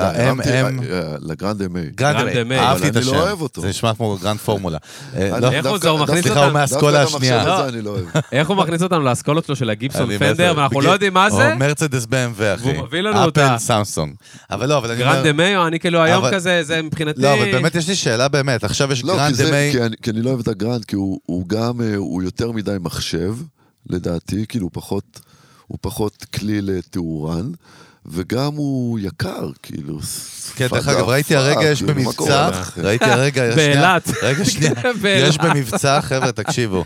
לגרנד אמי. גרנד אמי, אהבתי את השם. אני לא אוהב אותו. זה נשמע כמו גרנד פורמולה. איך הוא מכניס סליחה, הוא מהאסכולה השנייה. איך הוא מכניס אותנו לאסכולות שלו של הגיבסון פנדר, ואנחנו לא יודעים מה זה? או מרצדס BMW, אחי. והוא מביא לנו אותה. אפל, סמסונג. אבל לא, אבל אני אומר... גרנד אמי, אני כאילו היום כזה, זה מבחינתי... לא, אבל באמת יש לי שאלה באמת. עכשיו יש גרנד אמי... כי אני לא אוהב את הגרנד, כי הוא גם, הוא יותר מדי מחשב, לדעתי, כאילו הוא פחות כלי לתאורן, וגם הוא יקר, כאילו... כן, דרך אגב, ראיתי הרגע יש במבצע, ראיתי הרגע, באילת. רגע שנייה, יש במבצע, חבר'ה, תקשיבו,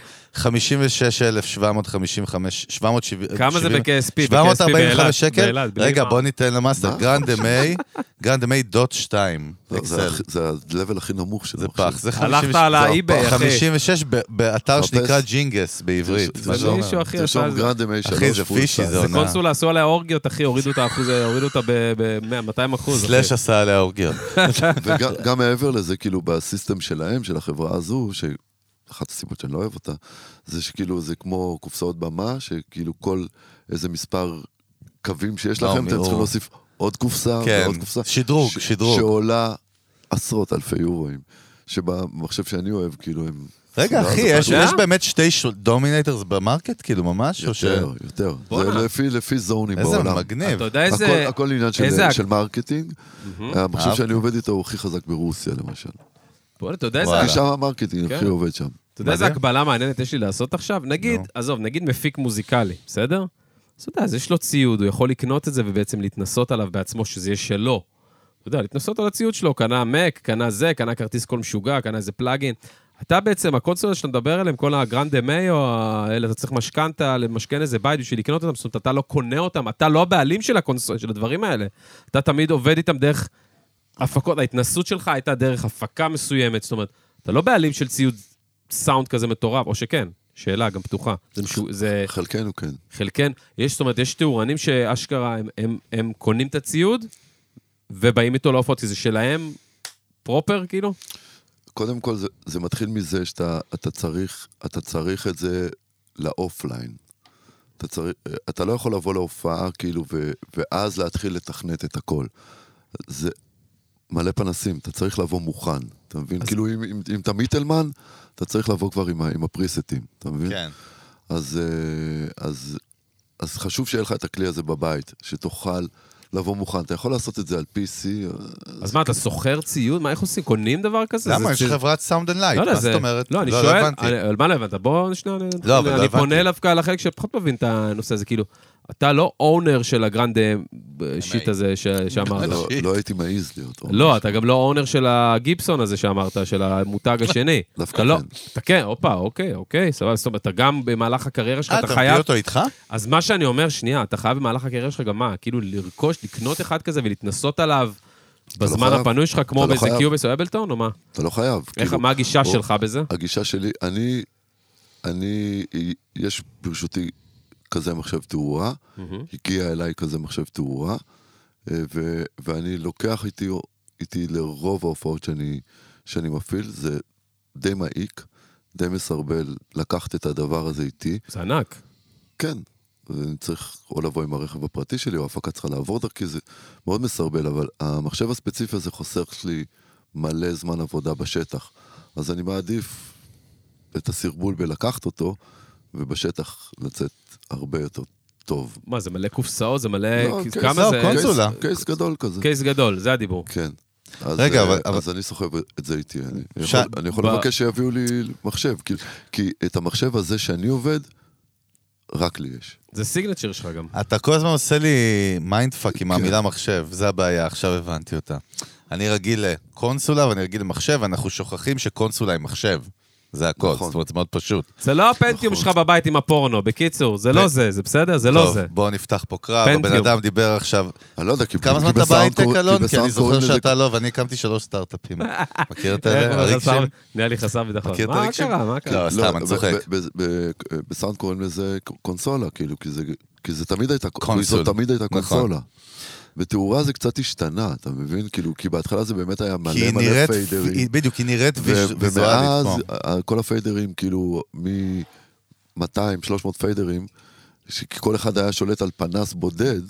56,755, 770... כמה זה ב-KSP? 745 שקל? רגע, בוא ניתן למאסטר, גרנד אמי דוט 2, אקסל. זה הלבל הכי נמוך שלו. זה פח, זה 56... הלכת על האי-ביי, אחי. 56 באתר שנקרא ג'ינגס בעברית. זה מישהו אחי עשה על זה. אחי, זה פישי, זה עונה. זה קונסולה, עשו עליה אורגיות, אחי, הורידו אותה ב-200%. סלש עשה עליה אורגיות. וגם מעבר לזה, כאילו, בסיסטם שלהם, של החברה הזו, אחת הסיבות שאני לא אוהב אותה, זה שכאילו זה כמו קופסאות במה, שכאילו כל איזה מספר קווים שיש לכם, אתם צריכים להוסיף עוד קופסה ועוד קופסה. שדרוג. שעולה עשרות אלפי יורואים, שבמחשב שאני אוהב, כאילו הם... רגע, אחי, יש באמת שתי דומינטורס במרקט, כאילו ממש? יותר. זה לפי זונים בעולם. איזה מגניב. אתה יודע איזה... הכל עניין של מרקטינג. המחשב שאני עובד איתו הוא הכי חזק ברוסיה, למשל. אתה יודע איזה... כי שם המרקטינג הכי עובד שם. אתה יודע איזה הקבלה מעניינת יש לי לעשות עכשיו? נגיד, עזוב, נגיד מפיק מוזיקלי, בסדר? אז אתה יודע, אז יש לו ציוד, הוא יכול לקנות את זה ובעצם להתנסות עליו בעצמו, שזה יהיה שלו. אתה יודע, להתנסות על הציוד שלו, קנה מק, קנה זה, קנה כרטיס קול משוגע, קנה איזה פלאגין. אתה בעצם, הקונסולה שאתה מדבר עליהם, כל הגרנד אמי או האלה, אתה צריך משכנתה, למשכן איזה בית בשביל לקנות אותם, זאת אומרת, אתה לא קונה אותם, אתה לא הבעלים של הקונסולה, של הדברים האלה. אתה תמיד עובד איתם דרך הפקות, ההתנסות שלך הייתה דרך הפקה מסוימת, זאת אומרת, אתה לא בעלים של ציוד סאונד כזה מטורף, או שכן, שאלה גם פתוחה. חלקנו כן. חלקן, זאת אומרת, יש תאורנים שאשכרה, הם קונים את הציוד, ובאים איתו להופעות, כי זה שלהם פרופר, כאילו? קודם כל, זה מתחיל מזה שאתה צריך את זה לאופליין. אתה לא יכול לבוא להופעה, כאילו, ואז להתחיל לתכנת את הכל. זה מלא פנסים, אתה צריך לבוא מוכן, אתה מבין? כאילו, אם אתה מיטלמן, אתה צריך לבוא כבר עם הפריסטים, אתה מבין? כן. אז חשוב שיהיה לך את הכלי הזה בבית, שתוכל לבוא מוכן. אתה יכול לעשות את זה על PC. אז מה, אתה סוחר ציוד? מה, איך עושים? קונים דבר כזה? למה? יש חברת סאונד אנד לייט, מה זאת אומרת? לא, אני שואל, על מה לא הבנת? בוא נשנה, אני פונה אליו על החלק שפחות מבין את הנושא הזה, כאילו, אתה לא אונר של הגרנד שיט הזה שאמרת. לא הייתי מעיז להיות. לא, אתה גם לא אונר של הגיבסון הזה שאמרת, של המותג השני. דווקא אתה כן, הופה, אוקיי, סבבה, זאת אומרת, אתה גם במהלך הקריירה שלך, אתה אתה חייב... מביא אותו איתך? אז מה שאני אומר, שנייה, אתה חייב במהלך הקריירה שלך גם מה? כאילו לרכוש, לקנות אחד כזה ולהתנסות עליו בזמן הפנוי שלך, כמו באיזה קיובס או אבלטון, או מה? אתה לא חייב. מה הגישה שלך בזה? הגישה שלי, יש ברשותי כזה מחשב תאורה, הגיע אליי כזה מחשב תאורה, ואני לוקח איתי לרוב ההופעות שאני מפעיל, זה די מעיק, די מסרבל לקחת את הדבר הזה איתי. זה ענק. כן, אני צריך או לבוא עם הרכב הפרטי שלי, או ההפקה צריכה לעבור דרכי, זה מאוד מסרבל, אבל המחשב הספציפי הזה חוסך לי מלא זמן עבודה בשטח, אז אני מעדיף את הסרבול בלקחת אותו, ובשטח לצאת הרבה יותר טוב. מה, זה מלא קופסאות, זה מלא... כמה זה? קונסולה. קייס גדול כזה. קייס גדול, זה הדיבור. כן. רגע, אז אני סוחב את זה איתי. אני יכול לבקש שיביאו לי מחשב, כי את המחשב הזה שאני עובד, רק לי יש. זה סיגנצ'ר שלך גם. אתה כל הזמן עושה לי מיינדפאק עם המילה מחשב, זה הבעיה, עכשיו הבנתי אותה. אני רגיל לקונסולה ואני רגיל למחשב, ואנחנו שוכחים שקונסולה היא מחשב. זה הכל, זאת אומרת, זה מאוד פשוט. זה לא הפנטיום שלך בבית עם הפורנו, בקיצור, זה לא זה, זה בסדר? זה לא זה. טוב, בואו נפתח פה קרב, הבן אדם דיבר עכשיו... אני לא יודע, כמה זמן אתה בהייטק, אלון? כי אני זוכר שאתה לא, ואני הקמתי 3 סטארט-אפים. מכיר את הרגשים? נראה לי חסר ביטחון. מכיר את הרגשים? מה קרה? לא, סתם, אני צוחק. בסאונד קוראים לזה קונסולה, כאילו, כי זה תמיד הייתה קונסולה. בתאורה זה קצת השתנה, אתה מבין? כאילו, כי בהתחלה זה באמת היה מלא פיידרים. בדיוק, היא נראית ויזואלית פה. ומאז כל הפיידרים, כאילו, מ-200-300 פיידרים, שכל אחד היה שולט על פנס בודד.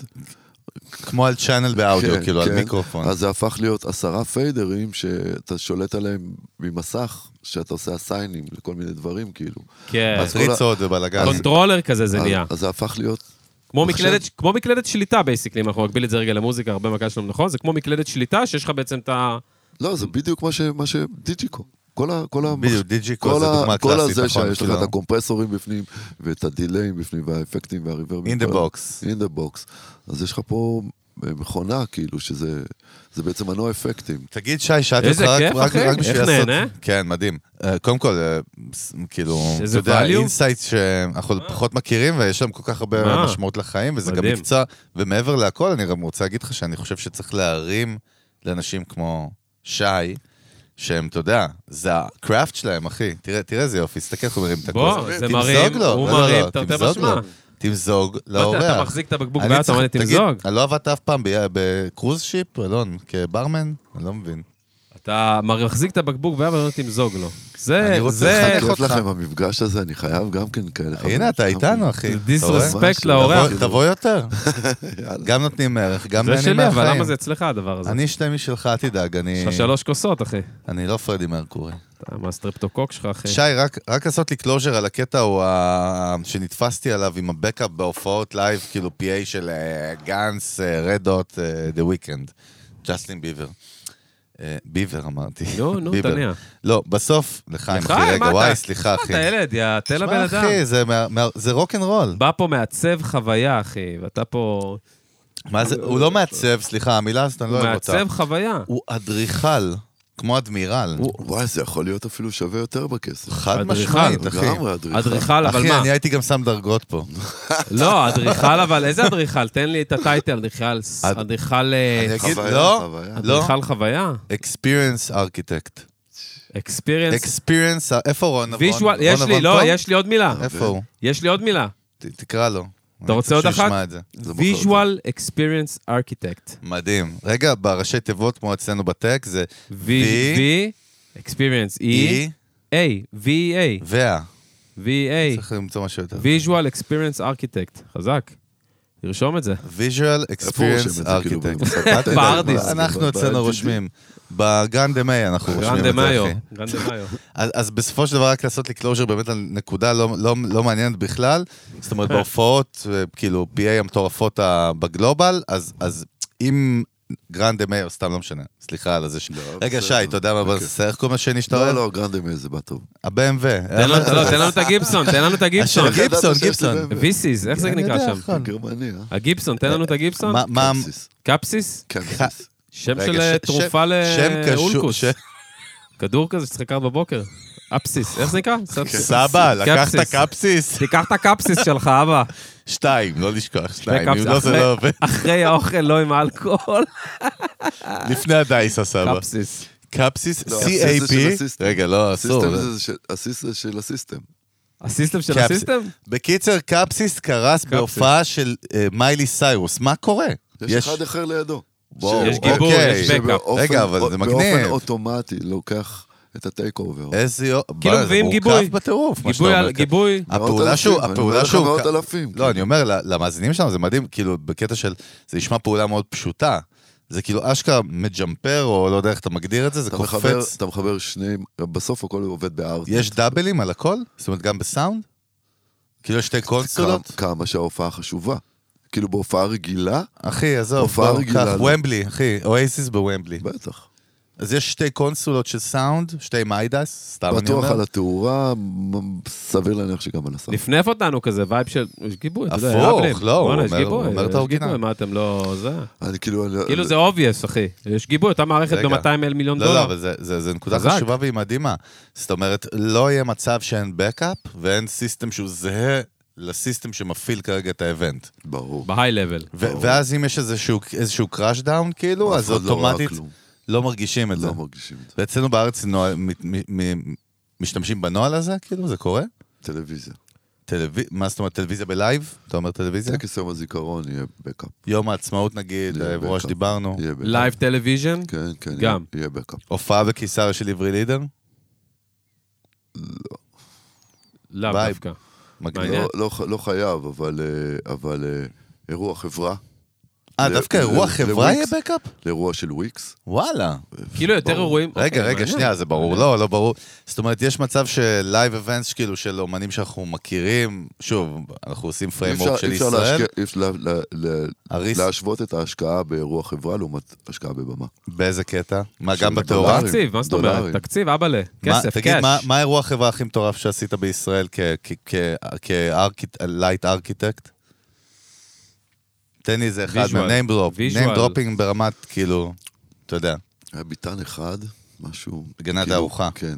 כמו על צ'אנל באודיו, כאילו, על מיקרופון. אז זה הפך להיות 10 פיידרים שאתה שולט עליהם ממסך, שאתה עושה הסיינים לכל מיני דברים, כאילו. כן. מטריצות ובלגן. קונטרולר כזה זה נהיה. אז זה הפך להיות... כמו מקלדת שליטה, בייסיקלי, אם אנחנו מקביל את זה רגע למוזיקה, הרבה מקל שלנו, נכון? זה כמו מקלדת שליטה, שיש לך בעצם את ה... לא, זה בדיוק מה שדיג'יקו. בדיוק, דיג'יקו זה דוגמה קלאסית, כל הזה שיש לך את הקומפרסורים בפנים, ואת הדיליים בפנים, והאפקטים והריברבים. In the box. In the box. אז יש לך פה מכונה, כאילו, שזה בעצם מנוע אפקטים. תגיד, שי, שאלתי אותך רק בשביל לעשות... כן, מדהים. קודם כל, כאילו, אתה יודע, אינסייט שאנחנו פחות מכירים, ויש להם כל כך הרבה משמעות לחיים, וזה גם מקצוע, ומעבר להכל, אני גם רוצה להגיד לך שאני חושב שצריך להרים לאנשים כמו שי, שהם, אתה יודע, זה הקראפט שלהם, אחי. תראה איזה יופי, סתכל איך הוא מרים את הכוס. בוא, זה מרים, הוא מרים, אתה יותר משמע. תמזוג לאורח. אתה מחזיק את הבקבוק ביד, אתה אומר לי תמזוג. אני לא עבדת אף פעם בקרוז שיפ, אלון, כברמן? אני לא מבין. אתה מחזיק את הבקבוק ביד ואומר תמזוג לו. אני רוצה לחנך אותך. לכם המפגש הזה, אני חייב גם כן כאלה. הנה, אתה איתנו, אחי. דיסרספקט לאורח. תבוא יותר. גם נותנים ערך, גם נהנים מהחיים. זה שלי, אבל למה זה אצלך הדבר הזה? אני שתי משלך, תדאג. יש לך 3 כוסות, אחי. אני לא פרדי מרקורי. מה הסטרפטוקוק שלך, אחי? שי, רק לעשות לי קלוז'ר על הקטע שנתפסתי עליו עם הבקאפ בהופעות לייב, כאילו PA של גאנס, רדות, The Weeknd, ג'סטין ביבר. ביבר אמרתי. נו, תניע. לא, בסוף, לחיים, אחי, רגע, וואי, סליחה, אחי. אתה ילד, תל הבן אדם. אחי, זה רוק'נ'רול. בא פה מעצב חוויה, אחי, ואתה פה... מה זה? הוא לא מעצב, סליחה, המילה הזאת אני לא אוהב אותה. הוא מעצב חוויה. הוא אדריכל. כמו אדמירל. וואי, זה יכול להיות אפילו שווה יותר בכסף. חד משמעית, אחי. אדריכל, אבל מה? אחי, אני הייתי גם שם דרגות פה. לא, אדריכל, אבל איזה אדריכל? תן לי את הטייטל, אדריכל... אני אגיד, לא. אדריכל חוויה? Experience Architect. Experience... איפה רון? יש לי, לא, יש לי עוד מילה. איפה הוא? יש לי עוד מילה. תקרא לו. אתה רוצה עוד אחת? Visual Experience Architect. מדהים. רגע, בראשי תיבות, כמו אצלנו בטק, זה V, Experience, E, A, V-A. V-A. צריך למצוא משהו יותר. Visual Experience Architect. חזק. תרשום את זה. Visual Experience Architect. בארדיס. אנחנו אצלנו רושמים. בגרנד דמאי אנחנו רושמים את זה, אחי. גרנד דמאיו. אז בסופו של דבר רק לעשות לי קלוז'ר באמת על נקודה לא מעניינת בכלל. זאת אומרת, בהופעות, כאילו, PA המטורפות בגלובל, אז אם גרנדה מאיר, סתם לא משנה. סליחה על זה. רגע, שי, אתה יודע מה בזה? איך קוראים לשני שאתה רואה? לא, גרנדה מאיר זה בא טוב. ה-BMW. תן לנו את הגיבסון, תן לנו את הגיבסון. גיבסון. ויסיס, איך זה נקרא שם? גרמני, הגיבסון, תן לנו את הגיבסון. קפסיס? קפסיס. שם של תרופה לאולקוס. כדור כזה שצריך לקחת בבוקר. אפסיס, איך זה נקרא? סבא, לקחת קפסיס. תיקח את הקפסיס שלך, אבא. 2, לא לשכוח 2, אם לא זה לא עובד. אחרי האוכל, לא עם האלכוהול. לפני הדייס הסבא. קפסיס. קפסיס, CAP. רגע, לא, אסור. הסיסטם של הסיסטם. הסיסטם של הסיסטם? בקיצר, קפסיס קרס בהופעה של מיילי סיירוס. מה קורה? יש אחד אחר לידו. יש גיבוי, יש בקאפ. רגע, אבל זה מגניב. באופן אוטומטי, לוקח את הטייק אובר. איזה כאילו מביאים גיבוי. מורכב בטירוף. גיבוי. הפעולה שהוא... מאות אלפים. לא, אני אומר, למאזינים שלנו זה מדהים, כאילו, בקטע של... זה נשמע פעולה מאוד פשוטה. זה כאילו אשכרה מג'מפר, או לא יודע איך אתה מגדיר את זה, זה קופץ. אתה מחבר שני... בסוף הכל עובד בארט. יש דאבלים על הכל? זאת אומרת, גם בסאונד? כאילו, יש שתי קונסולות? כמה שההופעה חשובה. כאילו בהופעה רגילה? אחי, עזוב, קח, ומבלי, אחי, אוייסיס בוומבלי. בטח. אז יש שתי קונסולות של סאונד, שתי מיידס, סתם אני אומר. בטוח על התאורה, סביר להניח שגם על הסאונד. לפנף אותנו כזה, וייב של... יש גיבוי, אתה יודע, הפוך, לא, הוא אומר את האורגינל. מה אתם לא... זה? אני כאילו... כאילו זה obvious, אחי. יש גיבוי, אותה מערכת ב$200 מיליון. לא, אבל זה נקודה חשובה והיא מדהימה. זאת אומרת, לא יהיה מצב שאין בקאפ, ואין סיסטם שהוא זהה לסיסטם שמפעיל כרגע את האבנט. ברור. בהיי לבל. ואז אם יש איזשהו קראש דאון, כאילו, אז אוטומטית לא מרגישים את זה. לא מרגישים את זה. ואצלנו בארץ משתמשים בנועל הזה, כאילו, זה קורה? טלוויזיה. מה זאת אומרת, טלוויזיה בלייב? אתה אומר טלוויזיה? טקס יום הזיכרון יהיה בקאפ. יום העצמאות נגיד, האירוע שדיברנו. לייב טלוויז'ן? כן, כן, גם. יהיה בקאפ. הופעה בקיסריה של עברי לידר? לאו דווקא. לא חייב, אבל אירוע חברה. דווקא אירוע חברה יהיה בקאפ? לאירוע של וויקס. וואלה. כאילו יותר אירועים. רגע, שנייה, זה ברור. לא ברור. זאת אומרת, יש מצב של לייב אבנטס, כאילו, של אומנים שאנחנו מכירים, שוב, אנחנו עושים פריימורק של ישראל. אי אפשר להשוות את ההשקעה באירוע חברה לעומת השקעה בבמה. באיזה קטע? מה, גם בתאורה? תקציב, מה זאת אומרת? תקציב, אבאלה, כסף, תגיד, קאש. מה האירוע החברה הכי מטורף שעשית בישראל כלייט ארכיטקט? תן לי איזה אחד מה-name dropping ברמת, כאילו, אתה יודע. היה ביטן אחד, משהו... בגנת הארוחה. כן.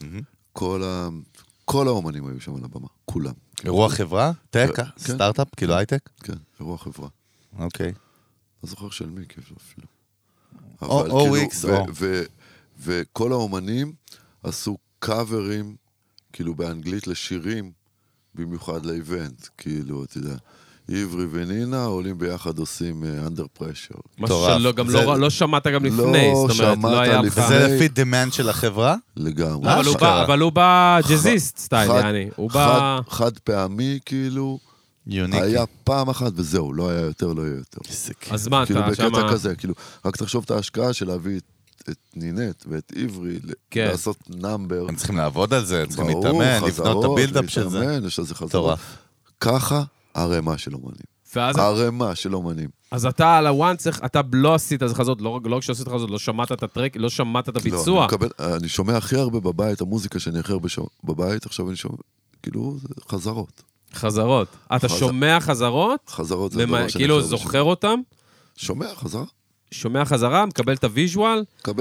כל האומנים היו שם על הבמה, כולם. אירוע חברה? טק? סטארט-אפ? כאילו הייטק? כן, אירוע חברה. אוקיי. לא זוכר של מי, כאילו, אפילו. או וויקס, או... וכל האומנים עשו קאברים, כאילו, באנגלית לשירים, במיוחד לאיבנט, כאילו, אתה יודע. עברי ונינה עולים ביחד עושים under pressure. משהו שגם לא שמעת גם לפני, זאת אומרת, לא היה לך... זה לפי demand של החברה? לגמרי. אבל הוא בא ג'זיסט סטייל, יעני. הוא בא... חד פעמי, כאילו, היה פעם אחת וזהו, לא היה יותר, לא יהיה יותר. אז מה אתה כאילו שמה... בקטע כזה, כאילו, רק תחשוב את ההשקעה של להביא את נינט ואת עברי, לעשות נאמבר. הם צריכים לעבוד על זה, הם צריכים להתאמן, לבנות את הבילדאפ של זה. יש לזה חזרות. ככה הרמה של אומנים. הרמה של אומנים. אז אתה על הוואן צריך, אתה לא עשית את חזות, לא כשעשית חזות, לא שמעת את הטרק, לא שמעת את הביצוע. אני שומע הכי הרבה בבית, המוזיקה שאני הכי הרבה בבית, עכשיו אני שומע, כאילו, חזרות. חזרות. אתה שומע חזרות? חזרות זה הדבר שאני כאילו זוכר אותם? שומע חזרה. שומע חזרה, מקבל את הוויז'ואל. קבל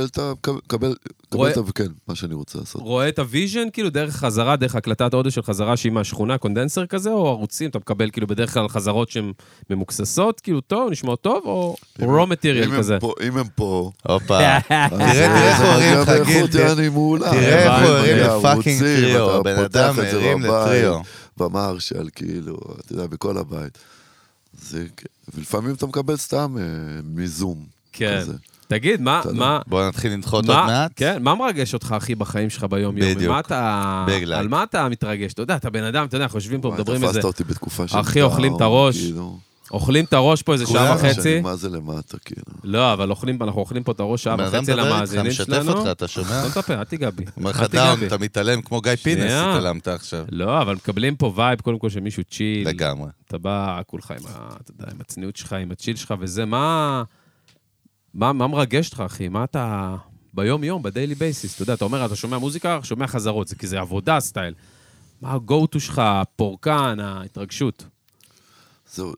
את וכן, מה שאני רוצה לעשות. רואה את הוויז'ן, כאילו דרך חזרה, דרך הקלטת אודיו של חזרה שהיא מהשכונה, קונדנסר כזה, או ערוצים, אתה מקבל כאילו בדרך כלל חזרות שהן ממוקססות, כאילו טוב, נשמע טוב, או raw material כזה. אם הם פה... הופה. תראה איך הורים חגיד. תראה איך הורים לפאקינג טריו. בן אדם הרים לטריו. במרשל, כאילו, אתה יודע, בכל הבית. ולפעמים אתה מקבל סתם מזום. כן. תגיד, מה... בוא נתחיל לנחות עוד מעט. כן, מה מרגש אותך, הכי, בחיים שלך ביום-יום? בדיוק. על מה אתה מתרגש? אתה יודע, אתה בן אדם, אתה יודע, אנחנו יושבים פה, מדברים איזה... תפסת אותי בתקופה של... אחי, אוכלים את הראש. אוכלים את הראש פה איזה שעה וחצי. מה זה למטה, כאילו? לא, אבל אנחנו אוכלים פה את הראש שעה וחצי למאזינים שלנו. משתף אותך, אתה שומע? לא תפה, אל תיגע בי. אומר לך דאון, אתה מתעלם כמו גיא פינס, התעלמת עכשיו. לא, אבל מקבלים פה וייב, קודם כל שמישהו צ'יל. לגמרי. אתה בא, כולך עם הצניעות שלך, עם הצ'יל שלך, וזה, מה מרגש אותך, אחי? מה אתה ביום-יום, בדיילי בייסיס? אתה יודע, אתה אומר, אתה שומע מוזיקה, שומע חזרות, זה כי זה עבודה סטייל. מה ה-go-to שלך, הפורקן, ההתרגשות? זהו,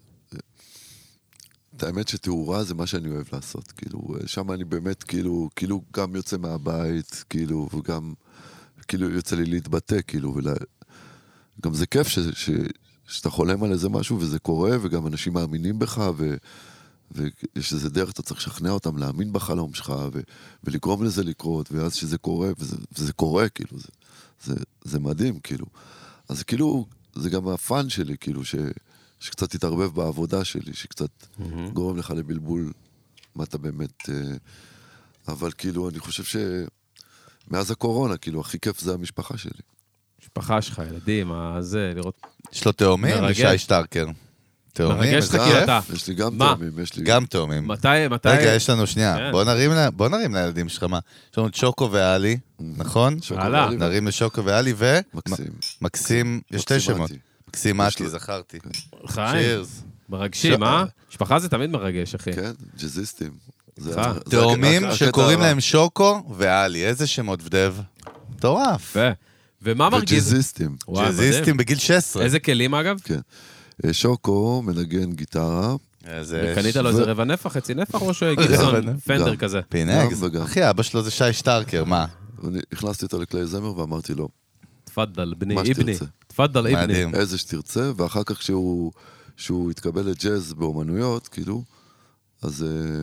את האמת שתאורה זה מה שאני אוהב לעשות, כאילו, שם אני באמת, כאילו גם יוצא מהבית, כאילו, וגם, כאילו, יוצא לי להתבטא, כאילו, גם זה כיף שאתה חולם על איזה משהו וזה קורה, וגם אנשים מאמינים בך, ויש איזה דרך, אתה צריך לשכנע אותם להאמין בחלום שלך, ולגרום לזה לקרות, ואז שזה קורה, וזה קורה, כאילו, זה מדהים, כאילו. אז כאילו, זה גם הפאן שלי, כאילו, שקצת תתערבב בעבודה שלי, שקצת גורם לך לבלבול, מה אתה באמת... אבל כאילו, אני חושב שמאז הקורונה, כאילו, הכי כיף זה המשפחה שלי. משפחה שלך, ילדים, זה, לראות... יש לו תאומים? לשי שטרקר. תאומים? מרגש לך כאילו אתה. יש לי גם תאומים, יש לי... גם תאומים. מתי... רגע, יש לנו שנייה. בוא נרים לילדים שלך, מה? יש לנו צ'וקו ואלי, נכון? נרים לשוקו ואלי מקסים, יש 2 שמות. מקסימטי, זכרתי. חיים, מרגשים, אה? משפחה זה תמיד מרגש, אחי. כן, ג'זיסטים. תאומים שקוראים להם שוקו ואלי, איזה שמות ודב? טורף. ומה מרגיז? וג'זיסטים. ג'זיסטים בגיל 16. איזה כלים אגב? כן. שוקו מנגן גיטרה. וקנית לו איזה רבע נפח, חצי נפח, או שגילסון פנדר כזה? פינגס. אחי, אבא שלו זה שי שטרקר, מה? הכנסתי אותו לכלי זמר ואמרתי לו, תפדל, בני, איבני. תפדל, איבני. איזה שתרצה, ואחר כך שהוא התקבל לג'אז באומנויות, כאילו, אז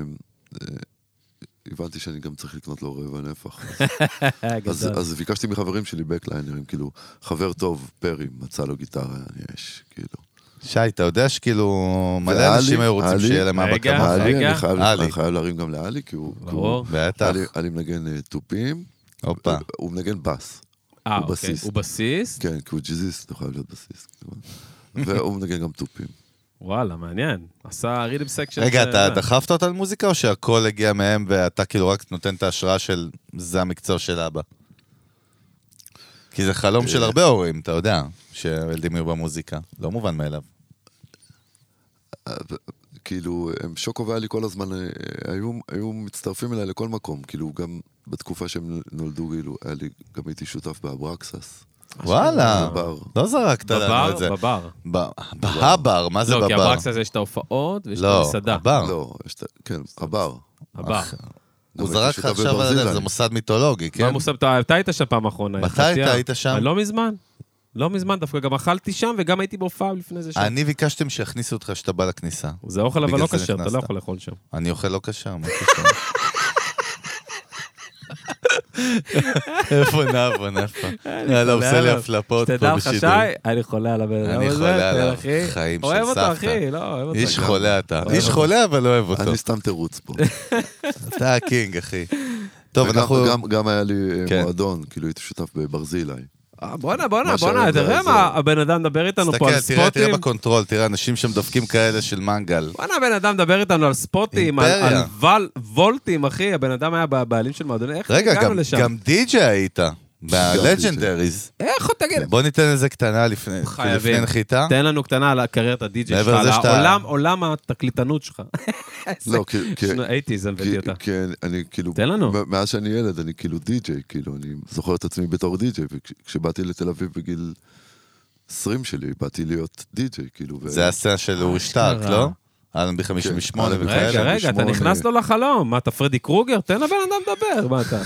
הבנתי שאני גם צריך לקנות לו רבע נפח. אז ביקשתי מחברים שלי בקליינרים, כאילו, חבר טוב, פרי, מצא לו גיטרה, יש, כאילו. שי, אתה יודע שכאילו מלא אנשים היו רוצים שיהיה להם אבא כמוך. אני חייב להרים גם לאלי, כי הוא אלי מנגן טופים, הוא מנגן בס. הוא בסיסט. הוא בסיסט? כן, כי הוא ג'יזיסט, הוא חייב להיות בסיסט. והוא מנגן גם טופים. וואלה, מעניין. עשה רידם סקשן. רגע, אתה דחפת אותה למוזיקה, או שהכל הגיע מהם ואתה כאילו רק נותן את ההשראה של זה המקצוע של אבא? כי זה חלום של הרבה הורים, אתה יודע, שילדים יהיו במוזיקה. לא מובן מאליו. כאילו, שוקו ואלי כל הזמן היו מצטרפים אליי לכל מקום, כאילו גם בתקופה שהם נולדו, כאילו, גם הייתי שותף באברקסס. וואלה, לא זרקת לנו את זה. בבר. בהבר, מה זה בבר? לא, כי אברקסס יש את ההופעות ויש את המסעדה. לא, כן, הבר. הוא זרק לך עכשיו על זה מוסד מיתולוגי, כן? אתה היית שם פעם אחרונה. מתי היית שם? לא מזמן. לא מזמן, דווקא גם אכלתי שם וגם הייתי בהופעה לפני זה שם. אני ביקשתם שיכניסו אותך שאתה בא לכניסה. זה אוכל אבל לא קשר, אתה לא יכול לאכול שם. אני אוכל לא קשר, מה קשר? איפה נפה? יאללה, עושה לי הפלפות פה בשידור. שתדע לך שי, אני חולה על הבן אדם הזה. אני חולה עליו, חיים של סבתא. אוהב אותו אחי, לא אוהב אותו. איש חולה אתה. איש חולה אבל לא אוהב אותו. אני סתם תירוץ פה. אתה הקינג, אחי. טוב, אנחנו... גם היה לי מועדון, כאילו הייתי שותף בברזילי. בואנה, תראה מה הבן אדם מדבר איתנו פה על ספוטים. תראה בקונטרול, תראה אנשים שמדפקים כאלה של מנגל. בואנה, הבן אדם מדבר איתנו על ספוטים, על וולטים, אחי, הבן אדם היה בעלים של מועדונים, איך הגענו לשם? רגע, גם די.ג'יי היית, בלג'נדריז. איך עוד תגיד? בוא ניתן איזה קטנה לפני נחיתה. תן לנו קטנה על הקריירת הדי.ג'יי שלך, על עולם התקליטנות שלך. לא, הייתי, זה מביא אותה. כן, אני כאילו, תן לנו. מאז שאני ילד, אני כאילו די.ג'יי, כאילו, אני זוכר את עצמי בתור די.ג'יי, וכשבאתי לתל אביב בגיל 20 שלי, באתי להיות די.ג'יי, כאילו. זה הסצנה של אורי שטרק, לא? אלנבי 58 וכאלה. רגע, אתה נכנס לו לחלום, מה, אתה פרדי קרוגר? תן לבן אדם לדבר, מה אתה?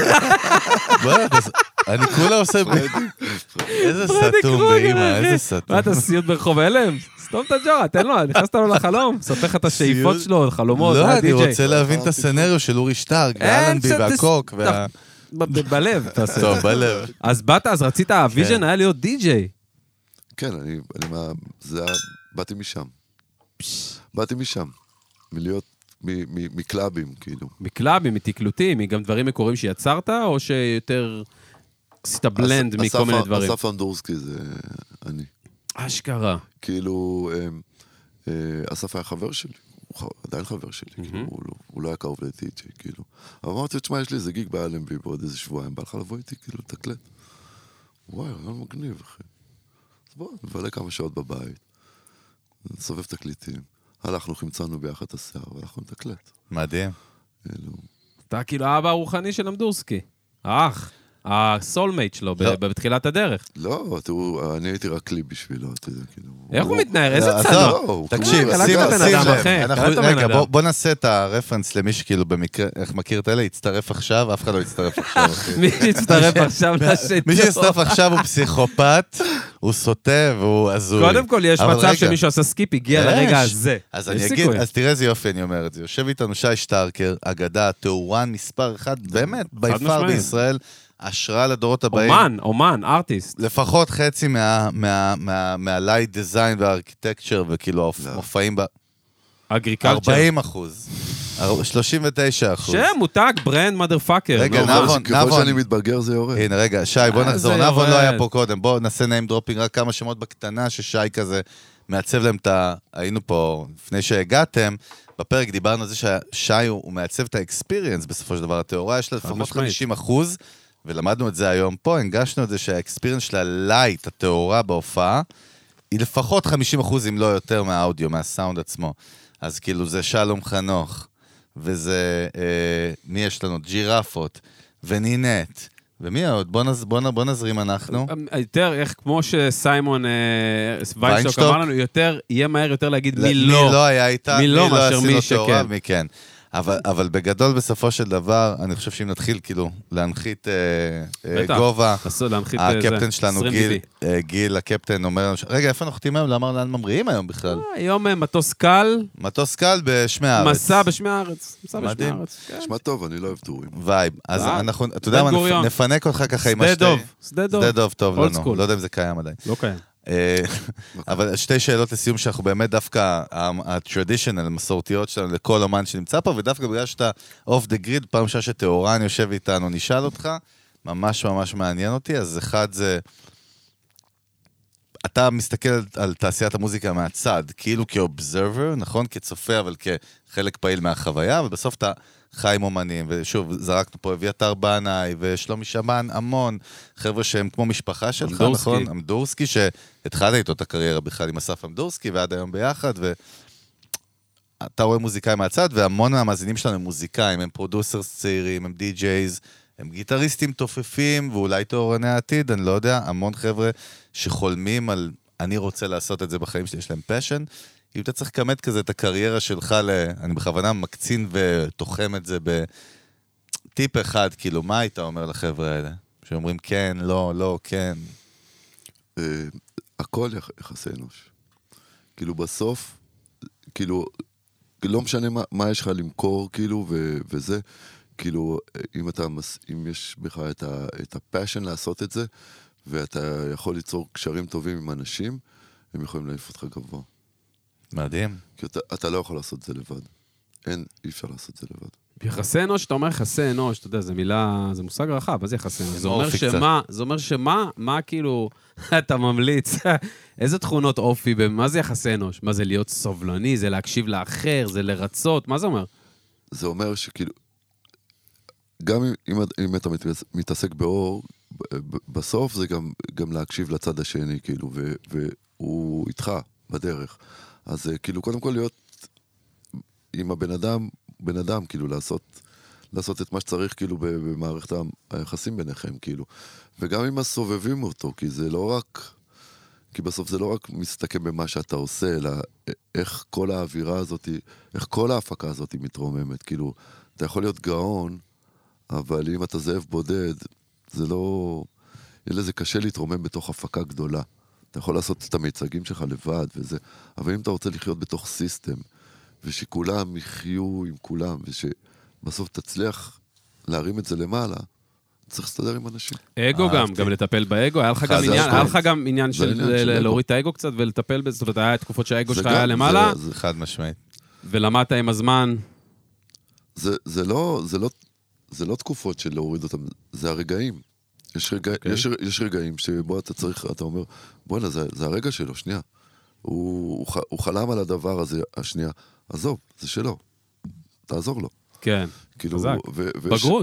אני כולה עושה... איזה סתום באמא, איזה סתום. מה, אתה סיוט ברחוב אלם? סתום את הג'ורה, תן לו, נכנסת לו לחלום, סופר לך את השאיפות שלו, חלומות, לא, אני רוצה להבין את הסצנריו של אורי שטרק, ואלנבי והקוק, בלב, תעשה. טוב, בלב. אז באת, אז רצית, הוויז'ן היה להיות די.ג'יי. כן, באתי משם, מלהיות, מקלאבים, כאילו. מקלאבים, מתקלוטים, מגם דברים מקוריים שיצרת, או שיותר עשית בלנד מכל מיני דברים? אסף אנדורסקי זה אני. אשכרה. כאילו, אסף היה חבר שלי, הוא עדיין חבר שלי, כאילו, הוא לא היה קרוב לדי.ג'יי, כאילו. אבל אמרתי, תשמע, יש לי איזה גיג באלנבי בעוד איזה שבועיים, בא לך לבוא איתי, כאילו, תקלט. וואי, לא מגניב, אחי. אז בוא, נבלה כמה שעות בבית. נסובב תקליטים. הלכנו, חמצנו ביחד את השיער, והלכנו לתקלט. מדהים. אתה כאילו האבא הרוחני של אמדורסקי. האח. הסולמייט שלו בתחילת הדרך. לא, תראו, אני הייתי רק כלי בשבילו, אתה יודע, כאילו... איך הוא מתנער? איזה צד? תקשיב, שים לב. רגע, בוא נעשה את הרפרנס למי שכאילו במקרה, איך מכיר את אלה, יצטרף עכשיו, אף אחד לא יצטרף עכשיו. מי שיצטרף עכשיו לשטות? מי שיצטרף עכשיו הוא פסיכופת, הוא סוטה והוא הזוי. קודם כל, יש מצב שמישהו עשה סקיפ, הגיע לרגע הזה. אז אני אגיד, אז תראה איזה יופי אני אומר את זה. יושב איתנו שי שטרקר, אגדה, תאורן מספר אחד, באמת, ביפר בישראל. השראה לדורות הבאים. אומן, ארטיסט. לפחות חצי מהלייט דיזיין והארכיטקצ'ר, וכאילו המופעים ב... אגריקלצ'ר. 40%. 39%. שם, מותג, ברנד, מדר פאקר. רגע, נבון. ככל שאני מתבגר זה יורד. הנה, רגע, שי, בוא נחזור. נבון לא היה פה קודם. בוא נעשה ניים דרופינג, רק כמה שמות בקטנה, ששי כזה מעצב להם את ה... היינו פה, לפני שהגעתם, בפרק דיברנו על זה ששי הוא מעצב את האקספיריאנס, בסופו של דבר, התיאוריה יש לה לפחות 50%, ולמדנו את זה היום פה, הנגשנו את זה שהאקספיריאנס של הלייט, התיאורה בהופעה, היא לפחות 50% אם לא יותר מהאודיו, מהסאונד עצמו. אז כאילו זה שלום חנוך, וזה, מי יש לנו? ג'ירפות, ונינט, ומי עוד? בוא נזרים אנחנו. יותר, איך כמו שסיימון ויינשטוק אמר לנו, יהיה מהר יותר להגיד מי לא. מי לא היה איתה, מי לא מאשר מי שכן. מי כן. אבל בגדול בסופו של דבר, אני חושב שאם נתחיל כאילו להנחית גובה, הקפטן שלנו גיל, הקפטן אומר לנו, רגע, איפה נוחתים היום? למה לאן ממריאים היום בכלל? היום מטוס קל. מטוס קל בשמי הארץ. מסע בשמי הארץ. מדהים. נשמע טוב, אני לא אוהב טורים. וייב. אז אנחנו, אתה יודע מה, נפנק אותך ככה עם השתי... שדה דוב טוב לנו. לא יודע אם זה קיים עדיין. לא קיים. אבל שתי שאלות לסיום שאנחנו באמת דווקא הטרדישנל, המסורתיות שלנו לכל אומן שנמצא פה, ודווקא בגלל שאתה אוף דה גריד, פעם שתאורן יושב איתנו, נשאל אותך, ממש ממש מעניין אותי. אז אחד זה, אתה מסתכל על תעשיית המוזיקה מהצד, כאילו כאובזרבר, נכון? כצופה, אבל כחלק פעיל מהחוויה, ובסוף אתה חי עם אומנים, ושוב, זרקנו פה אביתר בנאי, ושלומי שבן, המון חבר'ה שהם כמו משפחה שלך, נכון? אמדורסקי, שהתחלת איתו את הקריירה בכלל עם אסף אמדורסקי, ועד היום ביחד, ואתה רואה מוזיקאים מהצד, והמון מהמאזינים שלנו הם מוזיקאים, הם פרודוסרס צעירים, הם די-ג'ייז, הם גיטריסטים תופפים, ואולי תאורני העתיד, אני לא יודע, המון חבר'ה שחולמים על, אני רוצה לעשות את זה בחיים שלי, יש להם פשן, אם אתה צריך לקמת כזה את הקריירה שלך, אני בכוונה מקצין ותוחם את זה בטיפ אחד, כאילו, מה היית אומר לחבר'ה האלה? שאומרים כן, לא, לא, כן. הכל יחסי אנוש. כאילו בסוף, כאילו, לא משנה מה יש לך למכור, כאילו, וזה, כאילו, אם יש בך את הפשן לעשות את זה, ואתה יכול ליצור קשרים טובים עם אנשים, הם יכולים להעיף אותך גבוה. מדהים. כי אתה לא יכול לעשות את זה לבד. אי אפשר לעשות את זה לבד. יחסי אנוש, אתה אומר יחסי אנוש, אתה יודע, זה מילה, זה מושג רחב, מה זה יחסי אנוש? זה אומר מה כאילו, אתה ממליץ, איזה תכונות אופי, מה זה יחסי אנוש? מה זה להיות סובלני, זה להקשיב לאחר, זה לרצות, מה זה אומר? זה אומר שכאילו, גם אם אתה מתעסק באור, בסוף זה גם להקשיב לצד השני, כאילו, והוא איתך בדרך. אז כאילו, קודם כל להיות עם בן אדם, כאילו, לעשות את מה שצריך, כאילו, במערכת היחסים ביניכם, כאילו. וגם עם הסובבים אותו, כי בסוף זה לא רק מסתכם במה שאתה עושה, אלא איך כל האווירה הזאת, איך כל ההפקה הזאת מתרוממת, כאילו, אתה יכול להיות גאון, אבל אם אתה זאב בודד, זה לא... אלא זה קשה להתרומם בתוך הפקה גדולה. אתה יכול לעשות את המיצגים שלך לבד וזה, אבל אם אתה רוצה לחיות בתוך סיסטם, ושכולם יחיו עם כולם, ושבסוף תצליח להרים את זה למעלה, צריך להסתדר עם אנשים. אגו גם לטפל באגו, היה לך גם עניין של להוריד את האגו קצת ולטפל בזה, זאת אומרת, היה תקופות שהאגו שלך היה למעלה. זה חד משמעית. ולמדת עם הזמן. זה לא תקופות של להוריד אותם, זה הרגעים. יש רגעים שבו אתה אומר, בוא'נה, זה הרגע שלו, שנייה. הוא חלם על הדבר הזה, השנייה. עזוב, זה שלו. תעזור לו. כן, חזק. בגרות.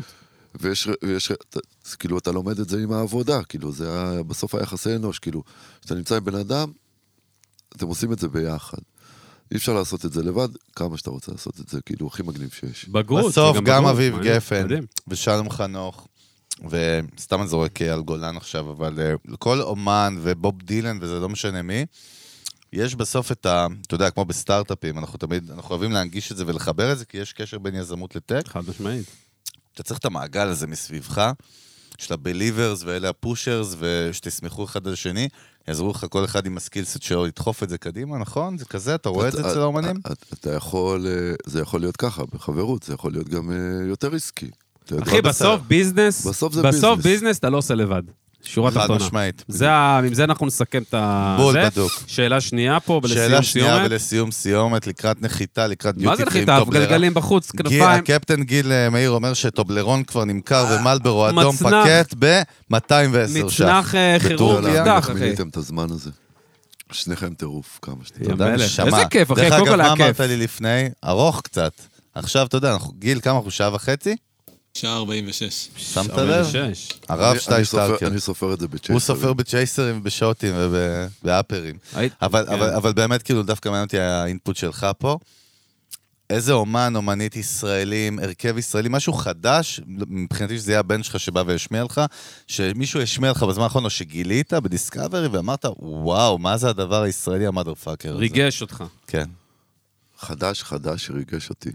כאילו, אתה לומד את זה עם העבודה, כאילו, זה בסוף היחסי אנוש, כאילו, כשאתה נמצא עם בן אדם, אתם עושים את זה ביחד. אי אפשר לעשות את זה לבד, כמה שאתה רוצה לעשות את זה, כאילו, הכי מגניב שיש. בגרות. בסוף גם אביב גפן, ושלום חנוך, וסתם אני זורק על גולן עכשיו, אבל כל אומן ובוב דילן, וזה לא משנה מי, יש בסוף את אתה יודע, כמו בסטארט-אפים, אנחנו אוהבים להנגיש את זה ולחבר את זה, כי יש קשר בין יזמות לטק. חד משמעית. אתה צריך את המעגל הזה מסביבך, של ה-believers ואלה ה-pushers, ושתסמכו אחד על השני, יעזרו לך כל אחד עם הסקילסט שלו לדחוף את זה קדימה, נכון? זה כזה, אתה רואה את זה אצל האומנים? אתה יכול, זה יכול להיות ככה, בחברות, זה יכול להיות גם יותר עסקי. אחי, בסוף ביזנס, בסוף ביזנס אתה לא עושה לבד. שורה תחתונה. משמעית. עם זה אנחנו נסכם את בול בדוק. שאלה שנייה פה, שאלה שנייה ולסיום סיומת, לקראת נחיתה, לקראת מה זה נחיתה? גלגלים בחוץ, כנפיים. הקפטן גיל מאיר אומר שטובלרון כבר נמכר ומלברו אדום פקט ב-210 ש"ח. מצנח חירום נפתח, אחי. מיניתם את הזמן הזה. שניכם טירוף כמה שאתה. תודה, נשמה. איזה כיף, אחי, דרך קודם אגב, כל מה היה כיף. אמרת לי לפני? ארוך קצת. עכשיו, אתה יודע, גיל, כמה אנחנו? שעה וחצי? שעה 46. שמת לב? הרב שטי שטרקר. אני סופר את זה בצ'ייסרים. הוא סופר בצ'ייסרים, בשוטים ובאפרים. אבל באמת, כאילו, דווקא מעניין אותי האינפוט שלך פה. איזה אומנית ישראלים, הרכב ישראלי, משהו חדש, מבחינתי שזה יהיה הבן שלך שבא והשמיע לך, שמישהו השמיע לך בזמן האחרון, או שגילית בדיסקאברי, ואמרת, וואו, מה זה הדבר הישראלי המאדרפאקר הזה? ריגש אותך. כן. חדש ריגש אותי.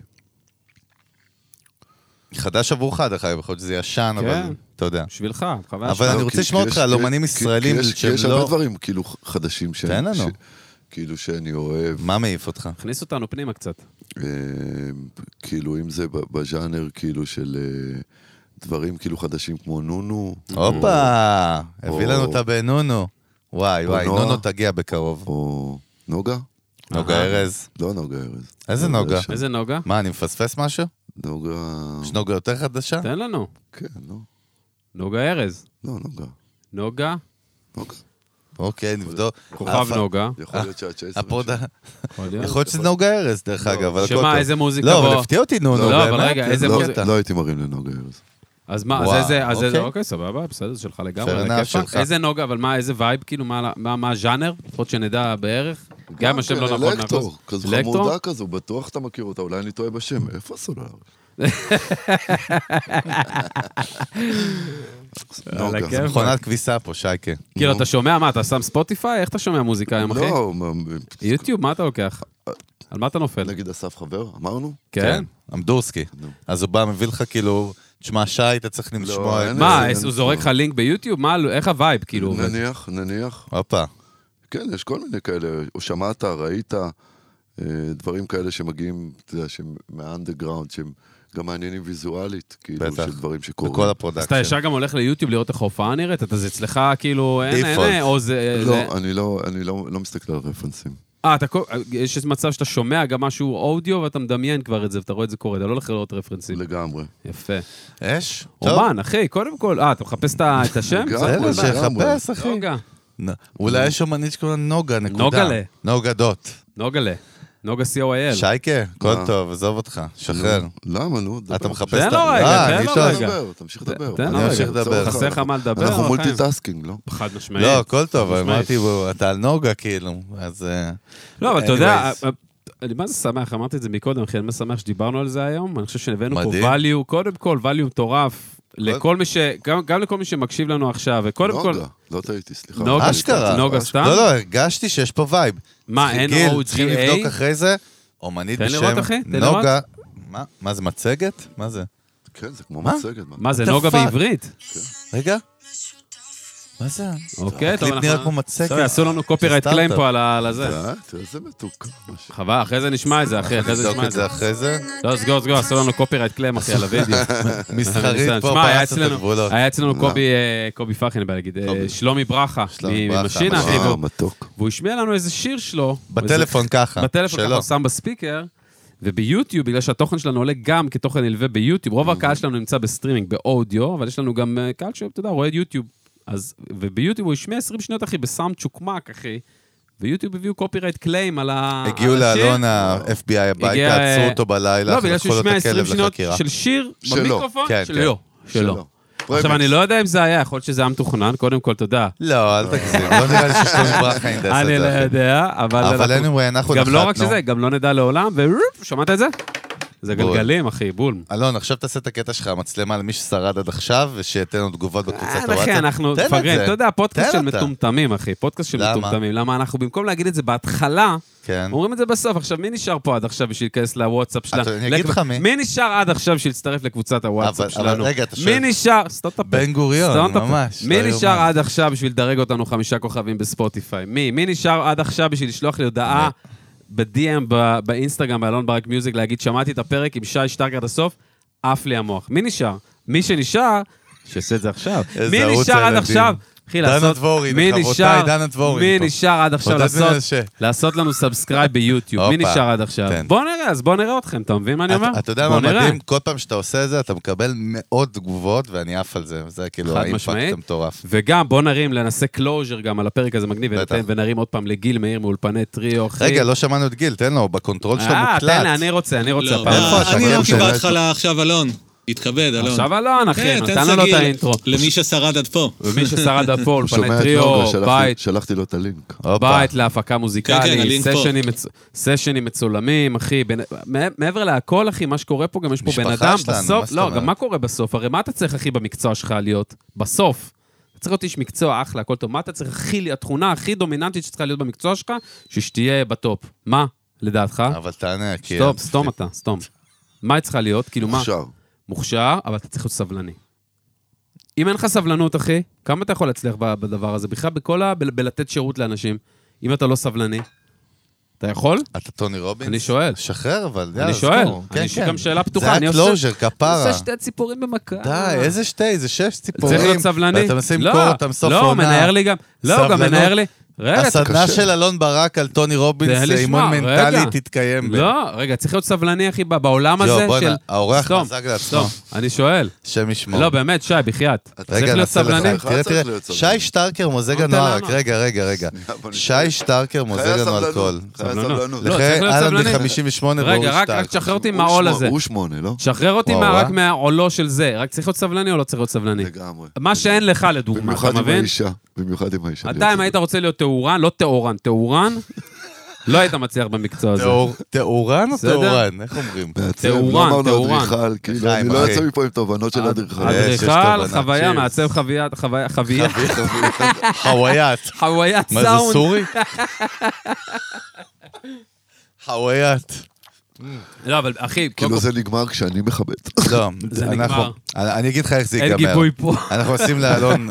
חדש עבורך, דרך אגב, יכול להיות שזה ישן, אבל אתה יודע. בשבילך, חוויה אבל אני רוצה לשמוע אותך על אומנים ישראלים שהם לא... יש הרבה דברים כאילו חדשים תן לנו. כאילו שאני אוהב. מה מעיף אותך? הכניס אותנו פנימה קצת. כאילו אם זה בז'אנר כאילו של דברים כאילו חדשים כמו נונו. הופה, הביא לנו אותה בנונו. וואי, נונו תגיע בקרוב. או נוגה? נוגה ארז. לא נוגה ארז. איזה נוגה? איזה נוגה? מה, אני מפספס משהו? נוגה... יש נוגה יותר חדשה? תן לנו. כן, לא. נוגה ארז. לא, נוגה. נוגה? נוגה. אוקיי, נבדוק. כוכב נוגה. יכול להיות שהצ'ייסר. יכול להיות שזה נוגה ארז, דרך אגב. שמה, איזה מוזיקה בו? לא, אבל הפתיע אותי נונו. לא, אבל רגע, איזה מוזיקה? לא הייתי מרים לנוגה ארז. אז מה, אז איזה, אוקיי, סבבה, בסדר, זה שלך לגמרי. איזה נוגה, אבל מה, איזה וייב, כאילו, מה הז'אנר? לפחות שנדע בערך. גם השם לא נכון. אלקטור, כזו חמודה כזו, בטוח אתה מכיר אותה, אולי אני טועה בשם. איפה הסולר? זה מכונת כביסה פה, שייקה. כאילו, אתה שומע מה, אתה שם ספוטיפיי? איך אתה שומע מוזיקה היום, אחי? לא, יוטיוב, מה אתה לוקח? על מה אתה נופל? נגיד אסף חבר, אמרנו? כן. אמדורסקי. אז הוא בא, מביא לך כאילו, תשמע שי, אתה צריך לשמוע... מה, הוא זורק לך לינק ביוטיוב? איך הווייב, כאילו? נניח. הופה. כן, יש כל מיני כאלה, או שמעת, ראית, דברים כאלה שמגיעים, אתה יודע, שהם מהאנדרגראונד, שהם גם מעניינים ויזואלית, כאילו, של דברים שקורים. בכל הפרודקשן. אז אתה ישר גם הולך ליוטיוב לראות איך ההופעה נראית? אתה זה אצלך כאילו, אין, או זה... לא, אני לא מסתכל על רפרנסים. יש איזה מצב שאתה שומע גם משהו אודיו, ואתה מדמיין כבר את זה, ואתה רואה את זה קורה, אתה לא הולך לראות רפרנסים. לגמרי. יפה. אש? אומן, אחי, קודם כל, אתה מחפש את השם? בסדר, שיחפש, אחי. נוגה. אולי יש אומנית שקוראים נוגה, נקודה. נוגלה. נוגה דוט. נוגלה. נוגה COIL. שייקה, כל טוב, עזוב אותך, שחרר. למה, נו? אתה מחפש תן לו רגע, תן לו רגע. תמשיך לדבר. תן לו רגע. חסר לך מה לדבר. אנחנו מולטיטאסקינג, לא? חד משמעית. לא, כל טוב, אמרתי, אתה על נוגה כאילו, אז... לא, אבל אתה יודע, אני מה זה שמח, אמרתי את זה מקודם, אחי, אני משמח שדיברנו על זה היום, אני חושב שהבאנו פה value, קודם כל value מטורף, גם לכל מי שמקשיב לנו עכשיו, וקודם כל... נוגה, לא טעיתי, סליחה. נוגה סתם? לא, הרגשתי שיש פה וייב. מה, גיל, צריכים לבדוק אחרי זה, אומנית בשם נוגה. מה זה, מצגת? מה זה? כן, זה כמו מצגת. מה זה, נוגה בעברית? רגע. מה זה? אוקיי, טוב, אנחנו... נראה כמו מצגת. יעשו לנו קופירייט קליים פה על הזה. איזה מתוק. חבל, אחרי זה נשמע את זה, אחי, אחרי זה נשמע את זה. אחרי זה? לא, סגור, עשו לנו קופירייט קליים, אחי, על הוידאו. מסחרית פה, פרצת את הגבולות. היה אצלנו קובי פרחי, אני בא להגיד, שלומי ברכה, ממשינה, אחי, והוא השמיע לנו איזה שיר שלו. בטלפון ככה. בטלפון ככה, הוא שם בספיקר, וביוטיוב, בגלל שהתוכן שלנו עולה גם כתוכן נלווה ביוטיוב, רוב הקהל שלנו נמצא בסטרימינג, באודיו, אבל יש לנו גם קהל שאתה יודע, רואה יוטיוב. אז, וביוטיוב הוא ישמיע 20 שניות, אחי, בסאונד צ'וקמק, אחי, ויוטיוב הביאו קופיירייט קליים על השיר. הגיעו לאלון ה-FBI הביתה, עצרו אותו בלילה, לא, בגלל שהוא ישמיע 20 שניות של שיר במיקרופון, שלו. עכשיו, אני לא יודע אם זה היה, יכול להיות שזה היה מתוכנן, קודם כל, תודה. לא, אל תגזים, לא נראה לי שיש לנו ברכה אינדס. אני לא יודע, אבל אנחנו גם לא רק שזה, גם לא נדע לעולם, שמעת את זה? זה גלגלים, אחי, בול. אלון, עכשיו תעשה את הקטע שלך, מצלמה למי ששרד עד עכשיו, ושייתן לנו תגובות בקבוצת הוואטסאפ. אחי, אנחנו מפגרים, אתה יודע, פודקאסט של מטומטמים, אחי, פודקאסט של מטומטמים. למה אנחנו במקום להגיד את זה בהתחלה, אומרים את זה בסוף. עכשיו, מי נשאר פה עד עכשיו בשביל להיכנס לוואטסאפ שלנו? אני אגיד לך מי. מי נשאר עד עכשיו בשביל להצטרף לקבוצת הוואטסאפ שלנו? רגע, אתה שואל. מי נשאר, סתות הפה. בן גוריון, ממש. מי נשאר עד עכשיו בשביל לדרג אותנו 5 כוכבים בספוטיפיי? מי נשאר עד עכשיו בשביל לשלוח לי הודעה ב-DM, באינסטגרם, באלון ברק מיוזיק, להגיד, שמעתי את הפרק עם שי שטרקר עד הסוף, עף לי המוח. מי נשאר? מי שנשאר, שעושה את זה עכשיו. מי נשאר עד עכשיו? דנה דבורי, לחבותיי דנה דבורי. מי נשאר עד עכשיו לעשות לנו סאבסקרייב ביוטיוב? מי נשאר עד עכשיו? בוא נראה, אז בוא נראה אתכם, אתה מבין מה אני אומר? אתה יודע מה מדהים? כל פעם שאתה עושה את זה, אתה מקבל מאוד תגובות, ואני עף על זה. זה כאילו האימפקט המטורף. וגם בוא נרים, לנסה קלוז'ר גם על הפרק הזה מגניב, ונרים עוד פעם לגיל מאיר מאולפני טריו. רגע, לא שמענו את גיל, תן לו, בקונטרול שלו מוקלט. תן לי, אני רוצה. אני אמרתי בהתחלה עכשיו, אלון. התכבד, אלון. עכשיו אלון, אחי, נתנו לו את האינטרו. למי ששרד עד פה. ומי ששרד עד פה, אולפני טריו, בית. שלחתי לו את הלינק. בית להפקה מוזיקלית, סשנים מצולמים, אחי. מעבר להכל, אחי, מה שקורה פה, גם יש פה בן אדם בסוף. לא, גם מה קורה בסוף? הרי מה אתה צריך, אחי, במקצוע שלך להיות? בסוף. אתה צריך להיות איש מקצוע, אחלה, הכל טוב. מה אתה צריך, התכונה הכי דומיננטית שצריכה להיות במקצוע שלך, שתהיה בטופ. מה, לדעתך? אבל תענה, כי... סתום אתה, סתום. מה היא צריכה להיות? כאילו מה? מוכשר, אבל אתה צריך להיות סבלני. אם אין לך סבלנות, אחי, כמה אתה יכול להצליח בדבר הזה? בכלל, בלתת שירות לאנשים. אם אתה לא סבלני, אתה יכול? אתה טוני רובינס? אני שואל. שחרר, אבל... אני שואל. אני גם שאלה פתוחה. זה הקלוז'ר, כפרה. אני עושה 2 ציפורים במכה. די, איזה 2? זה 6 ציפורים. צריך להיות סבלני. ואתה מנסה למכור אותם סוף עונה. לא, מנער לי גם. לא, גם מנער לי. הסדנה של אלון ברק על טוני רובינס, אימון מנטלי, תתקיים. לא, רגע, צריך להיות סבלני, אחי, בעולם הזה של... האורח מזג לעצמו. אני שואל. שם ישמור. לא, באמת, שי, בחייאת. צריך להיות סבלני. תראה, שי שטרקר מוזג לנו רק, רגע. שי שטרקר מוזג לנו אלכוהול. לכן, אלון ב-58 רגע, רק תשחרר אותי מהעול הזה. הוא 8, לא? שחרר אותי רק מהעולו של זה. רק צריך להיות סבלני או לא צריך להיות סבלני? לגמרי. מה שאין לך, לדוגמה, אתה מבין? במיוחד עם האישה. אתה, אם היית רוצה להיות תאורן, לא תאורן, תאורן, לא היית מצליח במקצוע הזה. תאורן או תאורן? איך אומרים? תאורן. אני לא יוצא מפה עם תובנות של אדריכל. אדריכל, חוויה, מעצב חוויה. חוויית. חוויית סאונד. מה זה סורי? חוויית. לא, אבל אחי... כאילו זה נגמר כשאני מכבד. לא, זה נגמר. אני אגיד לך איך זה ייגמר. אין גיבוי פה. אנחנו עושים לאלון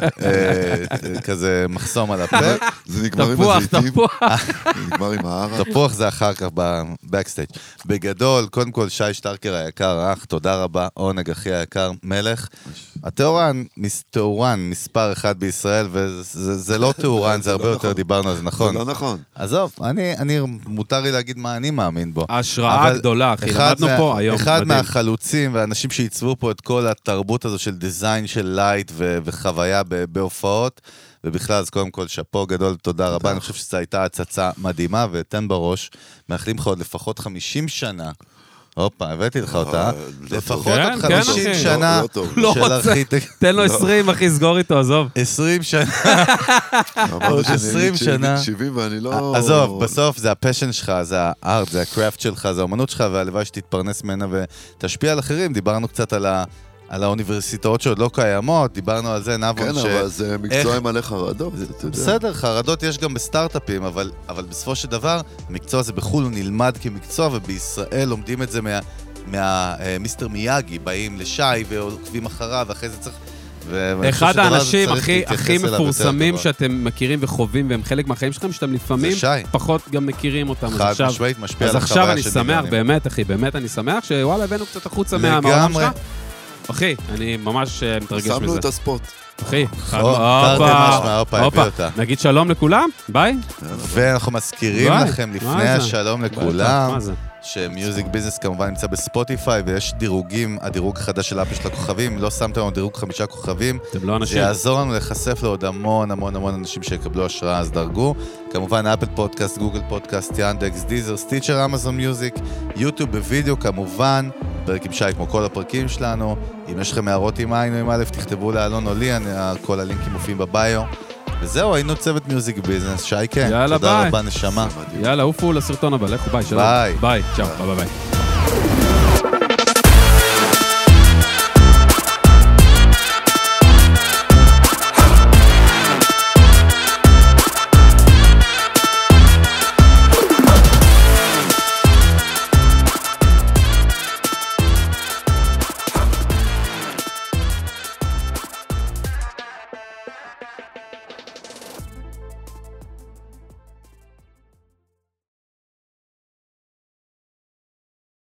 כזה מחסום על הפה. זה נגמר עם הזיתים. תפוח. זה נגמר עם הערה. תפוח זה אחר כך בבקסטייג'. בגדול, קודם כל, שי שטרקר היקר, אח, תודה רבה, עונג אחי היקר, מלך. התאורן, מספר 1 בישראל, וזה לא תאורן, זה הרבה יותר דיברנו על זה, נכון? זה לא נכון. עזוב, מותר לי להגיד מה אני מאמין בו. השראה גדולה, אחי, למדנו פה היום. אחד מהחלוצים והאנשים שעיצבו פה את כל התרבות הזו של דיזיין של לייט וחוויה בהופעות, ובכלל, אז קודם כל, שפו גדול, תודה רבה. אני חושב שזו הייתה הצצה מדהימה, ותן בראש, מאחלים לך עוד לפחות 50 שנה. הופה, הבאתי לך אותה. לפחות עוד 50 שנה. לא רוצה, תן לו 20, אחי, סגור איתו, עזוב. 20 שנה. עוד 20 שנה. 70 ואני לא... עזוב, בסוף זה הפשן שלך, זה הארט, זה הקראפט שלך, זה האמנות שלך, והלוואי שתתפרנס ממנה ותשפיע על אחרים. דיברנו קצת על האוניברסיטאות שעוד לא קיימות, דיברנו על זה, נבון, כן, אבל זה מקצוע עם מלא חרדות, אתה יודע. בסדר, חרדות יש גם בסטארט-אפים, אבל בסופו של דבר, המקצוע הזה בחו"ל הוא נלמד כמקצוע, ובישראל לומדים את זה מיסטר מיאגי, באים לשי ועוקבים אחריו, ואחרי זה צריך... אחד האנשים הכי מפורסמים שאתם מכירים וחווים, והם חלק מהחיים שלכם, שאתם לפעמים פחות גם מכירים אותם. חד משמעית, משפיע על אז החוויה עכשיו אני שמח, באמת, אחי, באמת אני שמח, שוואלה, הבאנו קצת החוצה מהעולם שלך. אחי, אני ממש מתרגש מזה. שמנו את הספוט. אחי, הופה, נגיד שלום לכולם, ביי. ואנחנו מזכירים לכם לפני השלום לכולם, שמיוזיק ביזנס כמובן נמצא בספוטיפיי, ויש דירוגים, הדירוג החדש של אפל של הכוכבים, לא שמתם לנו דירוג 5 כוכבים, אתם לא אנשים. זה יעזור לנו לחשף לעוד המון אנשים שיקבלו השראה, אז דרגו. כמובן אפל פודקאסט, גוגל פודקאסט, ינדקס, דיזר, סטיצ'ר, אמזון מיוזיק, יוטיוב בווידאו כמובן, פרק עם שי כמו כל הפרקים שלנו. אם יש לכם הערות עם עין או עם א', תכתבו לאלון או לי, כל הלינקים מופיעים בביו. וזהו, היינו צוות מיוזיק ביזנס. שי, כן. יאללה, תודה ביי. רבה, נשמה. יאללה, עופו לסרטון הבא, לכו ביי, שלום. ביי. ביי, צ'או, ביי ביי.